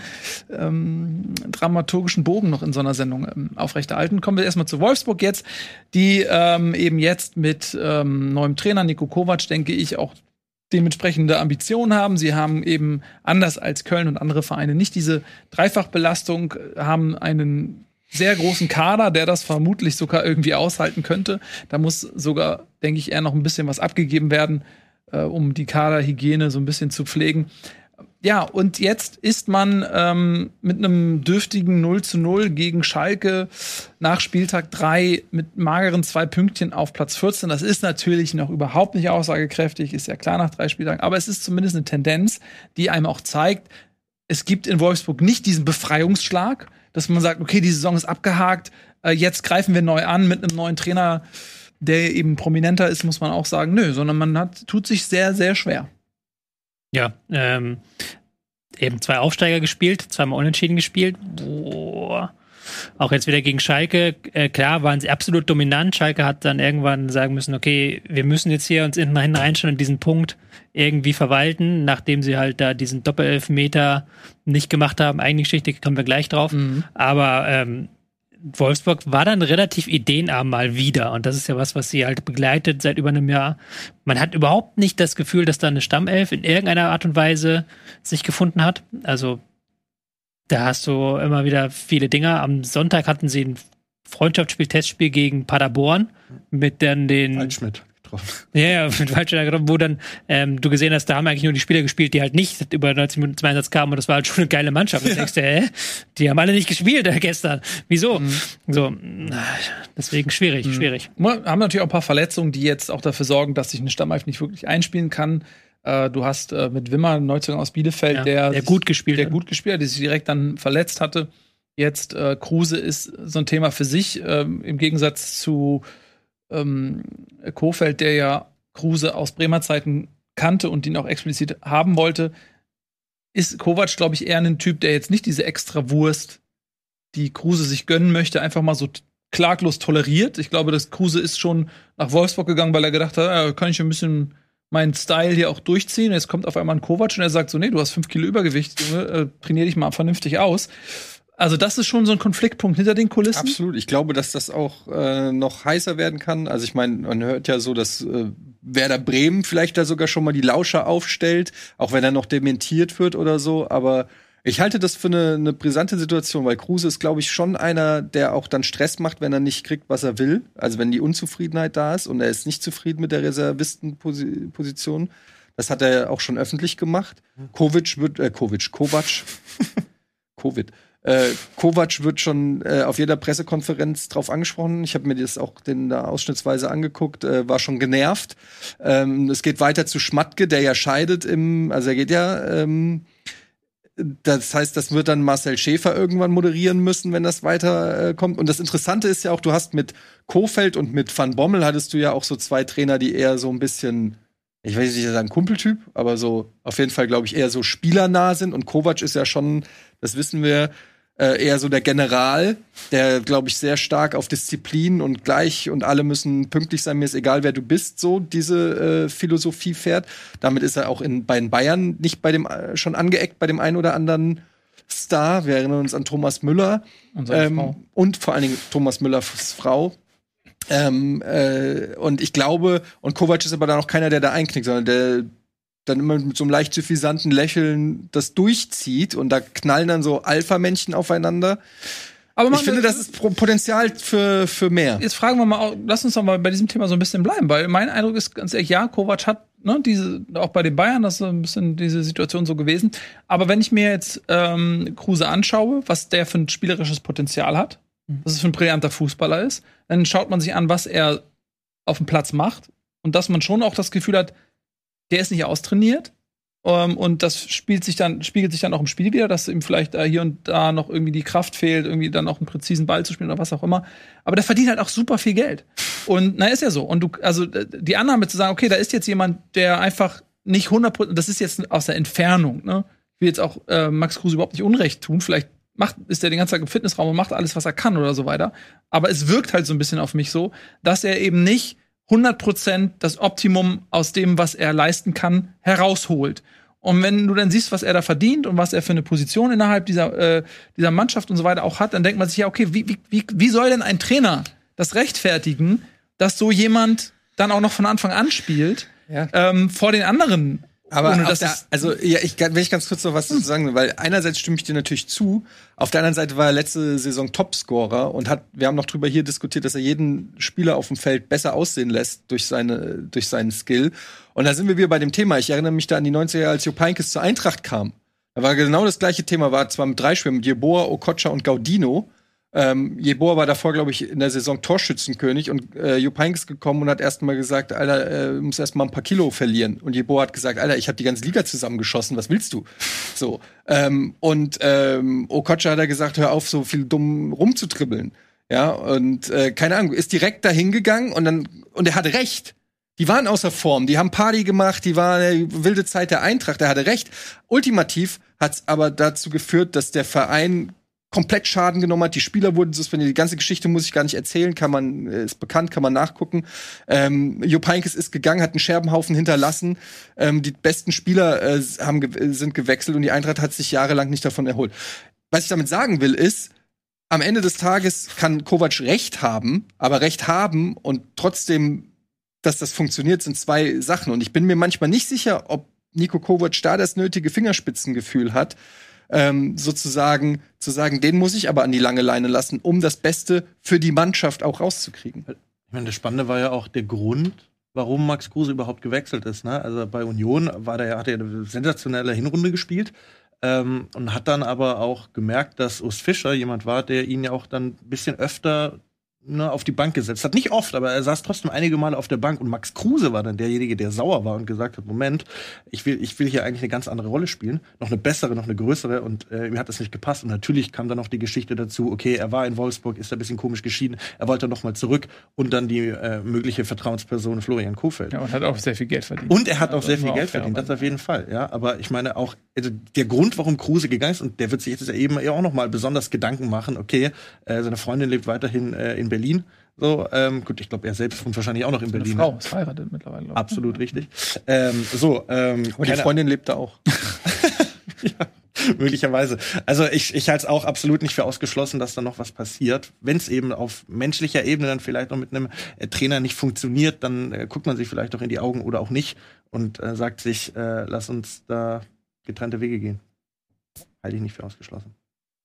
ähm, dramaturgischen Bogen noch in so einer Sendung ähm, aufrechterhalten. Kommen wir erstmal zu Wolfsburg jetzt, die ähm, eben jetzt mit ähm, neuem Trainer Niko Kovac, denke ich, auch dementsprechende Ambitionen haben. Sie haben eben anders als Köln und andere Vereine nicht diese Dreifachbelastung, haben einen sehr großen Kader, der das vermutlich sogar irgendwie aushalten könnte. Da muss sogar, denke ich, eher noch ein bisschen was abgegeben werden, äh, um die Kaderhygiene so ein bisschen zu pflegen. Ja, und jetzt ist man ähm, mit einem dürftigen null zu null gegen Schalke nach Spieltag drei mit mageren zwei Pünktchen auf Platz vierzehn. Das ist natürlich noch überhaupt nicht aussagekräftig, ist ja klar nach drei Spieltagen. Aber es ist zumindest eine Tendenz, die einem auch zeigt, es gibt in Wolfsburg nicht diesen Befreiungsschlag, dass man sagt, okay, die Saison ist abgehakt, äh, jetzt greifen wir neu an mit einem neuen Trainer, der eben prominenter ist, muss man auch sagen, nö, sondern man hat, tut sich sehr, sehr schwer. Ja, ähm, eben zwei Aufsteiger gespielt, zweimal unentschieden gespielt. Boah. Auch jetzt wieder gegen Schalke. Äh, klar, waren sie absolut dominant. Schalke hat dann irgendwann sagen müssen, okay, wir müssen jetzt hier uns hinten reinschauen und diesen Punkt irgendwie verwalten, nachdem sie halt da diesen Doppelelfmeter nicht gemacht haben. Eigene Geschichte, kommen wir gleich drauf. Mhm. Aber ähm, Wolfsburg war dann relativ ideenarm mal wieder. Und das ist ja was, was sie halt begleitet seit über einem Jahr. Man hat überhaupt nicht das Gefühl, dass da eine Stammelf in irgendeiner Art und Weise sich gefunden hat. Also da hast du immer wieder viele Dinge. Am Sonntag hatten sie ein Freundschaftsspiel, Testspiel gegen Paderborn mit dann den Waldschmidt. Ja, ja, mit Waldschmidt getroffen, wo dann ähm, du gesehen hast, da haben eigentlich nur die Spieler gespielt, die halt nicht über neunzig Minuten zum Einsatz kamen und das war halt schon eine geile Mannschaft. Und ja. denkst du, hä? Die haben alle nicht gespielt äh, gestern. Wieso? Mhm. So, deswegen schwierig, mhm. schwierig. Wir haben natürlich auch ein paar Verletzungen, die jetzt auch dafür sorgen, dass sich eine Stammelf nicht wirklich einspielen kann. Äh, du hast äh, mit Wimmer einen Neuzugang aus Bielefeld, ja, der, der gut gespielt der hat. gut gespielt hat, der sich direkt dann verletzt hatte. Jetzt äh, Kruse ist so ein Thema für sich, äh, im Gegensatz zu ähm, Kohfeldt, der ja Kruse aus Bremer Zeiten kannte und ihn auch explizit haben wollte, ist Kovac, glaube ich, eher ein Typ, der jetzt nicht diese extra Wurst, die Kruse sich gönnen möchte, einfach mal so t- klaglos toleriert. Ich glaube, dass Kruse ist schon nach Wolfsburg gegangen, weil er gedacht hat, ja, kann ich ein bisschen meinen Style hier auch durchziehen. Jetzt kommt auf einmal ein Kovac und er sagt so, nee, du hast fünf Kilo Übergewicht, Junge, äh, trainier dich mal vernünftig aus. Also das ist schon so ein Konfliktpunkt hinter den Kulissen. Absolut. Ich glaube, dass das auch äh, noch heißer werden kann. Also ich meine, man hört ja so, dass äh, Werder Bremen vielleicht da sogar schon mal die Lauscher aufstellt, auch wenn er noch dementiert wird oder so. Aber ich halte das für eine, eine brisante Situation, weil Kruse ist, glaube ich, schon einer, der auch dann Stress macht, wenn er nicht kriegt, was er will. Also wenn die Unzufriedenheit da ist und er ist nicht zufrieden mit der Reservistenposition. Das hat er auch schon öffentlich gemacht. Kovic wird, äh, Kovic, Kovac, Covid. Äh, Kovac wird schon äh, auf jeder Pressekonferenz drauf angesprochen. Ich habe mir das auch den da ausschnittsweise angeguckt, äh, war schon genervt. Ähm, es geht weiter zu Schmatke, der ja scheidet im, also er geht ja, ähm, das heißt, das wird dann Marcel Schäfer irgendwann moderieren müssen, wenn das weiter äh, kommt. Und das Interessante ist ja auch, du hast mit Kohfeldt und mit Van Bommel hattest du ja auch so zwei Trainer, die eher so ein bisschen, ich weiß nicht, sagen Kumpeltyp, aber so auf jeden Fall, glaube ich, eher so spielernah sind. Und Kovac ist ja schon, das wissen wir, äh, eher so der General, der, glaube ich, sehr stark auf Disziplin und gleich und alle müssen pünktlich sein, mir ist egal, wer du bist, so diese äh, Philosophie fährt. Damit ist er auch in, bei den Bayern nicht bei dem äh, schon angeeckt bei dem einen oder anderen Star. Wir erinnern uns an Thomas Müller und, seine ähm, Frau. und vor allen Dingen Thomas Müllers Frau. Ähm, äh, und ich glaube, und Kovac ist aber da noch keiner, der da einknickt, sondern der dann immer mit so einem leicht suffisanten Lächeln das durchzieht und da knallen dann so Alpha-Männchen aufeinander. Aber man, ich finde, das ist Potenzial für, für mehr. Jetzt fragen wir mal, lass uns doch mal bei diesem Thema so ein bisschen bleiben, weil mein Eindruck ist ganz ehrlich, ja, Kovac hat, ne, diese, auch bei den Bayern, das ist so ein bisschen diese Situation so gewesen. Aber wenn ich mir jetzt ähm, Kruse anschaue, was der für ein spielerisches Potenzial hat, was es für ein brillanter Fußballer ist, dann schaut man sich an, was er auf dem Platz macht und dass man schon auch das Gefühl hat, der ist nicht austrainiert. Um, und das spielt sich dann, spiegelt sich dann auch im Spiel wieder, dass ihm vielleicht äh, hier und da noch irgendwie die Kraft fehlt, irgendwie dann auch einen präzisen Ball zu spielen oder was auch immer. Aber der verdient halt auch super viel Geld. Und na, ist ja so. Und du, also die Annahme zu sagen, okay, da ist jetzt jemand, der einfach nicht hundert Prozent, das ist jetzt aus der Entfernung, ne? Ich will jetzt auch äh, Max Kruse überhaupt nicht Unrecht tun. Vielleicht macht, ist er den ganzen Tag im Fitnessraum und macht alles, was er kann oder so weiter. Aber es wirkt halt so ein bisschen auf mich so, dass er eben nicht hundert Prozent das Optimum aus dem, was er leisten kann, herausholt. Und wenn du dann siehst, was er da verdient und was er für eine Position innerhalb dieser, äh, dieser Mannschaft und so weiter auch hat, dann denkt man sich ja, okay, wie, wie, wie, wie soll denn ein Trainer das rechtfertigen, dass so jemand dann auch noch von Anfang an spielt, ja. ähm, vor den anderen? Aber ohne, dass der, also ja, ich will ich ganz kurz noch was dazu sagen, weil einerseits stimme ich dir natürlich zu, auf der anderen Seite war er letzte Saison Topscorer und hat, wir haben noch drüber hier diskutiert, dass er jeden Spieler auf dem Feld besser aussehen lässt durch seine, durch seinen Skill. Und da sind wir wieder bei dem Thema. Ich erinnere mich da an die neunziger, als Jupp Heynckes zur Eintracht kam. Da war genau das gleiche Thema, war zwar mit drei Spielern, mit Jeboa, Okocha und Gaudino. Ähm, Jeboa war davor, glaube ich, in der Saison Torschützenkönig und äh, Jupp Heynckes gekommen und hat erst mal gesagt, Alter, äh, muss erst mal ein paar Kilo verlieren. Und Jeboa hat gesagt, Alter, ich habe die ganze Liga zusammengeschossen, was willst du? So. Ähm, und ähm, Okocha hat er gesagt, hör auf, so viel dumm rumzutribbeln. Ja, und äh, keine Ahnung, ist direkt dahin gegangen und dann, und er hatte recht. Die waren außer Form, die haben Party gemacht, die war eine wilde Zeit der Eintracht, er hatte recht. Ultimativ hat's aber dazu geführt, dass der Verein komplett Schaden genommen hat, die Spieler wurden suspendiert, die ganze Geschichte muss ich gar nicht erzählen, kann man, ist bekannt, kann man nachgucken. Ähm, Jupp Heynckes ist gegangen, hat einen Scherbenhaufen hinterlassen, ähm, die besten Spieler äh, haben ge- sind gewechselt und die Eintracht hat sich jahrelang nicht davon erholt. Was ich damit sagen will, ist, am Ende des Tages kann Kovac Recht haben, aber Recht haben und trotzdem, dass das funktioniert, sind zwei Sachen. Und ich bin mir manchmal nicht sicher, ob Niko Kovac da das nötige Fingerspitzengefühl hat, Ähm, sozusagen zu sagen, den muss ich aber an die lange Leine lassen, um das Beste für die Mannschaft auch rauszukriegen. Ich meine, das Spannende war ja auch der Grund, warum Max Kruse überhaupt gewechselt ist. Ne? Also bei Union war der, hat er eine sensationelle Hinrunde gespielt ähm, und hat dann aber auch gemerkt, dass Urs Fischer jemand war, der ihn ja auch dann ein bisschen öfter ne, auf die Bank gesetzt hat. Nicht oft, aber er saß trotzdem einige Male auf der Bank. Und Max Kruse war dann derjenige, der sauer war und gesagt hat, Moment, ich will, ich will hier eigentlich eine ganz andere Rolle spielen. Noch eine bessere, noch eine größere. Und äh, mir hat das nicht gepasst. Und natürlich kam dann noch die Geschichte dazu, okay, er war in Wolfsburg, ist ein bisschen komisch geschieden. Er wollte noch mal zurück. Und dann die äh, mögliche Vertrauensperson Florian Kohfeldt. Ja, und hat auch sehr viel Geld verdient. Und er hat auch also sehr viel Geld verdient, das auf jeden Fall. Ja, aber ich meine auch, also der Grund, warum Kruse gegangen ist, und der wird sich jetzt eben auch noch mal besonders Gedanken machen, okay, äh, seine Freundin lebt weiterhin äh, in Berlin. So, ähm, gut, ich glaube, er selbst wohnt wahrscheinlich auch noch in Seine Berlin. Frau Ne? ist verheiratet mittlerweile. glaub ich. Absolut richtig. Ähm, so, ähm, Aber die keine- Freundin lebt da auch. ja, möglicherweise. Also ich, ich halte es auch absolut nicht für ausgeschlossen, dass da noch was passiert. Wenn es eben auf menschlicher Ebene dann vielleicht noch mit einem äh, Trainer nicht funktioniert, dann äh, guckt man sich vielleicht doch in die Augen oder auch nicht und äh, sagt sich, äh, lass uns da getrennte Wege gehen. Halte ich nicht für ausgeschlossen.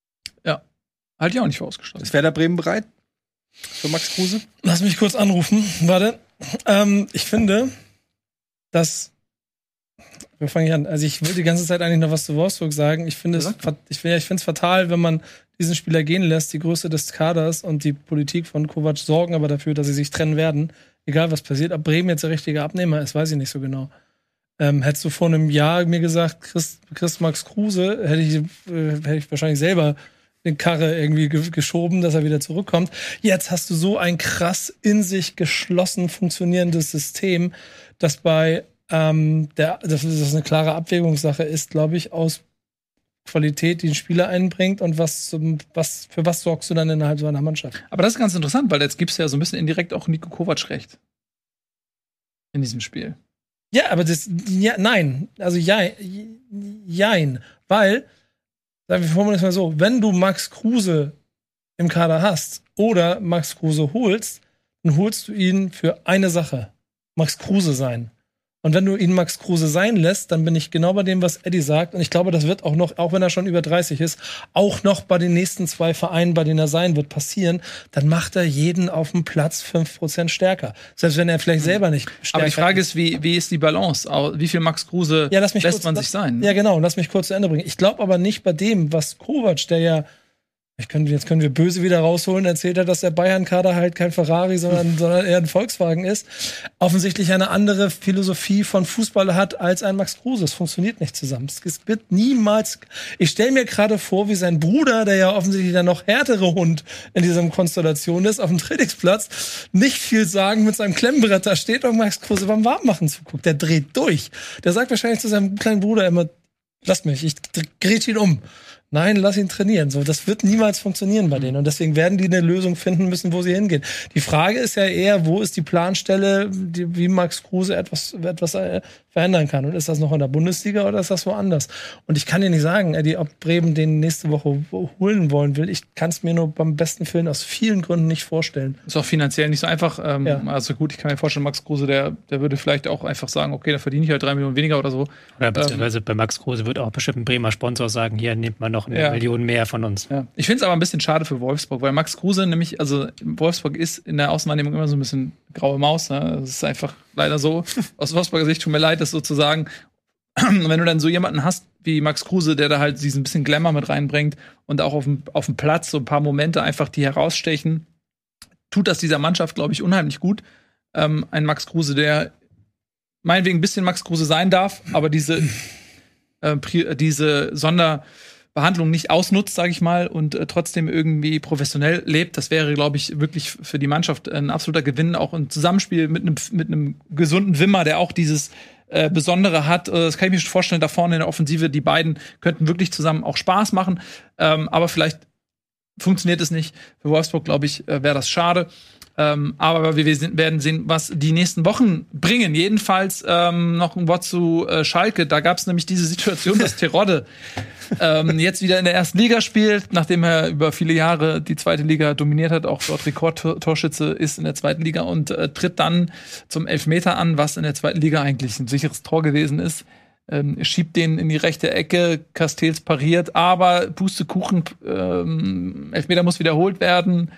Halte ich auch nicht für ausgeschlossen. Ist Werder Bremen bereit? Für Max Kruse? Lass mich kurz anrufen. Warte. Ähm, ich finde, dass. Wo fange ich an? Also, ich will die ganze Zeit eigentlich noch was zu Wolfsburg sagen. Ich finde es fa- ich finde ich finde es fatal, wenn man diesen Spieler gehen lässt. Die Größe des Kaders und die Politik von Kovac sorgen aber dafür, dass sie sich trennen werden. Egal, was passiert. Ob Bremen jetzt der richtige Abnehmer ist, weiß ich nicht so genau. Ähm, hättest du vor einem Jahr mir gesagt, Chris, Chris Max Kruse, hätte ich, äh, hätte ich wahrscheinlich selber den Karre irgendwie ge- geschoben, dass er wieder zurückkommt. Jetzt hast du so ein krass in sich geschlossen funktionierendes System, dass bei ähm, der, dass das eine klare Abwägungssache ist, glaube ich, aus Qualität, die ein Spieler einbringt und was, zum, was für was sorgst du dann innerhalb so einer Mannschaft? Aber das ist ganz interessant, weil jetzt gibst du ja so ein bisschen indirekt auch Nico Kovac recht. In diesem Spiel. Ja, aber das, ja, nein, also ja, jein, weil, sagen wir formulieren es mal so, wenn du Max Kruse im Kader hast oder Max Kruse holst, dann holst du ihn für eine Sache, Max Kruse sein. Und wenn du ihn Max Kruse sein lässt, dann bin ich genau bei dem, was Eddie sagt. Und ich glaube, das wird auch noch, auch wenn er schon über dreißig ist, auch noch bei den nächsten zwei Vereinen, bei denen er sein wird, passieren. Dann macht er jeden auf dem Platz fünf Prozent stärker. Selbst wenn er vielleicht selber nicht stärker Aber die Frage ist, wie, wie ist die Balance? Au- Wie viel Max Kruse Ja, lass mich lässt kurz, man lass- sich sein? Ja, genau, lass mich kurz zu Ende bringen. Ich glaube aber nicht bei dem, was Kovac, der ja, ich könnte, jetzt können wir böse wieder rausholen, erzählt er, dass der Bayern-Kader halt kein Ferrari, sondern, sondern eher ein Volkswagen ist, offensichtlich eine andere Philosophie von Fußball hat als ein Max Kruse. Es funktioniert nicht zusammen. Es wird niemals, ich stelle mir gerade vor, wie sein Bruder, der ja offensichtlich der noch härtere Hund in dieser Konstellation ist, auf dem Trainingsplatz, nicht viel sagen mit seinem Klemmbrett da steht und Max Kruse beim Warmmachen zuguckt. Der dreht durch. Der sagt wahrscheinlich zu seinem kleinen Bruder immer, lass mich, ich grätsch ihn um. Nein, lass ihn trainieren. So, das wird niemals funktionieren bei denen. Und deswegen werden die eine Lösung finden müssen, wo sie hingehen. Die Frage ist ja eher, wo ist die Planstelle, die, wie Max Kruse etwas, etwas äh, verändern kann. Und ist das noch in der Bundesliga oder ist das woanders? Und ich kann dir nicht sagen, Eddie, ob Bremen den nächste Woche holen wollen will. Ich kann es mir nur beim besten Willen aus vielen Gründen nicht vorstellen. Ist auch finanziell nicht so einfach. Ähm, Ja. Also gut, ich kann mir vorstellen, Max Kruse, der, der würde vielleicht auch einfach sagen, okay, da verdiene ich halt drei Millionen weniger oder so. Oder beziehungsweise bei Max Kruse wird auch bestimmt ein Bremer Sponsor sagen, hier nehmt man noch eine Ja. Million mehr von uns. Ja. Ich finde es aber ein bisschen schade für Wolfsburg, weil Max Kruse nämlich, also Wolfsburg ist in der Außenwahrnehmung immer so ein bisschen graue Maus. Ne? Das ist einfach leider so. Aus Wolfsburger Sicht tut mir leid, das so zu sagen. Und wenn du dann so jemanden hast wie Max Kruse, der da halt diesen bisschen Glamour mit reinbringt und auch auf dem, auf dem Platz so ein paar Momente einfach, die herausstechen, tut das dieser Mannschaft, glaube ich, unheimlich gut. Ähm, ein Max Kruse, der meinetwegen ein bisschen Max Kruse sein darf, aber diese, äh, pri- diese Sonderbehandlung nicht ausnutzt, sage ich mal, und äh, trotzdem irgendwie professionell lebt. Das wäre, glaube ich, wirklich für die Mannschaft ein absoluter Gewinn, auch im Zusammenspiel mit einem mit einem gesunden Wimmer, der auch dieses äh, Besondere hat. Äh, das kann ich mir schon vorstellen, da vorne in der Offensive, die beiden könnten wirklich zusammen auch Spaß machen, ähm, aber vielleicht funktioniert es nicht. Für Wolfsburg, glaube ich, äh, wäre das schade. Ähm, aber wir sind, werden sehen, was die nächsten Wochen bringen. Jedenfalls ähm, noch ein Wort zu äh, Schalke. Da gab es nämlich diese Situation, dass Terodde ähm, jetzt wieder in der ersten Liga spielt, nachdem er über viele Jahre die zweite Liga dominiert hat, auch dort Rekordtorschütze ist in der zweiten Liga und äh, tritt dann zum Elfmeter an, was in der zweiten Liga eigentlich ein sicheres Tor gewesen ist. Ähm, schiebt den in die rechte Ecke, Castells pariert, aber Pustekuchen, ähm, Elfmeter muss wiederholt werden.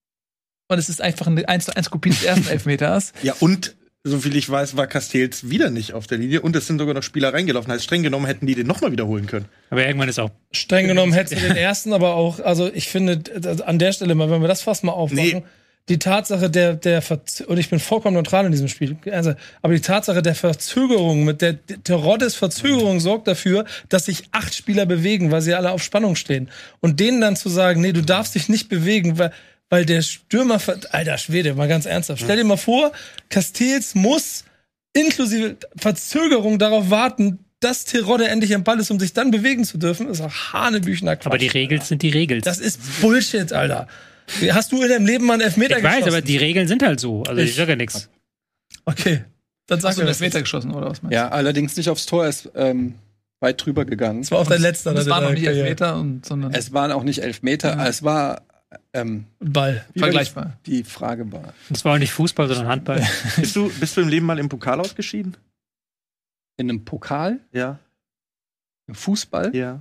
Und es ist einfach eine eins zu eins Kopie des ersten Elfmeters. Ja, und soviel ich weiß, war Castells wieder nicht auf der Linie und es sind sogar noch Spieler reingelaufen. Heißt, streng genommen hätten die den nochmal wiederholen können. Aber irgendwann ist auch. Streng genommen hättest du den ersten, aber auch, also ich finde, also an der Stelle mal, wenn wir das fast mal aufmachen, Nee. die Tatsache der, der Verz- und ich bin vollkommen neutral in diesem Spiel, also, aber die Tatsache der Verzögerung, mit der Teroddes Verzögerung sorgt dafür, dass sich acht Spieler bewegen, weil sie alle auf Spannung stehen. Und denen dann zu sagen, nee, du darfst dich nicht bewegen, weil, weil der Stürmer, ver- alter Schwede, mal ganz ernsthaft, stell dir mal vor, Castells muss inklusive Verzögerung darauf warten, dass Terodde endlich am Ball ist, um sich dann bewegen zu dürfen, ist auch Hanebüchner Quatsch. Aber die Regeln sind die Regeln. Das ist Bullshit, Alter. Hast du in deinem Leben mal einen Elfmeter Ich weiß, geschossen? aber die Regeln sind halt so. Also ich, Ich- sage ja nichts. Okay. Dann sag Hast du mir einen das. Elfmeter geschossen, oder was meinst du? Ja, allerdings nicht aufs Tor, er ist ähm, weit drüber gegangen. Das war auch dein letzter. Das oder war noch deiner nicht Karriere. Elfmeter, und, sondern Es waren auch nicht Elfmeter, Ja. es war ähm, Ball. wie war die- vergleichbar. Die Frage war. Das war auch nicht Fußball, sondern Handball. Bist du, bist du im Leben mal im Pokal ausgeschieden? In einem Pokal, Ja. im Fußball, Ja.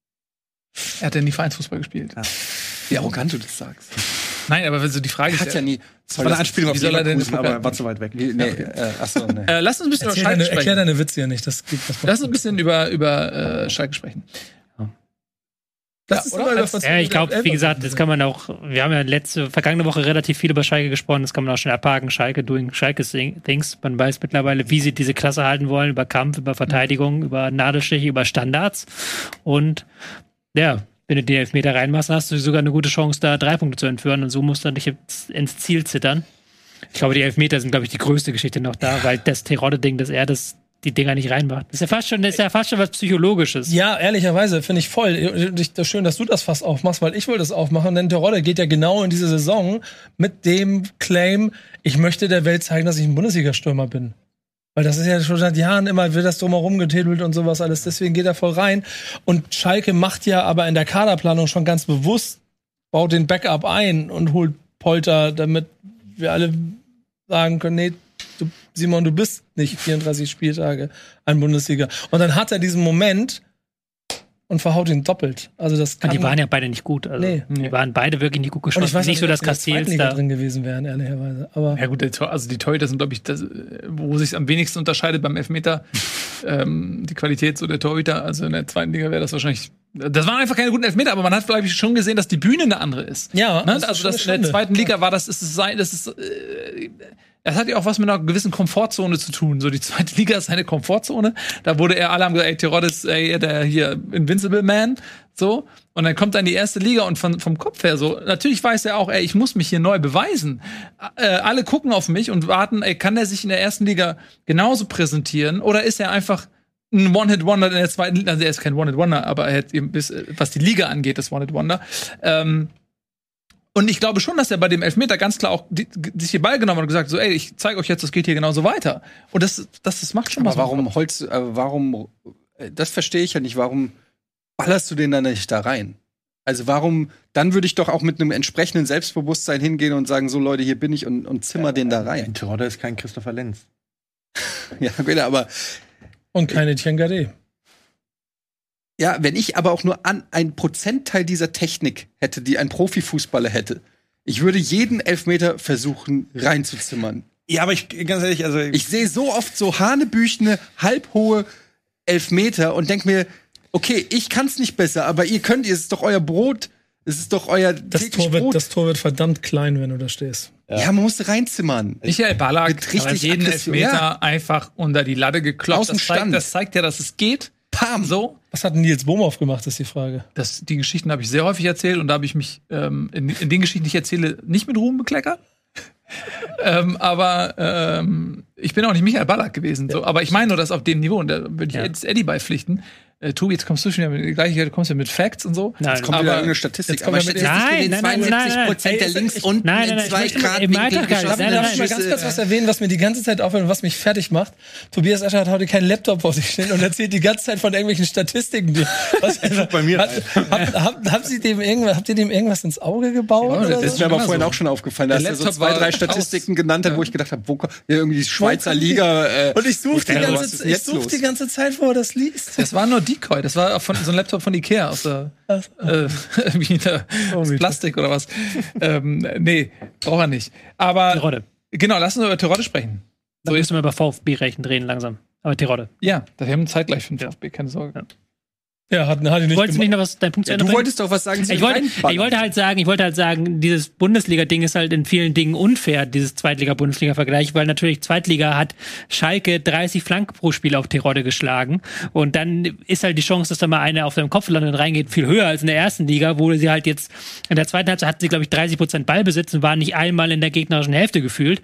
Er hat ja nie Vereinsfußball gespielt. wie arrogant du das sagst. Nein, aber wenn so die Frage Er hat ist, ja nie. Das war eine Anspielung auf wie soll er denn Leverkusen, den Pokal- aber er war zu weit weg. Wie, nee, äh, achso, nee. äh, lass uns ein bisschen über Erzähl Schalke deine, erklär sprechen. deine Witze ja nicht. Das geht was. Lass uns ein bisschen über, über äh, Schalke sprechen. Das Ja, ist oder? immer Als- was- Ja, ich glaube, wie gesagt, das kann man auch, wir haben ja letzte, vergangene Woche relativ viel über Schalke gesprochen, das kann man auch schnell abhaken. Schalke doing Schalke things. Man weiß mittlerweile, wie sie diese Klasse halten wollen, über Kampf, über Verteidigung, über Nadelstiche, über Standards. Und ja, wenn du den Elfmeter reinmachst, dann hast du sogar eine gute Chance, da drei Punkte zu entführen. Und so musst du dann nicht ins- ins Ziel zittern. Ich glaube, die Elfmeter sind, glaube ich, die größte Geschichte noch da, weil das Terodde-Ding, dass er das, die Dinger nicht reinmacht. Das ist ja fast schon, das ist ja fast schon was Psychologisches. Ja, ehrlicherweise finde ich voll. Ich- Das ist schön, dass du das fast aufmachst, weil ich wollte das aufmachen, denn Terodde geht ja genau in diese Saison mit dem Claim, ich möchte der Welt zeigen, dass ich ein Bundesliga-Stürmer bin. Weil das ist ja schon seit Jahren immer, wird das drumherum getitelt und sowas alles. Deswegen geht er voll rein. Und Schalke macht ja aber in der Kaderplanung schon ganz bewusst, baut den Backup ein und holt Polter, damit wir alle sagen können, nee, du, Simon, du bist nicht vierunddreißig Spieltage ein Bundesliga. Und dann hat er diesen Moment und verhaut ihn doppelt. Also das kann Und die waren ja beide nicht gut. Also, Nee. Die waren beide wirklich nicht gut und geschossen. ich weiß nicht so, dass dass in der zweiten Castells Liga da. drin gewesen wären, ehrlicherweise. Aber Ja gut, der Tor, also die Torhüter sind, glaube ich, das, äh, wo sich am wenigsten unterscheidet beim Elfmeter. ähm, die Qualität so der Torhüter. Also in der zweiten Liga wäre das wahrscheinlich. Das waren einfach keine guten Elfmeter, aber man hat, glaube ich, schon gesehen, dass die Bühne eine andere ist. ja, Ne? das ist Also schon das in eine der Schande. zweiten Liga war das, ist es sein, das ist. Äh, es hat ja auch was mit einer gewissen Komfortzone zu tun. So, die zweite Liga ist eine Komfortzone. Da wurde er, alle haben gesagt, ey, Terodde ist ey, der hier Invincible Man. So. Und dann kommt er in die erste Liga und von, vom Kopf her so. Natürlich weiß er auch, ey, ich muss mich hier neu beweisen. Äh, alle gucken auf mich und warten, ey, kann der sich in der ersten Liga genauso präsentieren? Oder ist er einfach ein One-Hit-Wonder in der zweiten Liga? Also er ist kein One-Hit-Wonder, aber er hat eben bis, was die Liga angeht, das One-Hit-Wonder. Ähm, Und ich glaube schon, dass er bei dem Elfmeter ganz klar auch die, sich den Ball genommen hat und gesagt, so, ey, ich zeige euch jetzt, das geht hier genauso weiter. Und das, das, das macht schon Aber was. warum Holz, äh, warum, äh, das verstehe ich ja nicht, warum ballerst du den dann nicht da rein? Also warum, dann würde ich doch auch mit einem entsprechenden Selbstbewusstsein hingehen und sagen, so Leute, hier bin ich und, und zimmer den da rein. Terodde ist kein Christopher Lenz. Ja, gut, aber Und keine Tiengade. ja, wenn ich aber auch nur an ein Prozentteil dieser Technik hätte, die ein Profifußballer hätte, ich würde jeden Elfmeter versuchen reinzuzimmern. Ja, aber ich, ganz ehrlich, also. Ich sehe so oft so hanebüchene, halbhohe Elfmeter und denke mir, okay, ich kann's nicht besser, aber ihr könnt, es ist doch euer Brot, es ist doch euer Das täglich Tor, wird, Brot. das Tor wird verdammt klein, wenn du da stehst. Ja, man muss reinzimmern. Michael Ballack Mit richtig hat jeden Aggression, Elfmeter ja. einfach unter die Latte geklopft. Aus dem Das zeigt, Stand. das zeigt ja, dass es geht. Pam! So. Was hat denn Nils Bohmhoff gemacht, ist die Frage. Das, die Geschichten habe ich sehr häufig erzählt und da habe ich mich ähm, in, in den Geschichten, die ich erzähle, nicht mit Ruhm bekleckert. ähm, aber ähm, ich bin auch nicht Michael Ballack gewesen. So. Aber ich meine nur, dass auf dem Niveau, und da würde ich Ja. jetzt Eddie beipflichten. Äh, Tobi, jetzt kommst du schon wieder mit gleich, du kommst ja mit Facts und so. Nein, Jetzt kommt aber wieder irgendeine Statistik. jetzt kommen wir mit- statistisch Nein, gesehen nein, nein, nein, nein, nein. Prozent der Ey, links ich- unten nein, nein, in nein, ich zwei möchte Grad im Alltag gar nicht. Darf, Nein, darf nein, ich mal ganz kurz was erwähnen, was mir die ganze Zeit auffällt und was mich fertig macht? Tobias Escher hat heute keinen Laptop vor sich stehen und erzählt die ganze Zeit von irgendwelchen Statistiken. Die, was, bei mir hat, hab, hab, hab Sie dem irgendwas, habt ihr dem irgendwas ins Auge gebaut? Ja, oder das Das so? ist mir aber immer vorhin so. auch schon aufgefallen, Der dass er so Laptop zwei, war drei Statistiken aus- genannt hat, wo ich gedacht habe, wo, ja, irgendwie die Schweizer Liga. Äh, Und ich wo suche die, dachte, was ganze, ist denn ich jetzt such los? die ganze Zeit, wo er das liest. Das war nur Decoy. Das war von, so ein Laptop von Ikea aus der äh, wie der, aus Plastik oder was. ähm, nee, braucht er nicht. Aber Terodde. genau, lass uns über Terodde sprechen. So, jetzt müssen wir über VfB-Rechten drehen langsam. Aber Terodde. Ja, wir haben zeitgleich für den VfB, keine Sorge. Ja. Ja, hat, hat ihn nicht Wolltest du gemacht. nicht noch was, dein Punkt zu Ja, Ende du bringen? wolltest doch was sagen zu Ich dem wollte, Reinballern. ich wollte halt sagen, ich wollte halt sagen, dieses Bundesliga-Ding ist halt in vielen Dingen unfair, dieses Zweitliga-Bundesliga-Vergleich, weil natürlich Zweitliga hat Schalke dreißig Flanken pro Spiel auf Terodde geschlagen und dann ist halt die Chance, dass da mal eine auf seinem Kopf landet und reingeht, viel höher als in der ersten Liga, wo sie halt jetzt in der zweiten Halbzeit hatten sie, glaube ich, dreißig Prozent Ballbesitz und waren nicht einmal in der gegnerischen Hälfte gefühlt.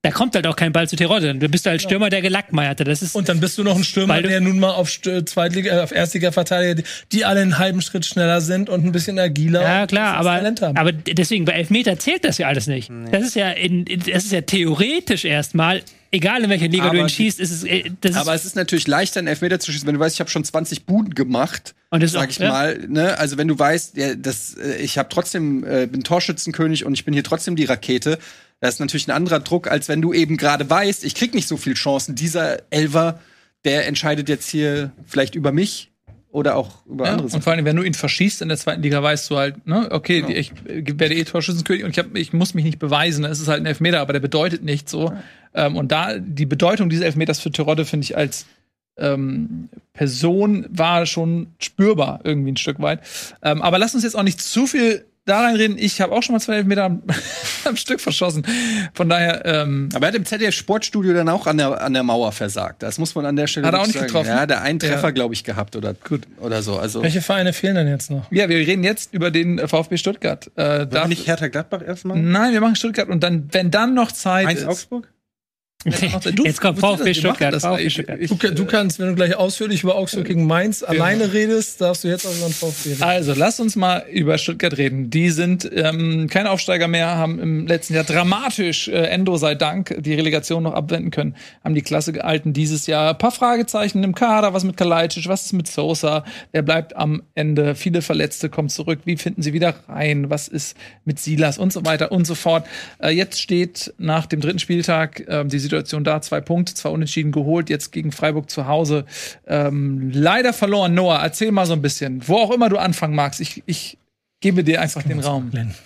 da kommt halt auch kein Ball zu Terodde. Du bist halt Stürmer, der gelackmeierte. Das ist und dann bist du noch ein Stürmer, der nun mal auf St- Zweitliga, äh, auf Erstliga-Verteidiger, die, die alle einen halben Schritt schneller sind und ein bisschen agiler. Ja, klar, aber, Talent haben. aber deswegen, bei Elfmeter zählt das ja alles nicht. Nee. Das ist ja in, in, das ist ja theoretisch erstmal, egal in welcher Liga aber du ihn schießt, ist es, äh, das aber ist, es ist natürlich leichter, einen Elfmeter zu schießen, wenn du weißt, ich habe schon zwanzig Buden gemacht. Und das sag auch, ich ja. mal, ne? Also wenn du weißt, ja, das, äh, ich habe trotzdem, äh, bin Torschützenkönig und ich bin hier trotzdem die Rakete. Das ist natürlich ein anderer Druck, als wenn du eben gerade weißt, ich krieg nicht so viel Chancen. Dieser Elfer, der entscheidet jetzt hier vielleicht über mich oder auch über ja, andere und Sachen. vor allem, wenn du ihn verschießt in der zweiten Liga, weißt du halt, ne, okay, Genau. die, ich äh, werde eh Torschützenkönig und ich, hab, ich muss mich nicht beweisen. Es ist halt ein Elfmeter, aber der bedeutet nichts so. Ja. Ähm, und da die Bedeutung dieses Elfmeters für Terodde finde ich als ähm, Person war schon spürbar irgendwie ein Stück weit. Ähm, aber lass uns jetzt auch nicht zu viel da reinreden. Ich habe auch schon mal zwei Elfmeter am, am Stück verschossen. Von daher. Ähm, Aber er hat im Z D F-Sportstudio dann auch an der, an der Mauer versagt. Das muss man an der Stelle Hat er auch wirklich nicht sagen. getroffen? Ja, der einen Treffer, Ja. glaube ich, gehabt oder, Gut. oder so. Also, Welche Vereine fehlen denn jetzt noch? ja, wir reden jetzt über den äh, VfB Stuttgart. Äh, Darf nicht Hertha Gladbach erstmal? Nein, wir machen Stuttgart und dann, wenn dann noch Zeit Eins ist. Augsburg? Du- Jetzt kommt du- VfB wir machen Stuttgart. das. VfB Ich- Stuttgart. ich- Du, du kannst, wenn du gleich ausführlich über Augsburg gegen Mainz alleine redest, darfst du jetzt auch über den VfB reden. Also, lass uns mal über Stuttgart reden. Die sind ähm, kein Aufsteiger mehr, haben im letzten Jahr dramatisch, äh, Endo sei Dank, die Relegation noch abwenden können, haben die Klasse gehalten dieses Jahr. Ein paar Fragezeichen im Kader, was mit Kalajdzic, was ist mit Sosa, wer bleibt am Ende, viele Verletzte kommen zurück, wie finden sie wieder rein, was ist mit Silas und so weiter und so fort. Äh, jetzt steht nach dem dritten Spieltag äh, die Situation da, zwei Punkte, zwar unentschieden geholt, jetzt gegen Freiburg zu Hause. Ähm, leider verloren. Noah, erzähl mal so ein bisschen, wo auch immer du anfangen magst. Ich, ich gebe dir einfach den Raum.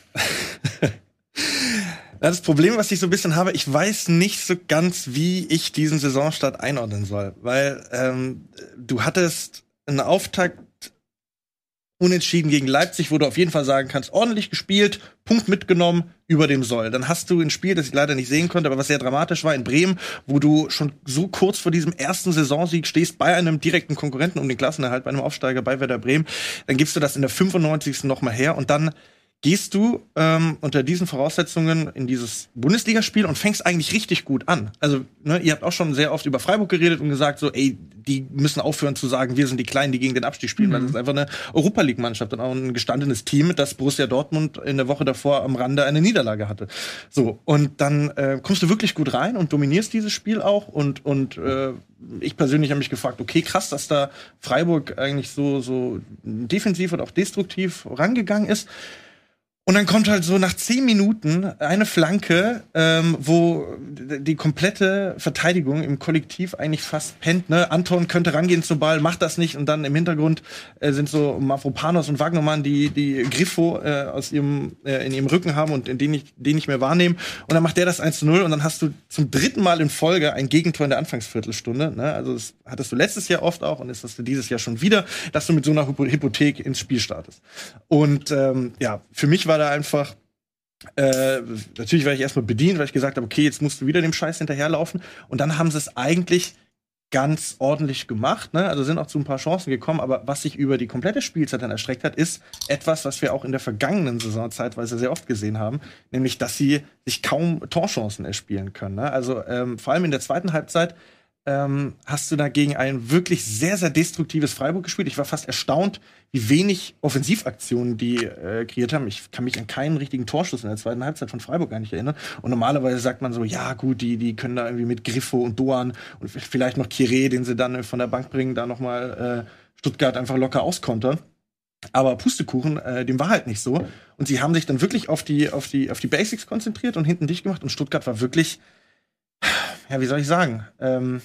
Das Problem, was ich so ein bisschen habe, ich weiß nicht so ganz, wie ich diesen Saisonstart einordnen soll. Weil ähm, du hattest einen Auftakt unentschieden gegen Leipzig, wo du auf jeden Fall sagen kannst, ordentlich gespielt, Punkt mitgenommen, über dem Soll. Dann hast du ein Spiel, das ich leider nicht sehen konnte, aber was sehr dramatisch war, in Bremen, wo du schon so kurz vor diesem ersten Saisonsieg stehst, bei einem direkten Konkurrenten um den Klassenerhalt, bei einem Aufsteiger, bei Werder Bremen. Dann gibst du das in der fünfundneunzigsten noch mal her und dann gehst du ähm, unter diesen Voraussetzungen in dieses Bundesligaspiel und fängst eigentlich richtig gut an. Also, ne, ihr habt auch schon sehr oft über Freiburg geredet und gesagt, so, ey, die müssen aufhören zu sagen, wir sind die Kleinen, die gegen den Abstieg spielen, mhm. weil das ist einfach eine Europa-League-Mannschaft und auch ein gestandenes Team, das Borussia Dortmund in der Woche davor am Rande eine Niederlage hatte. So, und dann äh, kommst du wirklich gut rein und dominierst dieses Spiel auch und, und äh, ich persönlich habe mich gefragt, okay, krass, dass da Freiburg eigentlich so, so defensiv und auch destruktiv rangegangen ist. Und dann kommt halt so nach zehn Minuten eine Flanke, ähm, wo die komplette Verteidigung im Kollektiv eigentlich fast pennt. Ne? Anton könnte rangehen zum Ball, macht das nicht. Und dann im Hintergrund äh, sind so Mavropanos und Wagnermann, die die Griffo äh, aus ihrem äh, in ihrem Rücken haben und in den ich den nicht mehr wahrnehmen. Und dann macht der das eins zu null. Und dann hast du zum dritten Mal in Folge ein Gegentor in der Anfangsviertelstunde. Ne? Also das hattest du letztes Jahr oft auch und das hast du dieses Jahr schon wieder, dass du mit so einer Hypothek ins Spiel startest. Und ähm, ja, für mich war da einfach, äh, natürlich war ich erstmal bedient, weil ich gesagt habe, okay, jetzt musst du wieder dem Scheiß hinterherlaufen. Und dann haben sie es eigentlich ganz ordentlich gemacht, ne? Also sind auch zu ein paar Chancen gekommen, aber was sich über die komplette Spielzeit dann erstreckt hat, ist etwas, was wir auch in der vergangenen Saison zeitweise sehr oft gesehen haben, nämlich, dass sie sich kaum Torchancen erspielen können, ne? Also ähm, vor allem in der zweiten Halbzeit Ähm, hast du dagegen ein wirklich sehr, sehr destruktives Freiburg gespielt. Ich war fast erstaunt, wie wenig Offensivaktionen die äh, kreiert haben. Ich kann mich an keinen richtigen Torschuss in der zweiten Halbzeit von Freiburg gar nicht erinnern. Und normalerweise sagt man so, ja gut, die, die können da irgendwie mit Griffo und Doan und vielleicht noch Kiré, den sie dann von der Bank bringen, da noch mal äh, Stuttgart einfach locker auskontern. Aber Pustekuchen, äh, dem war halt nicht so. Und sie haben sich dann wirklich auf die, auf die, auf die Basics konzentriert und hinten dicht gemacht. Und Stuttgart war wirklich, ja, wie soll ich sagen, ähm,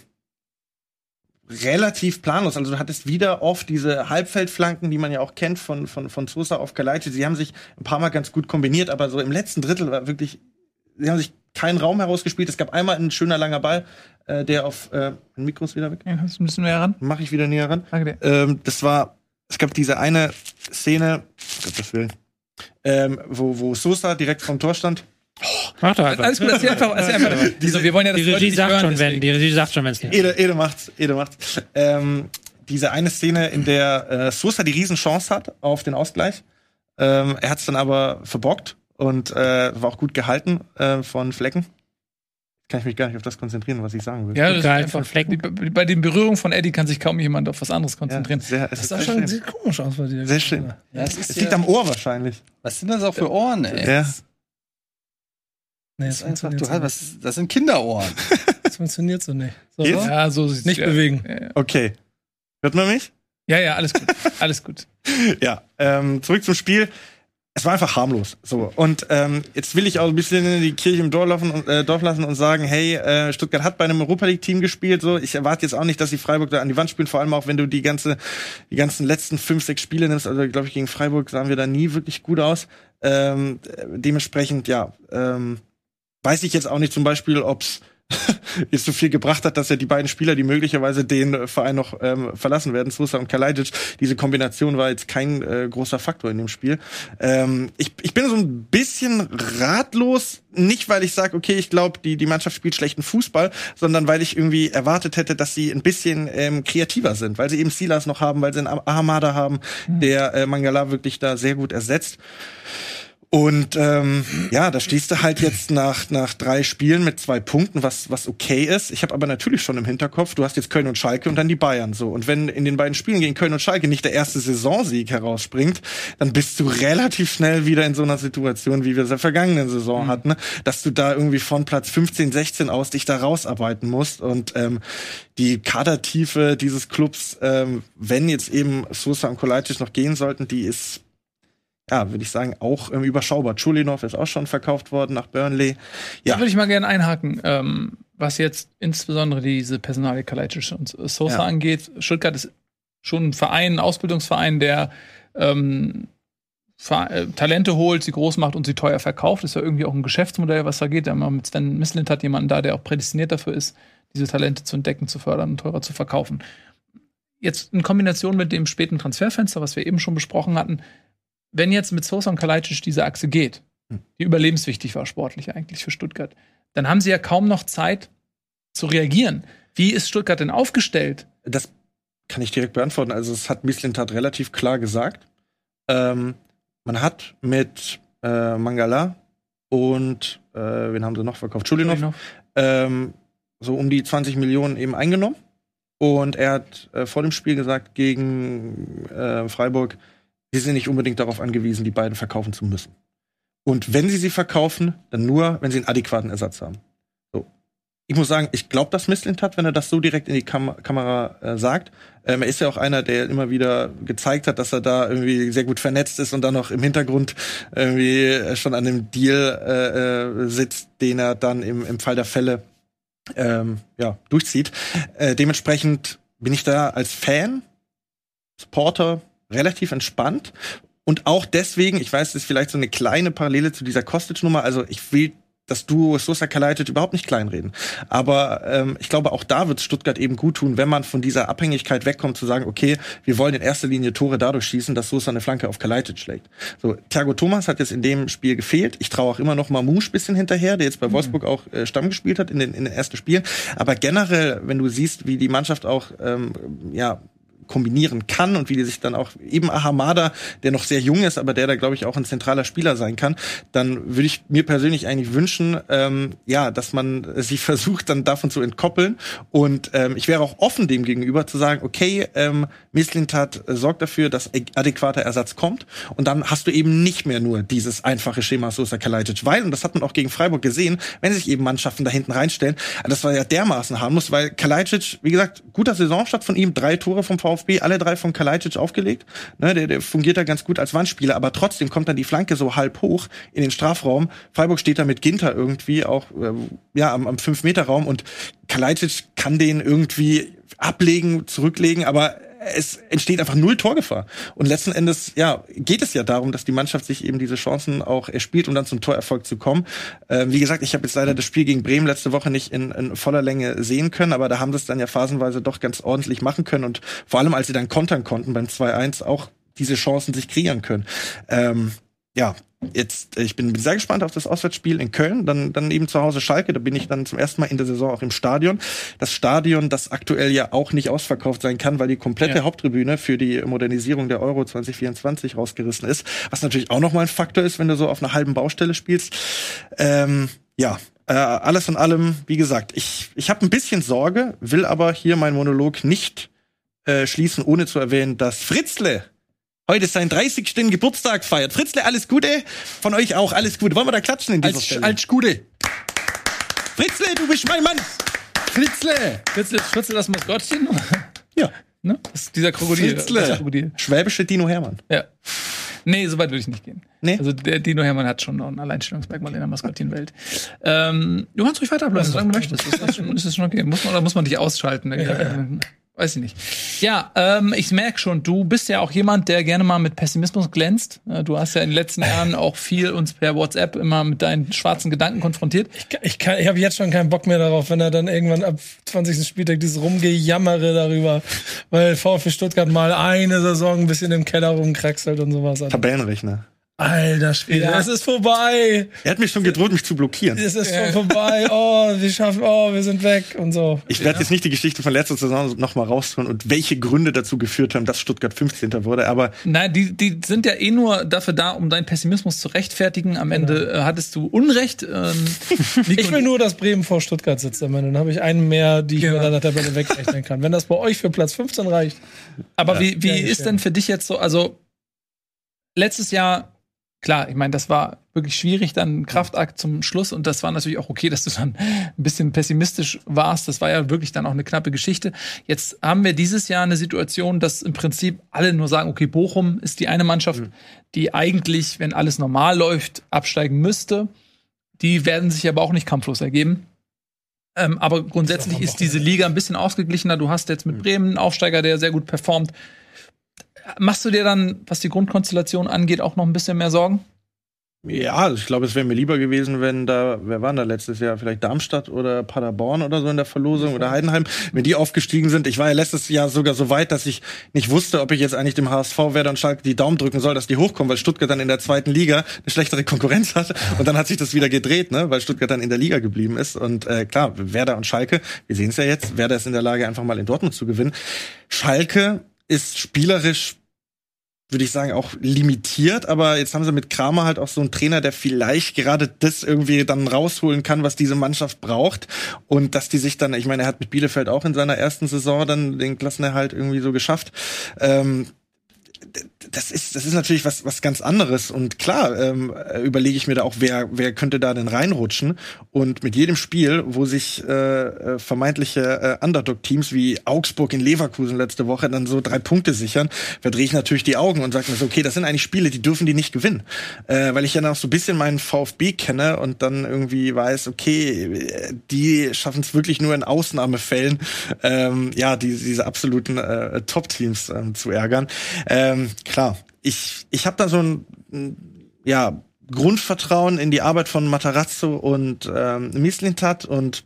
relativ planlos. Also du hattest wieder oft diese Halbfeldflanken, die man ja auch kennt von, von, von Sosa auf Kalajdzic. Sie haben sich ein paar Mal ganz gut kombiniert, aber so im letzten Drittel war wirklich, sie haben sich keinen Raum herausgespielt. Es gab einmal ein schöner langer Ball, äh, der auf, äh, mein Mikro ist wieder weg. Ja, kannst du ein bisschen näher ran? Mach ich wieder näher ran. Danke dir. Ähm, das war, es gab diese eine Szene, Gottes Willen, ähm, wo, wo Sosa direkt vom Tor stand. Mach doch einfach. Alles gut, erzähl einfach. Erzähl einfach. Diese, wir wollen ja, die das Regie sagt schon, wenn, die Regie sagt schon, wenn es nicht. Ede, Ede macht's, Ede macht's. Ähm, diese eine Szene, in der äh, Sosa die Riesenchance hat auf den Ausgleich. Ähm, er hat's dann aber verbockt und äh, war auch gut gehalten äh, von Flecken. kann ich mich gar nicht auf das konzentrieren, was ich sagen will. Ja, das ist Geil, einfach von Flecken. Bei, bei den Berührungen von Eddie kann sich kaum jemand auf was anderes konzentrieren. Ja, sehr, es Das ist sah sehr schon schön. sieht komisch aus bei dir. Sehr schön. Ja, es, ist Es ja, liegt am Ohr wahrscheinlich. was sind das auch für Ohren, ey? Ja. Nee, Das, das ist einfach, funktioniert, du, so hast, nicht. was, das sind Kinderohren. Das funktioniert so nicht. So, Geht's? so? Ja, so sieht's Nicht ja. bewegen. Ja, ja. Okay. Hört man mich? Ja, ja, alles gut. Alles gut. Ja. Ähm, zurück zum Spiel. Es war einfach harmlos. So. Und ähm, jetzt will ich auch ein bisschen in die Kirche im Dorf, laufen und, äh, Dorf lassen und sagen, hey, äh, Stuttgart hat bei einem Europa League-Team gespielt. So. Ich erwarte jetzt auch nicht, dass sie Freiburg da an die Wand spielen, vor allem auch, wenn du die ganze, die ganzen letzten fünf, sechs Spiele nimmst. Also, glaube ich, gegen Freiburg sahen wir da nie wirklich gut aus. Ähm, dementsprechend, ja, ähm, weiß ich jetzt auch nicht zum Beispiel, ob's jetzt so viel gebracht hat, dass ja die beiden Spieler, die möglicherweise den Verein noch ähm, verlassen werden, Sousa und Kalajdzic, diese Kombination war jetzt kein äh, großer Faktor in dem Spiel. Ähm, ich, ich bin so ein bisschen ratlos, nicht weil ich sage, okay, ich glaube, die, die Mannschaft spielt schlechten Fußball, sondern weil ich irgendwie erwartet hätte, dass sie ein bisschen ähm, kreativer sind, weil sie eben Silas noch haben, weil sie einen Ahamada haben, mhm. der äh, Mangala wirklich da sehr gut ersetzt. Und ähm, ja, da stehst du halt jetzt nach nach drei Spielen mit zwei Punkten, was was okay ist. Ich habe aber natürlich schon im Hinterkopf, du hast jetzt Köln und Schalke und dann die Bayern so. Und wenn in den beiden Spielen gegen Köln und Schalke nicht der erste Saisonsieg herausspringt, dann bist du relativ schnell wieder in so einer Situation, wie wir es in der vergangenen Saison mhm. hatten, dass du da irgendwie von Platz fünfzehn, sechzehn aus dich da rausarbeiten musst. Und ähm, die Kadertiefe dieses Clubs, ähm, wenn jetzt eben Sousa und Kalajdzic noch gehen sollten, die ist ja, würde ich sagen, auch ähm, überschaubar. Chulinov ist auch schon verkauft worden nach Burnley. Ja. Da würde ich mal gerne einhaken, ähm, was jetzt insbesondere diese Personalie Kalajdzic und Sousa Ja. angeht. Stuttgart ist schon ein Verein, ein Ausbildungsverein, der ähm, Ver- äh, Talente holt, sie groß macht und sie teuer verkauft. Das ist ja irgendwie auch ein Geschäftsmodell, was da geht. Da haben wir mit Sven Mislint hat jemanden da, der auch prädestiniert dafür ist, diese Talente zu entdecken, zu fördern und teurer zu verkaufen. Jetzt in Kombination mit dem späten Transferfenster, was wir eben schon besprochen hatten, wenn jetzt mit Sousa und Kalajdzic diese Achse geht, die überlebenswichtig war sportlich eigentlich für Stuttgart, dann haben sie ja kaum noch Zeit zu reagieren. Wie ist Stuttgart denn aufgestellt? Das kann ich direkt beantworten. Also es hat Mislintat relativ klar gesagt. Ähm, man hat mit äh, Mangala und äh, wen haben sie noch verkauft? Chulinov. Ähm, so um die zwanzig Millionen eben eingenommen. Und er hat äh, vor dem Spiel gesagt gegen äh, Freiburg, sie sind nicht unbedingt darauf angewiesen, die beiden verkaufen zu müssen. Und wenn sie sie verkaufen, dann nur, wenn sie einen adäquaten Ersatz haben. So. Ich muss sagen, ich glaube das Mislintat, wenn er das so direkt in die Kam- Kamera äh, sagt. Ähm, er ist ja auch einer, der immer wieder gezeigt hat, dass er da irgendwie sehr gut vernetzt ist und dann noch im Hintergrund irgendwie schon an dem Deal äh, sitzt, den er dann im, im Fall der Fälle ähm, ja, durchzieht. Äh, dementsprechend bin ich da als Fan, Supporter, relativ entspannt. Und auch deswegen, ich weiß, das ist vielleicht so eine kleine Parallele zu dieser Kostic-Nummer, also ich will das Duo Sousa Kalajdzic überhaupt nicht kleinreden. Aber ähm, ich glaube, auch da wird Stuttgart eben gut tun, wenn man von dieser Abhängigkeit wegkommt, zu sagen, okay, wir wollen in erster Linie Tore dadurch schießen, dass Sousa eine Flanke auf Kalajdzic schlägt. So, Thiago Thomas hat jetzt in dem Spiel gefehlt. Ich traue auch immer noch Mamouche ein bisschen hinterher, der jetzt bei Wolfsburg auch äh, Stamm gespielt hat in den, in den ersten Spielen. Aber generell, wenn du siehst, wie die Mannschaft auch ähm, ja kombinieren kann und wie die sich dann auch eben Ahamada, der noch sehr jung ist, aber der da, glaube ich, auch ein zentraler Spieler sein kann, dann würde ich mir persönlich eigentlich wünschen, ähm, ja, dass man sich versucht, dann davon zu entkoppeln. Und ähm, ich wäre auch offen dem gegenüber zu sagen, okay, ähm, Mislintat äh, sorgt dafür, dass adäquater Ersatz kommt. Und dann hast du eben nicht mehr nur dieses einfache Schema Sousa Kalajdzic, weil, und das hat man auch gegen Freiburg gesehen, wenn sich eben Mannschaften da hinten reinstellen, das war ja dermaßen harmlos, weil Kalajdzic, wie gesagt, guter Saisonstart von ihm, drei Tore vom VfB, alle drei von Kalajdzic aufgelegt. Ne, der, der fungiert da ganz gut als Wandspieler, aber trotzdem kommt dann die Flanke so halb hoch in den Strafraum. Freiburg steht da mit Ginter irgendwie auch äh, ja am, am fünf Meter Raum und Kalajdzic kann den irgendwie ablegen, zurücklegen, aber es entsteht einfach null Torgefahr. Und letzten Endes, ja, geht es ja darum, dass die Mannschaft sich eben diese Chancen auch erspielt, um dann zum Torerfolg zu kommen. Ähm, wie gesagt, ich habe jetzt leider das Spiel gegen Bremen letzte Woche nicht in, in voller Länge sehen können, aber da haben sie es dann ja phasenweise doch ganz ordentlich machen können und vor allem, als sie dann kontern konnten beim zwei eins, auch diese Chancen sich kreieren können. Ähm, ja, jetzt, ich bin sehr gespannt auf das Auswärtsspiel in Köln, dann, dann eben zu Hause Schalke, da bin ich dann zum ersten Mal in der Saison auch im Stadion. Das Stadion, das aktuell ja auch nicht ausverkauft sein kann, weil die komplette ja. Haupttribüne für die Modernisierung der Euro zwanzig vierundzwanzig rausgerissen ist, was natürlich auch nochmal ein Faktor ist, wenn du so auf einer halben Baustelle spielst. Ähm, ja, Äh, alles in allem, wie gesagt, ich, ich habe ein bisschen Sorge, will aber hier meinen Monolog nicht äh, schließen, ohne zu erwähnen, dass Fritzle heute seinen dreißigsten Geburtstag feiert. Fritzle, alles Gute. Von euch auch alles Gute. Wollen wir da klatschen in dieser Als, Stelle? als Gute. Fritzle, du bist mein Mann. Fritzle. Fritzle, Fritzle das Maskottchen? Ja. Ne? Das ist dieser Krokodil. Fritzle. Das Krokodil. Schwäbische Dino Hermann. Ja. Nee, so weit würde ich nicht gehen. Nee? Also der Dino Hermann hat schon noch ein Alleinstellungsmerkmal in der Maskottchenwelt. Ähm, du kannst ruhig weiterbleiben, solange du möchtest. Ist das schon, ist das schon okay? Muss man, oder muss man dich ausschalten? Ja. Weiß ich nicht. Ja, ähm, ich merke schon, du bist ja auch jemand, der gerne mal mit Pessimismus glänzt. Du hast ja in den letzten Jahren auch viel uns per WhatsApp immer mit deinen schwarzen Gedanken konfrontiert. Ich, ich, kann- ich habe jetzt schon keinen Bock mehr darauf, wenn er dann irgendwann ab zwanzigsten Spieltag dieses Rumgejammere darüber, weil VfB Stuttgart mal eine Saison ein bisschen im Keller rumkraxelt und sowas. Tabellenrechner. Alter Schwede, Ja. es ist vorbei. Er hat mich schon gedroht, mich zu blockieren. Es ist schon vorbei. Oh, wir schaffen, oh, wir sind weg und so. Ich werde jetzt nicht die Geschichte von letzter Saison noch mal rausholen und welche Gründe dazu geführt haben, dass Stuttgart fünfzehnter wurde, aber Nein, die, die sind ja eh nur dafür da, um deinen Pessimismus zu rechtfertigen. Am Ende äh, hattest du Unrecht. Ähm, Nico, Ich will nur, dass Bremen vor Stuttgart sitzt am Ende. Dann habe ich einen mehr, die ich Ja. mir dann nach der Tabelle wegrechnen kann. Wenn das bei euch für Platz fünfzehn reicht. aber wie, wie Ja, ist schön. denn für dich jetzt so, also letztes Jahr, klar, ich meine, das war wirklich schwierig, dann ein Kraftakt zum Schluss und das war natürlich auch okay, dass du dann ein bisschen pessimistisch warst. Das war ja wirklich dann auch eine knappe Geschichte. Jetzt haben wir dieses Jahr eine Situation, dass im Prinzip alle nur sagen, okay, Bochum ist die eine Mannschaft, die eigentlich, wenn alles normal läuft, absteigen müsste. Die werden sich aber auch nicht kampflos ergeben. Ähm, aber grundsätzlich ist diese Liga ein bisschen ausgeglichener. Du hast jetzt mit Bremen einen Aufsteiger, der sehr gut performt. Machst du dir dann, was die Grundkonstellation angeht, auch noch ein bisschen mehr Sorgen? ja, also ich glaube, es wäre mir lieber gewesen, wenn da, wer waren da letztes Jahr? Vielleicht Darmstadt oder Paderborn oder so in der Verlosung oder Heidenheim, wenn die aufgestiegen sind. Ich war ja letztes Jahr sogar so weit, dass ich nicht wusste, ob ich jetzt eigentlich dem H S V, Werder und Schalke die Daumen drücken soll, dass die hochkommen, weil Stuttgart dann in der zweiten Liga eine schlechtere Konkurrenz hatte. Und dann hat sich das wieder gedreht, ne, weil Stuttgart dann in der Liga geblieben ist. Und äh, klar, Werder und Schalke, wir sehen es ja jetzt, Werder ist in der Lage, einfach mal in Dortmund zu gewinnen. Schalke ist spielerisch, würde ich sagen, auch limitiert, aber jetzt haben sie mit Kramer halt auch so einen Trainer, der vielleicht gerade das irgendwie dann rausholen kann, was diese Mannschaft braucht und dass die sich dann, ich meine, er hat mit Bielefeld auch in seiner ersten Saison dann den Klassenerhalt irgendwie so geschafft. Ähm, das ist, das ist natürlich was, was ganz anderes. Und klar, ähm, überlege ich mir da auch, wer, wer könnte da denn reinrutschen? Und mit jedem Spiel, wo sich äh, vermeintliche äh, Underdog-Teams wie Augsburg in Leverkusen letzte Woche dann so drei Punkte sichern, verdrehe ich natürlich die Augen und sage mir so, okay, das sind eigentlich Spiele, die dürfen die nicht gewinnen. Äh, weil ich ja noch so ein bisschen meinen VfB kenne und dann irgendwie weiß, okay, die schaffen es wirklich nur in Ausnahmefällen, ähm, ja, die, diese absoluten äh, Top-Teams ähm, zu ärgern. Ähm, klar, ich, ich habe da so ein, ja, Grundvertrauen in die Arbeit von Matarazzo und ähm, Mislintat und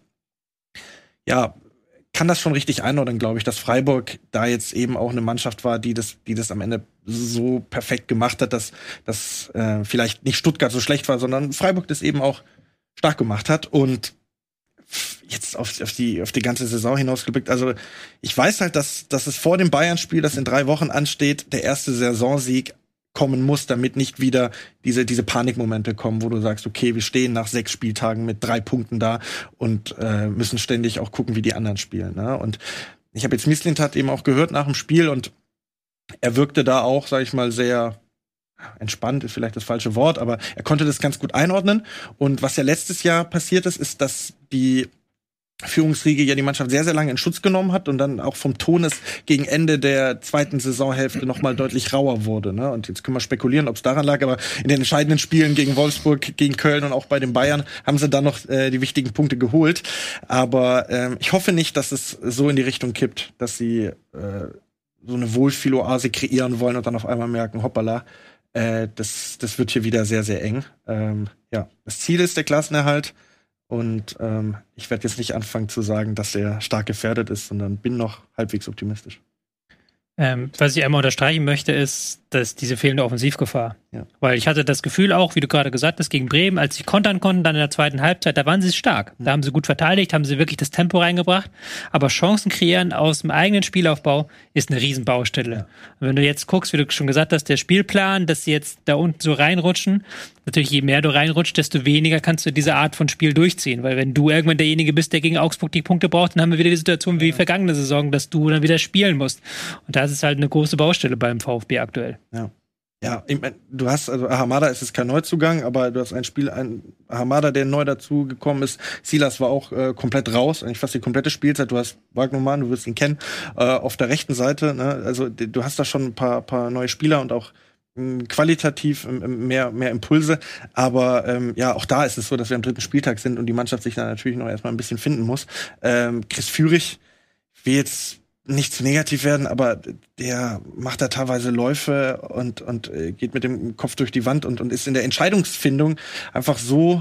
ja, kann das schon richtig einordnen, glaube ich, dass Freiburg da jetzt eben auch eine Mannschaft war, die das, die das am Ende so perfekt gemacht hat, dass, dass äh, vielleicht nicht Stuttgart so schlecht war, sondern Freiburg das eben auch stark gemacht hat und jetzt auf, auf die auf die ganze Saison hinausgeblickt. Also ich weiß halt, dass dass es vor dem Bayern-Spiel, das in drei Wochen ansteht, der erste Saisonsieg kommen muss, damit nicht wieder diese diese Panikmomente kommen, wo du sagst, okay, wir stehen nach sechs Spieltagen mit drei Punkten da und äh, müssen ständig auch gucken, wie die anderen spielen. Ne? Und ich habe jetzt Mislintat eben auch gehört nach dem Spiel und er wirkte da auch, sag ich mal, sehr entspannt ist vielleicht das falsche Wort, aber er konnte das ganz gut einordnen. Und was ja letztes Jahr passiert ist, ist, dass die Führungsriege ja die Mannschaft sehr, sehr lange in Schutz genommen hat und dann auch vom Ton es gegen Ende der zweiten Saisonhälfte noch mal deutlich rauer wurde. Ne? Und jetzt können wir spekulieren, ob es daran lag, aber in den entscheidenden Spielen gegen Wolfsburg, gegen Köln und auch bei den Bayern haben sie dann noch äh, die wichtigen Punkte geholt. Aber ähm, ich hoffe nicht, dass es so in die Richtung kippt, dass sie äh, so eine Wohlfühloase kreieren wollen und dann auf einmal merken, hoppala, Äh, das, das wird hier wieder sehr, sehr eng. Ähm, ja, das Ziel ist der Klassenerhalt. Und ähm, ich werde jetzt nicht anfangen zu sagen, dass er stark gefährdet ist, sondern bin noch halbwegs optimistisch. Ähm, was ich einmal unterstreichen möchte, ist, dass diese fehlende Offensivgefahr. Ja. Weil ich hatte das Gefühl auch, wie du gerade gesagt hast, gegen Bremen, als sie kontern konnten, dann in der zweiten Halbzeit, da waren sie stark. Da haben sie gut verteidigt, haben sie wirklich das Tempo reingebracht. Aber Chancen kreieren aus dem eigenen Spielaufbau ist eine Riesenbaustelle. Ja. Und wenn du jetzt guckst, wie du schon gesagt hast, der Spielplan, dass sie jetzt da unten so reinrutschen, natürlich je mehr du reinrutscht, desto weniger kannst du diese Art von Spiel durchziehen. Weil wenn du irgendwann derjenige bist, der gegen Augsburg die Punkte braucht, dann haben wir wieder die Situation wie vergangene Saison, dass du dann wieder spielen musst. Und das ist halt eine große Baustelle beim VfB aktuell. Ja. Ja, ich mein, du hast, also Ahamada ist jetzt kein Neuzugang, aber du hast ein Spiel, ein Ahamada, der neu dazu gekommen ist. Silas war auch äh, komplett raus, eigentlich fast die komplette Spielzeit. Du hast Wagnermann, du wirst ihn kennen, äh, auf der rechten Seite. Ne? Also du hast da schon ein paar, paar neue Spieler und auch mh, qualitativ mh, mehr, mehr Impulse. Aber ähm, ja, auch da ist es so, dass wir am dritten Spieltag sind und die Mannschaft sich da natürlich noch erstmal ein bisschen finden muss. Ähm, Chris Führig will jetzt nicht zu negativ werden, aber der macht da teilweise Läufe und, und äh, geht mit dem Kopf durch die Wand und, und ist in der Entscheidungsfindung einfach so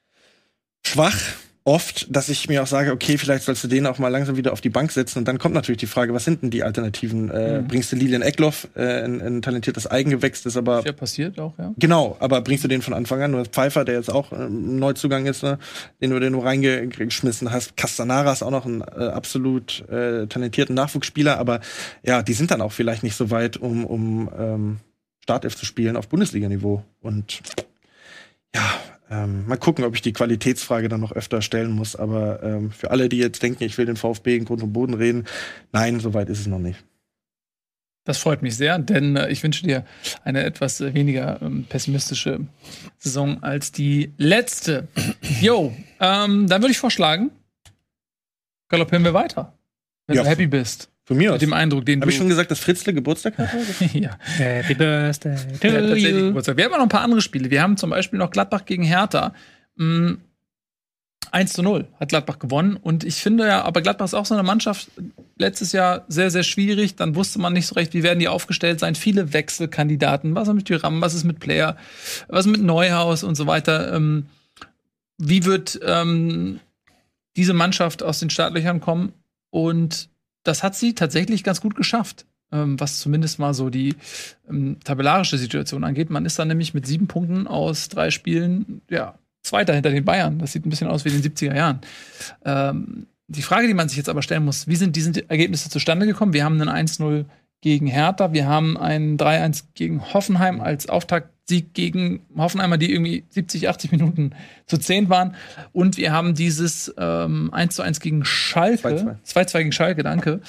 schwach oft, dass ich mir auch sage, okay, vielleicht sollst du den auch mal langsam wieder auf die Bank setzen. Und dann kommt natürlich die Frage, was sind denn die Alternativen? Äh, mhm. Bringst du Lilian Eckloff, äh, ein, ein talentiertes Eigengewächs, das aber... Ist ja passiert auch, ja. Genau, aber bringst du den von Anfang an? Du hast Pfeiffer, der jetzt auch ein äh, Neuzugang ist, ne? den du den du reingeschmissen hast. Castanara ist auch noch ein äh, absolut äh, talentierten Nachwuchsspieler, aber ja, die sind dann auch vielleicht nicht so weit, um, um ähm, Startelf zu spielen auf Bundesliga-Niveau. Und ja, Ähm, mal gucken, ob ich die Qualitätsfrage dann noch öfter stellen muss. Aber ähm, für alle, die jetzt denken, ich will den VfB in Grund und Boden reden, nein, so weit ist es noch nicht. Das freut mich sehr, denn äh, ich wünsche dir eine etwas äh, weniger ähm, pessimistische Saison als die letzte. Jo, ähm, dann würde ich vorschlagen, galoppieren wir weiter, wenn ja, du happy bist. Von mir Mit aus. dem Eindruck, den Hab du... ich schon gesagt, dass Fritzle Geburtstag hat? ja. Happy Birthday to Ja, tatsächlich you. Geburtstag. Wir haben auch noch ein paar andere Spiele. Wir haben zum Beispiel noch Gladbach gegen Hertha. Mm, eins zu null hat Gladbach gewonnen. Und ich finde ja, aber Gladbach ist auch so eine Mannschaft, letztes Jahr sehr, sehr schwierig. Dann wusste man nicht so recht, wie werden die aufgestellt sein. Viele Wechselkandidaten. Was ist mit Thuram, was ist mit Player, was ist mit Neuhaus und so weiter. Ähm, wie wird ähm, diese Mannschaft aus den Startlöchern kommen? Und das hat sie tatsächlich ganz gut geschafft, ähm, was zumindest mal so die ähm, tabellarische Situation angeht. Man ist dann nämlich mit sieben Punkten aus drei Spielen, ja, Zweiter hinter den Bayern. Das sieht ein bisschen aus wie in den siebziger Jahren. Ähm, die Frage, die man sich jetzt aber stellen muss, wie sind diese Ergebnisse zustande gekommen? Wir haben einen eins zu null gegen Hertha, wir haben einen drei eins gegen Hoffenheim als Auftaktsieg gegen Hoffenheimer, die irgendwie siebzig, achtzig Minuten zu zehn waren. Und wir haben dieses ähm, eins zu eins gegen Schalke. zwei zu zwei gegen Schalke, danke.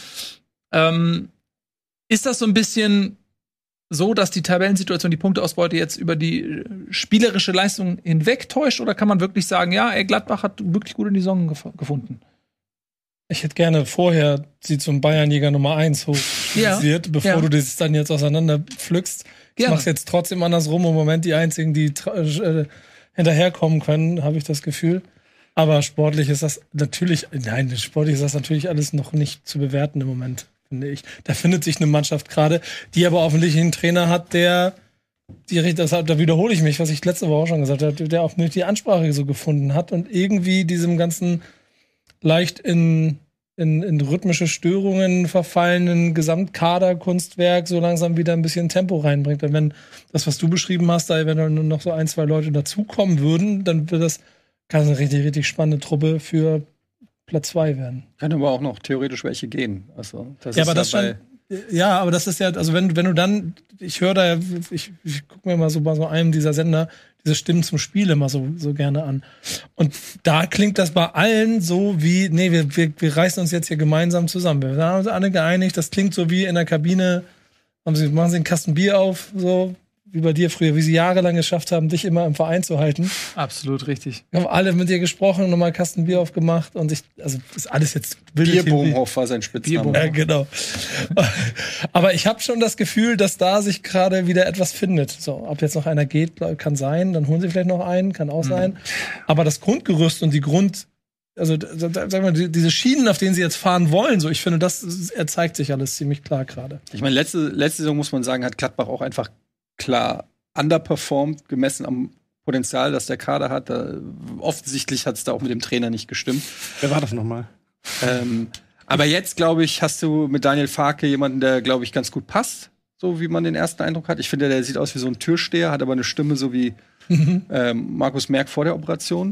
Ähm, ist das so ein bisschen so, dass die Tabellensituation, die Punkteausbeute jetzt über die äh, spielerische Leistung hinwegtäuscht? Oder kann man wirklich sagen, ja, ey, Gladbach hat wirklich gut in die Saison gef- gefunden? Ich hätte gerne vorher sie zum Bayernjäger Nummer eins hochstilisiert, ja, bevor ja. du das dann jetzt auseinander pflückst. Ich Gerne. mach's jetzt trotzdem andersrum. Im Moment die einzigen, die äh, hinterherkommen können, habe ich das Gefühl. Aber sportlich ist das natürlich, nein, sportlich ist das natürlich alles noch nicht zu bewerten im Moment, finde ich. Da findet sich eine Mannschaft gerade, die aber offensichtlich einen Trainer hat, der die, das, da wiederhole ich mich, was ich letzte Woche auch schon gesagt habe, der auch nicht die Ansprache so gefunden hat und irgendwie diesem ganzen leicht in, in, in rhythmische Störungen verfallenen Gesamtkaderkunstwerk so langsam wieder ein bisschen Tempo reinbringt. Und wenn das, was du beschrieben hast, da eventuell nur noch so ein, zwei Leute dazukommen würden, dann wird das kann eine richtig, richtig spannende Truppe für Platz zwei werden. Kann aber auch noch theoretisch welche gehen. Also, das ja, ist aber das dabei schon, ja, aber das ist ja, also wenn, wenn du dann, ich höre da, ich, ich gucke mir mal so bei so einem dieser Sender diese Stimmen zum Spiel immer so, so gerne an. Und da klingt das bei allen so wie, nee, wir, wir, wir reißen uns jetzt hier gemeinsam zusammen. Wir haben uns alle geeinigt, das klingt so wie in der Kabine, haben sie, machen sie einen Kasten Bier auf, so wie bei dir früher, wie sie jahrelang geschafft haben, dich immer im Verein zu halten. Absolut richtig. Wir haben alle mit dir gesprochen, nochmal einen Kasten Bier aufgemacht und ich, also ist alles jetzt wild. Bierbohmhoff war sein Spitzname. Ja, genau. Aber ich habe schon das Gefühl, dass da sich gerade wieder etwas findet. So, ob jetzt noch einer geht, kann sein, dann holen sie vielleicht noch einen, kann auch sein. Mhm. Aber das Grundgerüst und die Grund, also sagen wir, diese Schienen, auf denen sie jetzt fahren wollen, so, ich finde, das erzeigt sich alles ziemlich klar gerade. Ich meine, letzte, letzte Saison muss man sagen, hat Gladbach auch einfach klar underperformed, gemessen am Potenzial, das der Kader hat. Da, offensichtlich hat es da auch mit dem Trainer nicht gestimmt. Wer war das nochmal? Ähm, aber jetzt, glaube ich, hast du mit Daniel Farke jemanden, der, glaube ich, ganz gut passt. so wie man den ersten Eindruck hat. Ich finde, der sieht aus wie so ein Türsteher, hat aber eine Stimme so wie ähm, Markus Merck vor der Operation.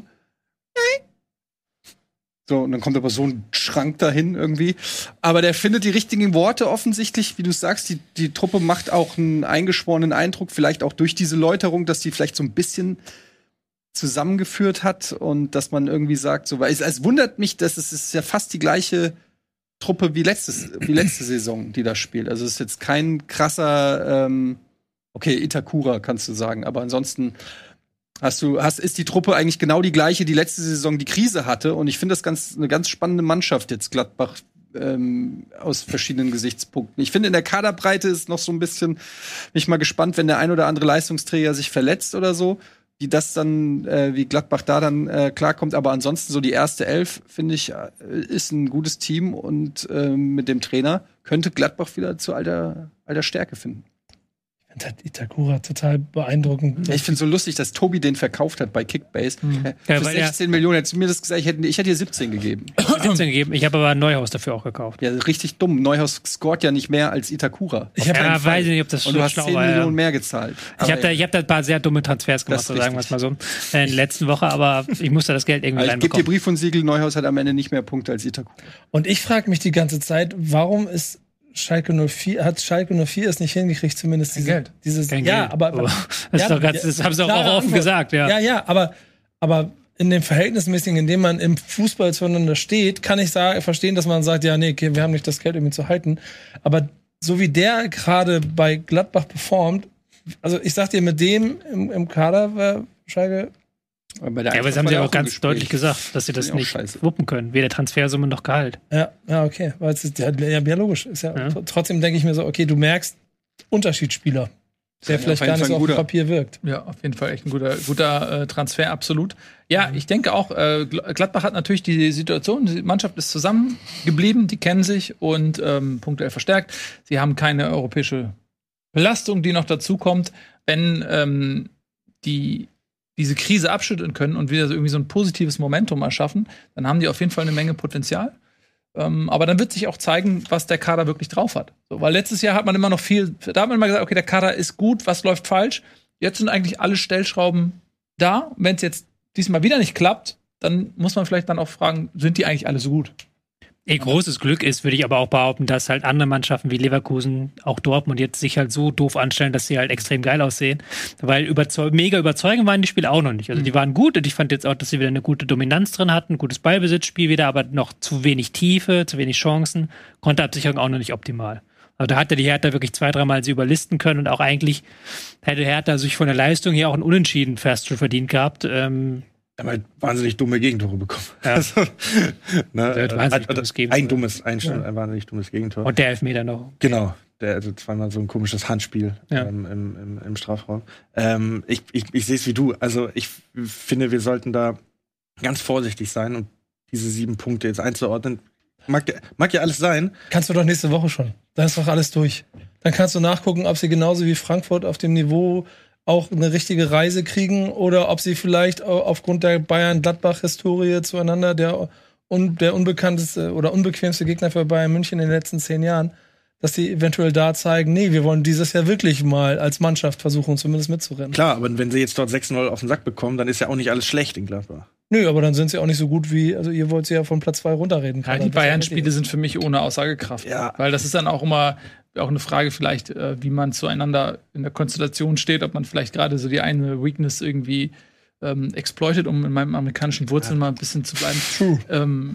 So, und dann kommt aber so ein Schrank dahin irgendwie. Aber der findet die richtigen Worte offensichtlich, wie du sagst. Die, die Truppe macht auch einen eingeschworenen Eindruck, vielleicht auch durch diese Läuterung, dass die vielleicht so ein bisschen zusammengeführt hat und dass man irgendwie sagt, so, weil es, es wundert mich, dass es ist ja fast die gleiche Truppe wie letztes, wie letzte Saison, die da spielt. Also es ist jetzt kein krasser, ähm, okay, Itakura kannst du sagen, aber ansonsten Hast du, hast, ist die Truppe eigentlich genau die gleiche, die letzte Saison die Krise hatte. Und ich finde das ganz, eine ganz spannende Mannschaft jetzt, Gladbach, ähm, aus verschiedenen Gesichtspunkten. Ich finde, in der Kaderbreite ist noch so ein bisschen, bin ich mal gespannt, wenn der ein oder andere Leistungsträger sich verletzt oder so, wie das dann, äh, wie Gladbach da dann äh, klarkommt. Aber ansonsten so die erste Elf, finde ich, äh, ist ein gutes Team und äh, mit dem Trainer könnte Gladbach wieder zu alter, alter Stärke finden. Itakura total beeindruckend. Ich finde es so lustig, dass Tobi den verkauft hat bei Kickbase. Mhm. Ja, für sechzehn Millionen hättest du mir das gesagt. Ich hätte, ich hätte dir siebzehn gegeben. siebzehn gegeben. Ich habe aber Neuhaus dafür auch gekauft. Ja, richtig dumm. Neuhaus scoret ja nicht mehr als Itakura. Ich hab ja, weiß nicht, ob das Und du hast schlau zehn war, Millionen ja. mehr gezahlt. Ich habe da, ich hab da ein paar sehr dumme Transfers gemacht, so sagen wir es mal so, in der letzten Woche, aber ich musste das Geld irgendwie also ich gebe dir reinbekommen. Brief und Siegel, Neuhaus hat am Ende nicht mehr Punkte als Itakura. Und ich frage mich die ganze Zeit, warum ist Schalke null vier, hat Schalke null vier es nicht hingekriegt, zumindest diese, Geld. dieses, Kein ja, Geld. aber, aber das, ja, ist doch ganz, das haben sie auch, auch offen gesagt, ja. Ja, ja, aber, aber in dem Verhältnismäßigen, in dem man im Fußball zueinander steht, kann ich sagen, verstehen, dass man sagt, ja, nee, okay, wir haben nicht das Geld, um ihn zu halten. Aber so wie der gerade bei Gladbach performt, also ich sag dir, mit dem im, im Kader war Schalke. Bei der Ja, aber das haben sie auch ganz deutlich gesagt, dass sie das auch nicht scheiße. wuppen können. Weder Transfersumme noch Gehalt. Ja, ja, okay. Weil es ist ja, ja, ja logisch. Ist ja, Ja. Trotzdem denke ich mir so, okay, du merkst Unterschiedsspieler, der Ja, vielleicht auf jeden gar nicht Fall so ein auf dem guter. Papier wirkt. Ja, auf jeden Fall echt ein guter, guter äh, Transfer, absolut. Ja, ich denke auch, äh, Gl- Gladbach hat natürlich die Situation, die Mannschaft ist zusammengeblieben, die kennen sich und ähm, punktuell verstärkt. Sie haben keine europäische Belastung, die noch dazu kommt. Wenn ähm, die diese Krise abschütteln können und wieder so irgendwie so ein positives Momentum erschaffen, dann haben die auf jeden Fall eine Menge Potenzial. Ähm, aber dann wird sich auch zeigen, was der Kader wirklich drauf hat. So, weil letztes Jahr hat man immer noch viel, da hat man immer gesagt, okay, der Kader ist gut, was läuft falsch? Jetzt sind eigentlich alle Stellschrauben da. Wenn es jetzt diesmal wieder nicht klappt, dann muss man vielleicht dann auch fragen, sind die eigentlich alle so gut? Ihr großes Glück ist, würde ich aber auch behaupten, dass halt andere Mannschaften wie Leverkusen, auch Dortmund jetzt sich halt so doof anstellen, dass sie halt extrem geil aussehen. Weil überzeug mega überzeugend waren die Spiele auch noch nicht. Also die waren gut und ich fand jetzt auch, dass sie wieder eine gute Dominanz drin hatten, ein gutes Ballbesitzspiel wieder, aber noch zu wenig Tiefe, zu wenig Chancen. Konterabsicherung auch noch nicht optimal. Also da hatte die Hertha wirklich zwei, dreimal sie überlisten können und auch eigentlich hätte Hertha sich von der Leistung hier auch ein Unentschieden fast schon verdient gehabt. Ähm, haben halt wahnsinnig dumme Gegentore bekommen. Ja. Also, ne, Der hat wahnsinnig äh, dummes Gegentor. ein dummes, ein, ja. ein wahnsinnig dummes Gegentor. und der Elfmeter noch. Genau. Der, also zweimal so ein komisches Handspiel Ja. ähm, im, im, im Strafraum. Ähm, ich ich, ich sehe es wie du. Also ich f- finde, wir sollten da ganz vorsichtig sein und diese sieben Punkte jetzt einzuordnen. Mag, ja- mag ja alles sein. Kannst du doch nächste Woche schon. Dann ist doch alles durch. Dann kannst du nachgucken, ob sie genauso wie Frankfurt auf dem Niveau auch eine richtige Reise kriegen oder ob sie vielleicht aufgrund der Bayern-Gladbach-Historie zueinander der, un, der unbekannteste oder unbequemste Gegner für Bayern München in den letzten zehn Jahren, dass sie eventuell da zeigen, nee, wir wollen dieses Jahr wirklich mal als Mannschaft versuchen, zumindest mitzurennen. Klar, aber wenn sie jetzt dort sechs null auf den Sack bekommen, dann ist ja auch nicht alles schlecht in Gladbach. Nö, aber dann sind sie auch nicht so gut wie, also ihr wollt sie ja von Platz zwei runterreden. Ja, die Bayern-Spiele sind für mich ohne Aussagekraft. Ja. Weil das ist dann auch immer auch eine Frage vielleicht, äh, wie man zueinander in der Konstellation steht, ob man vielleicht gerade so die eine Weakness irgendwie ähm, exploitet, um in meinem amerikanischen Wurzeln ja. mal ein bisschen zu bleiben. True. Ähm,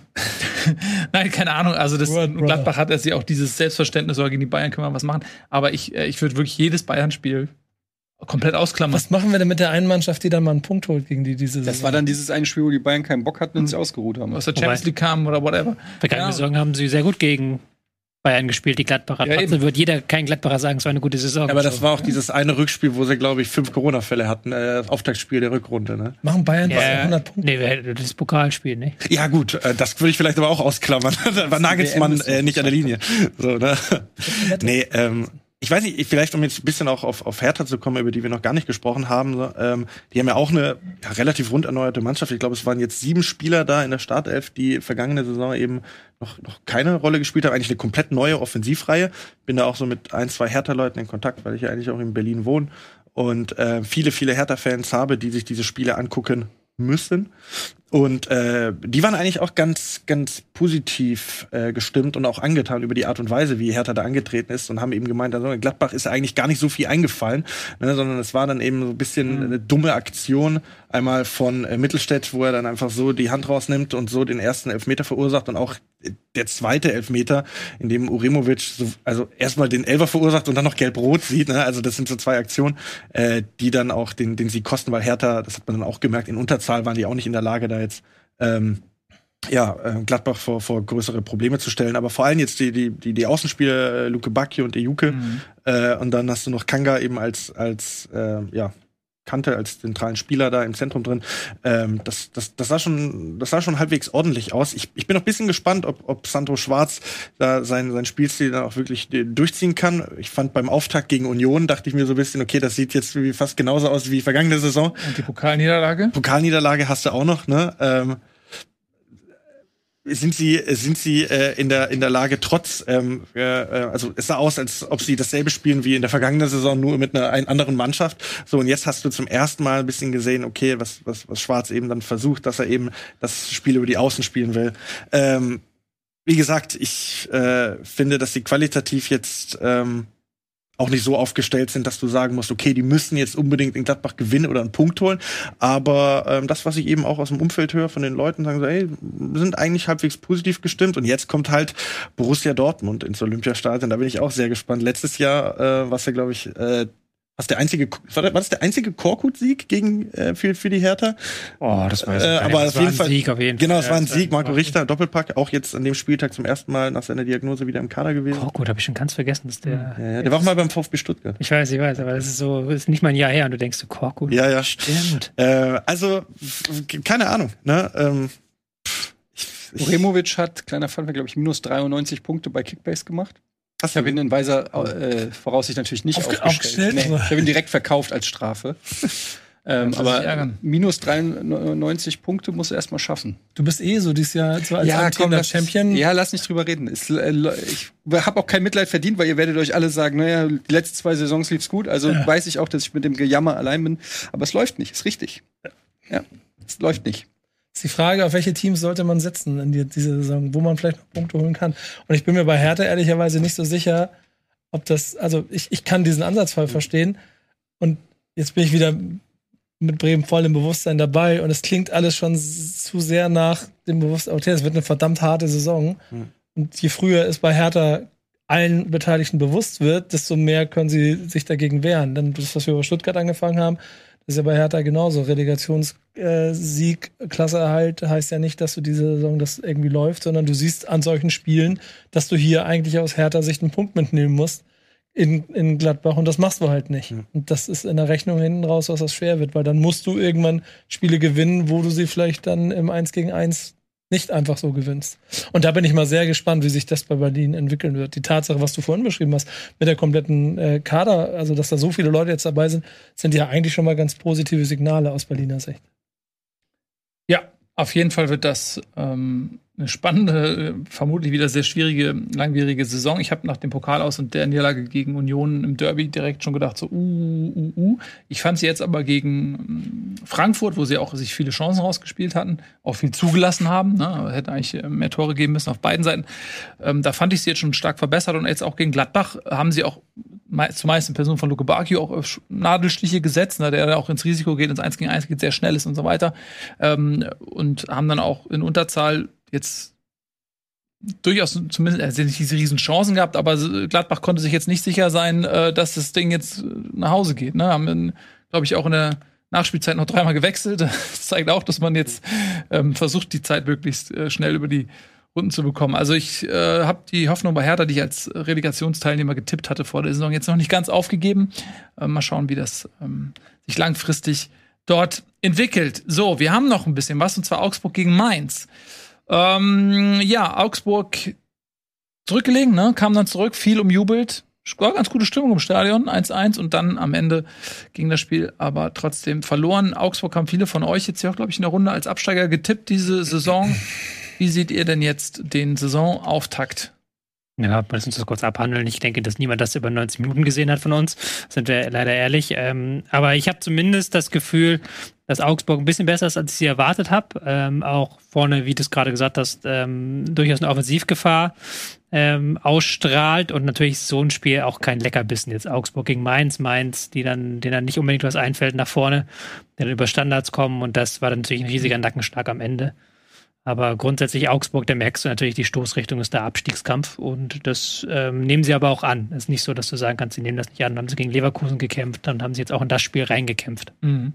Nein, keine Ahnung. Also das Word, Gladbach hat jetzt ja auch dieses Selbstverständnis, so gegen die Bayern können wir was machen. Aber ich, äh, ich würde wirklich jedes Bayern-Spiel komplett ausklammern. Was machen wir denn mit der einen Mannschaft, die dann mal einen Punkt holt gegen die diese Das Saison? war dann dieses eine Spiel, wo die Bayern keinen Bock hatten und sich ausgeruht haben. Aus der Champions League kamen oder whatever. Vergangene Ja. Saison haben sie sehr gut gegen Bayern gespielt, die Gladbacher. Ja, Trotzdem eben. wird jeder, kein Gladbacher sagen, es war eine gute Saison. Aber das So. war auch dieses eine Rückspiel, wo sie, glaube ich, fünf Corona-Fälle hatten. Äh, Auftaktspiel der Rückrunde, ne? Machen Bayern Ja, hundert Punkte? nee, wir hätten das Pokalspiel, ne? Ja, gut, äh, das würde ich vielleicht aber auch ausklammern. da war Nagelsmann W M äh, nicht an der Linie. So, ne? Nee, ähm, ich weiß nicht, vielleicht um jetzt ein bisschen auch auf, auf Hertha zu kommen, über die wir noch gar nicht gesprochen haben. So, ähm, die haben ja auch eine ja, relativ rund erneuerte Mannschaft. Ich glaube, es waren jetzt sieben Spieler da in der Startelf, die vergangene Saison eben noch, noch keine Rolle gespielt haben. Eigentlich eine komplett neue Offensivreihe. Bin da auch so mit ein, zwei Hertha-Leuten in Kontakt, weil ich ja eigentlich auch in Berlin wohne. Und äh, viele, viele Hertha-Fans habe, die sich diese Spiele angucken müssen. Und äh, die waren eigentlich auch ganz, ganz positiv äh, gestimmt und auch angetan über die Art und Weise, wie Hertha da angetreten ist und haben eben gemeint, also Gladbach ist eigentlich gar nicht so viel eingefallen, ne, sondern es war dann eben so ein bisschen mhm. eine dumme Aktion, einmal von äh, Mittelstädt, wo er dann einfach so die Hand rausnimmt und so den ersten Elfmeter verursacht und auch der zweite Elfmeter, in dem Uremovic so, also erstmal den Elfer verursacht und dann noch gelb-rot sieht, ne? Also das sind so zwei Aktionen, äh, die dann auch den, den Sieg kosten, weil Hertha, das hat man dann auch gemerkt, in Unterzahl waren die auch nicht in der Lage, da jetzt ähm, ja, äh, Gladbach vor, vor größere Probleme zu stellen. Aber vor allem jetzt die, die, die, die Außenspieler, äh, Luke Bacchio und Ejuke. Mhm. Äh, und dann hast du noch Kanga eben als, als äh, ja, Kante, als zentralen Spieler da im Zentrum drin. Ähm, das, das, das, sah schon, das sah schon halbwegs ordentlich aus. Ich, ich bin noch ein bisschen gespannt, ob, ob Sandro Schwarz da sein, sein Spielstil dann auch wirklich durchziehen kann. Ich fand beim Auftakt gegen Union, dachte ich mir so ein bisschen, okay, das sieht jetzt wie fast genauso aus wie vergangene Saison. Und die Pokalniederlage? Pokalniederlage hast du auch noch, ne? Ähm, Sind sie sind sie äh, in der in der Lage trotz ähm, äh, also es sah aus, als ob sie dasselbe spielen wie in der vergangenen Saison, nur mit einer ein anderen Mannschaft. So, und jetzt hast du zum ersten Mal ein bisschen gesehen, okay, was was was Schwarz eben dann versucht, dass er eben das Spiel über die Außen spielen will. Ähm, wie gesagt, ich äh, finde, dass sie qualitativ jetzt ähm, auch nicht so aufgestellt sind, dass du sagen musst, okay, die müssen jetzt unbedingt in Gladbach gewinnen oder einen Punkt holen. Aber ähm, das, was ich eben auch aus dem Umfeld höre von den Leuten, sagen so, ey, sind eigentlich halbwegs positiv gestimmt. Und jetzt kommt halt Borussia Dortmund ins Olympiastadion. Da bin ich auch sehr gespannt. Letztes Jahr äh, war es ja, glaube ich, äh, was der einzige, war das der einzige Korkut-Sieg gegen äh, für, für die Hertha? Oh, das weiß ich äh, nicht. Aber das auf jeden war Fall, ein Sieg auf jeden genau, Fall. es war ein Ja, Sieg. Marco war Richter, Doppelpack, auch jetzt an dem Spieltag zum ersten Mal nach seiner Diagnose wieder im Kader gewesen. Korkut habe ich schon ganz vergessen, dass der. Ja, ja, der war auch mal beim VfB Stuttgart. Ich weiß, ich weiß, aber das ist so, das ist nicht mal ein Jahr her und du denkst, du Korkut. Ja, ja. Stimmt. Äh, also, keine Ahnung, ne? Ähm, Uremovic hat, kleiner Funfact, glaube ich, minus dreiundneunzig Punkte bei Kickbase gemacht. Ich habe ihn in weiser äh, Voraussicht natürlich nicht Aufge- aufgestellt. aufgestellt? Nee, ich habe ihn direkt verkauft als Strafe. ähm, aber minus dreiundneunzig Punkte muss er erstmal schaffen. Du bist eh so dieses Jahr so als Ja, komm, amtierender lass, Champion. ja, lass nicht drüber reden. Es, äh, ich habe auch kein Mitleid verdient, weil ihr werdet euch alle sagen, naja, die letzten zwei Saisons lief's gut. Also Ja. weiß ich auch, dass ich mit dem Gejammer allein bin. Aber es läuft nicht, ist richtig. Ja, es läuft nicht. Ist die Frage, auf welche Teams sollte man setzen in die, diese Saison, wo man vielleicht noch Punkte holen kann. Und ich bin mir bei Hertha ehrlicherweise nicht so sicher, ob das, also ich, ich kann diesen Ansatz voll verstehen. Und jetzt bin ich wieder mit Bremen voll im Bewusstsein dabei und es klingt alles schon zu sehr nach dem Bewusstsein, okay, es wird eine verdammt harte Saison. Mhm. Und je früher es bei Hertha allen Beteiligten bewusst wird, desto mehr können sie sich dagegen wehren. Denn das, was wir über Stuttgart angefangen haben, das ist ja bei Hertha genauso. Relegationssieg, Klasseerhalt heißt ja nicht, dass du diese Saison das irgendwie läuft, sondern du siehst an solchen Spielen, dass du hier eigentlich aus Hertha Sicht einen Punkt mitnehmen musst in, in Gladbach und das machst du halt nicht. Mhm. Und das ist in der Rechnung hinten raus, was das schwer wird, weil dann musst du irgendwann Spiele gewinnen, wo du sie vielleicht dann im eins gegen eins nicht einfach so gewinnst. Und da bin ich mal sehr gespannt, wie sich das bei Berlin entwickeln wird. Die Tatsache, was du vorhin beschrieben hast, mit der kompletten äh, Kader, also dass da so viele Leute jetzt dabei sind, sind ja eigentlich schon mal ganz positive Signale aus Berliner Sicht. Ja, auf jeden Fall wird das ähm, eine spannende, vermutlich wieder sehr schwierige, langwierige Saison. Ich habe nach dem Pokal aus und der Niederlage gegen Union im Derby direkt schon gedacht, so, uh, uh, uh. Ich fand sie jetzt aber gegen Frankfurt, wo sie auch sich viele Chancen rausgespielt hatten, auch viel zugelassen haben, ne? Hätten eigentlich mehr Tore geben müssen auf beiden Seiten. Ähm, da fand ich sie jetzt schon stark verbessert und jetzt auch gegen Gladbach haben sie auch zumeist in Person von Luke Bacchio auch Nadelstiche gesetzt, ne, der auch ins Risiko geht, ins eins gegen eins geht, sehr schnell ist und so weiter. Ähm, und haben dann auch in Unterzahl jetzt durchaus zumindest also nicht diese riesen Chancen gehabt, aber Gladbach konnte sich jetzt nicht sicher sein, äh, dass das Ding jetzt nach Hause geht. Ne? Haben, glaube ich, auch in der Nachspielzeit noch dreimal gewechselt. Das zeigt auch, dass man jetzt ähm, versucht, die Zeit möglichst äh, schnell über die Runden zu bekommen. Also ich äh, habe die Hoffnung bei Hertha, die ich als Relegationsteilnehmer getippt hatte vor der Saison, jetzt noch nicht ganz aufgegeben. Äh, mal schauen, wie das ähm, sich langfristig dort entwickelt. So, wir haben noch ein bisschen was, und zwar Augsburg gegen Mainz. Ähm, ja, Augsburg zurückgelegen, ne? Kam dann zurück, viel umjubelt. war ganz gute Stimmung im Stadion, eins eins und dann am Ende ging das Spiel aber trotzdem verloren. Augsburg haben viele von euch jetzt ja auch, glaube ich, in der Runde als Absteiger getippt diese Saison. Wie seht ihr denn jetzt den Saisonauftakt? Ja, lass uns das kurz abhandeln. Ich denke, dass niemand das über neunzig Minuten gesehen hat von uns. Sind wir leider ehrlich. Ähm, aber ich habe zumindest das Gefühl, dass Augsburg ein bisschen besser ist, als ich sie erwartet habe. Ähm, auch vorne, wie du es gerade gesagt hast, ähm, durchaus eine Offensivgefahr ähm, ausstrahlt. Und natürlich ist so ein Spiel auch kein Leckerbissen. Jetzt Augsburg gegen Mainz. Mainz, die dann, denen dann nicht unbedingt was einfällt nach vorne, die dann über Standards kommen. Und das war dann natürlich ein riesiger Nackenschlag am Ende. Aber grundsätzlich Augsburg, da merkst du natürlich, die Stoßrichtung ist der Abstiegskampf und das ähm, nehmen sie aber auch an. Es ist nicht so, dass du sagen kannst, sie nehmen das nicht an. Dann haben sie gegen Leverkusen gekämpft, dann haben sie jetzt auch in das Spiel reingekämpft. Mhm.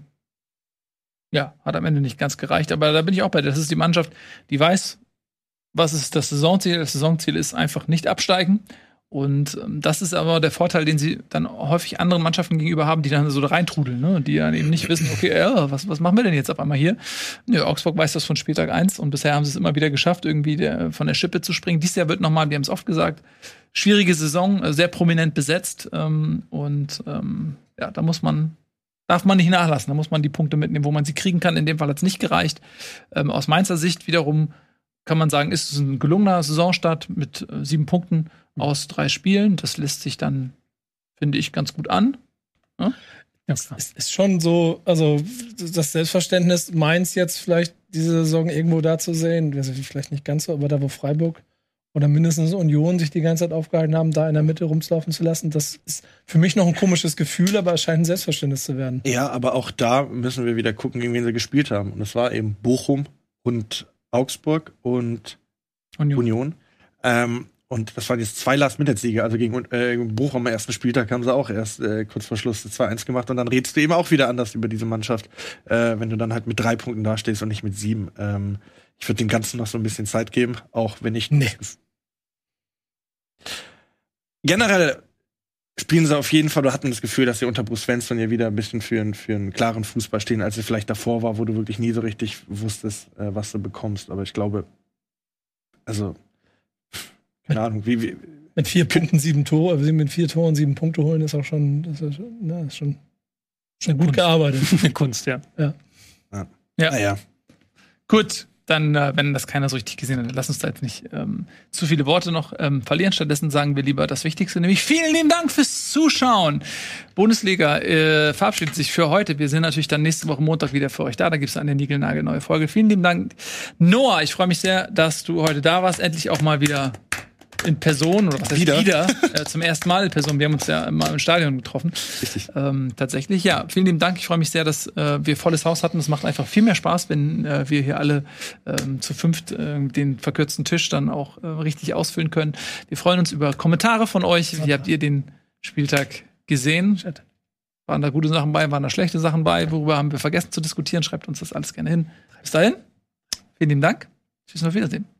Ja, hat am Ende nicht ganz gereicht, aber da bin ich auch bei dir. Das ist die Mannschaft, die weiß, was ist das Saisonziel. Das Saisonziel ist einfach nicht absteigen. Und ähm, das ist aber der Vorteil, den sie dann häufig anderen Mannschaften gegenüber haben, die dann so da reintrudeln, ne? Die dann eben nicht wissen, okay, ja, was, was machen wir denn jetzt auf einmal hier? Nö, Augsburg weiß das von Spieltag eins und bisher haben sie es immer wieder geschafft, irgendwie der, von der Schippe zu springen. Dieses Jahr wird nochmal, wir haben es oft gesagt, schwierige Saison, äh, sehr prominent besetzt ähm, und ähm, ja, da muss man, darf man nicht nachlassen, da muss man die Punkte mitnehmen, wo man sie kriegen kann. In dem Fall hat es nicht gereicht. Ähm, aus Mainzer Sicht wiederum kann man sagen, ist es ein gelungener Saisonstart mit äh, sieben Punkten aus drei Spielen. Das lässt sich dann, finde ich, ganz gut an. Ja? Es ist, ist schon so, also das Selbstverständnis, Mainz jetzt vielleicht diese Saison irgendwo da zu sehen, also vielleicht nicht ganz so, aber da, wo Freiburg oder mindestens Union sich die ganze Zeit aufgehalten haben, da in der Mitte rumzulaufen zu lassen, das ist für mich noch ein komisches Gefühl, aber es scheint ein Selbstverständnis zu werden. Ja, aber auch da müssen wir wieder gucken, gegen wen sie gespielt haben. Und das war eben Bochum und Augsburg und Union. Union. Ähm, Und das waren jetzt zwei Last-Minute-Siege. Also gegen äh, Bochum am ersten Spieltag haben sie auch erst äh, kurz vor Schluss das zwei eins gemacht. Und dann redest du eben auch wieder anders über diese Mannschaft, äh, wenn du dann halt mit drei Punkten dastehst und nicht mit sieben. Ähm, ich würde dem Ganzen noch so ein bisschen Zeit geben, auch wenn ich nee. Generell spielen sie auf jeden Fall, oder hatten das Gefühl, dass sie unter Bruce Svensson ja wieder ein bisschen für, einen, für einen klaren Fußball stehen, als sie vielleicht davor war, wo du wirklich nie so richtig wusstest, äh, was du bekommst. Aber ich glaube, also keine Ahnung, wie, wie mit vier Punkten sieben Tore, also mit vier Toren sieben Punkte holen, ist auch schon, das ist, na, ist schon, schon gut Kunst. gearbeitet. Eine Kunst, ja. Ja. Ja. Ja. Naja. Gut, dann, äh, wenn das keiner so richtig gesehen hat, lass uns da jetzt nicht ähm, zu viele Worte noch ähm, verlieren. Stattdessen sagen wir lieber das Wichtigste, nämlich vielen lieben Dank fürs Zuschauen. Bundesliga äh, verabschiedet sich für heute. Wir sind natürlich dann nächste Woche Montag wieder für euch da. Da gibt es eine niegelnagelneue Folge. Vielen lieben Dank, Noah. Ich freue mich sehr, dass du heute da warst. Endlich auch mal wieder in Person, oder was heißt wieder, wieder äh, zum ersten Mal in Person. Wir haben uns ja mal im Stadion getroffen. Richtig. Ähm, tatsächlich, ja. Vielen lieben Dank. Ich freue mich sehr, dass äh, wir volles Haus hatten. Es macht einfach viel mehr Spaß, wenn äh, wir hier alle ähm, zu fünft äh, den verkürzten Tisch dann auch äh, richtig ausfüllen können. Wir freuen uns über Kommentare von euch. Wie habt ihr den Spieltag gesehen? Waren da gute Sachen bei? Waren da schlechte Sachen bei? Worüber haben wir vergessen zu diskutieren? Schreibt uns das alles gerne hin. Bis dahin. Vielen lieben Dank. Tschüss und auf Wiedersehen.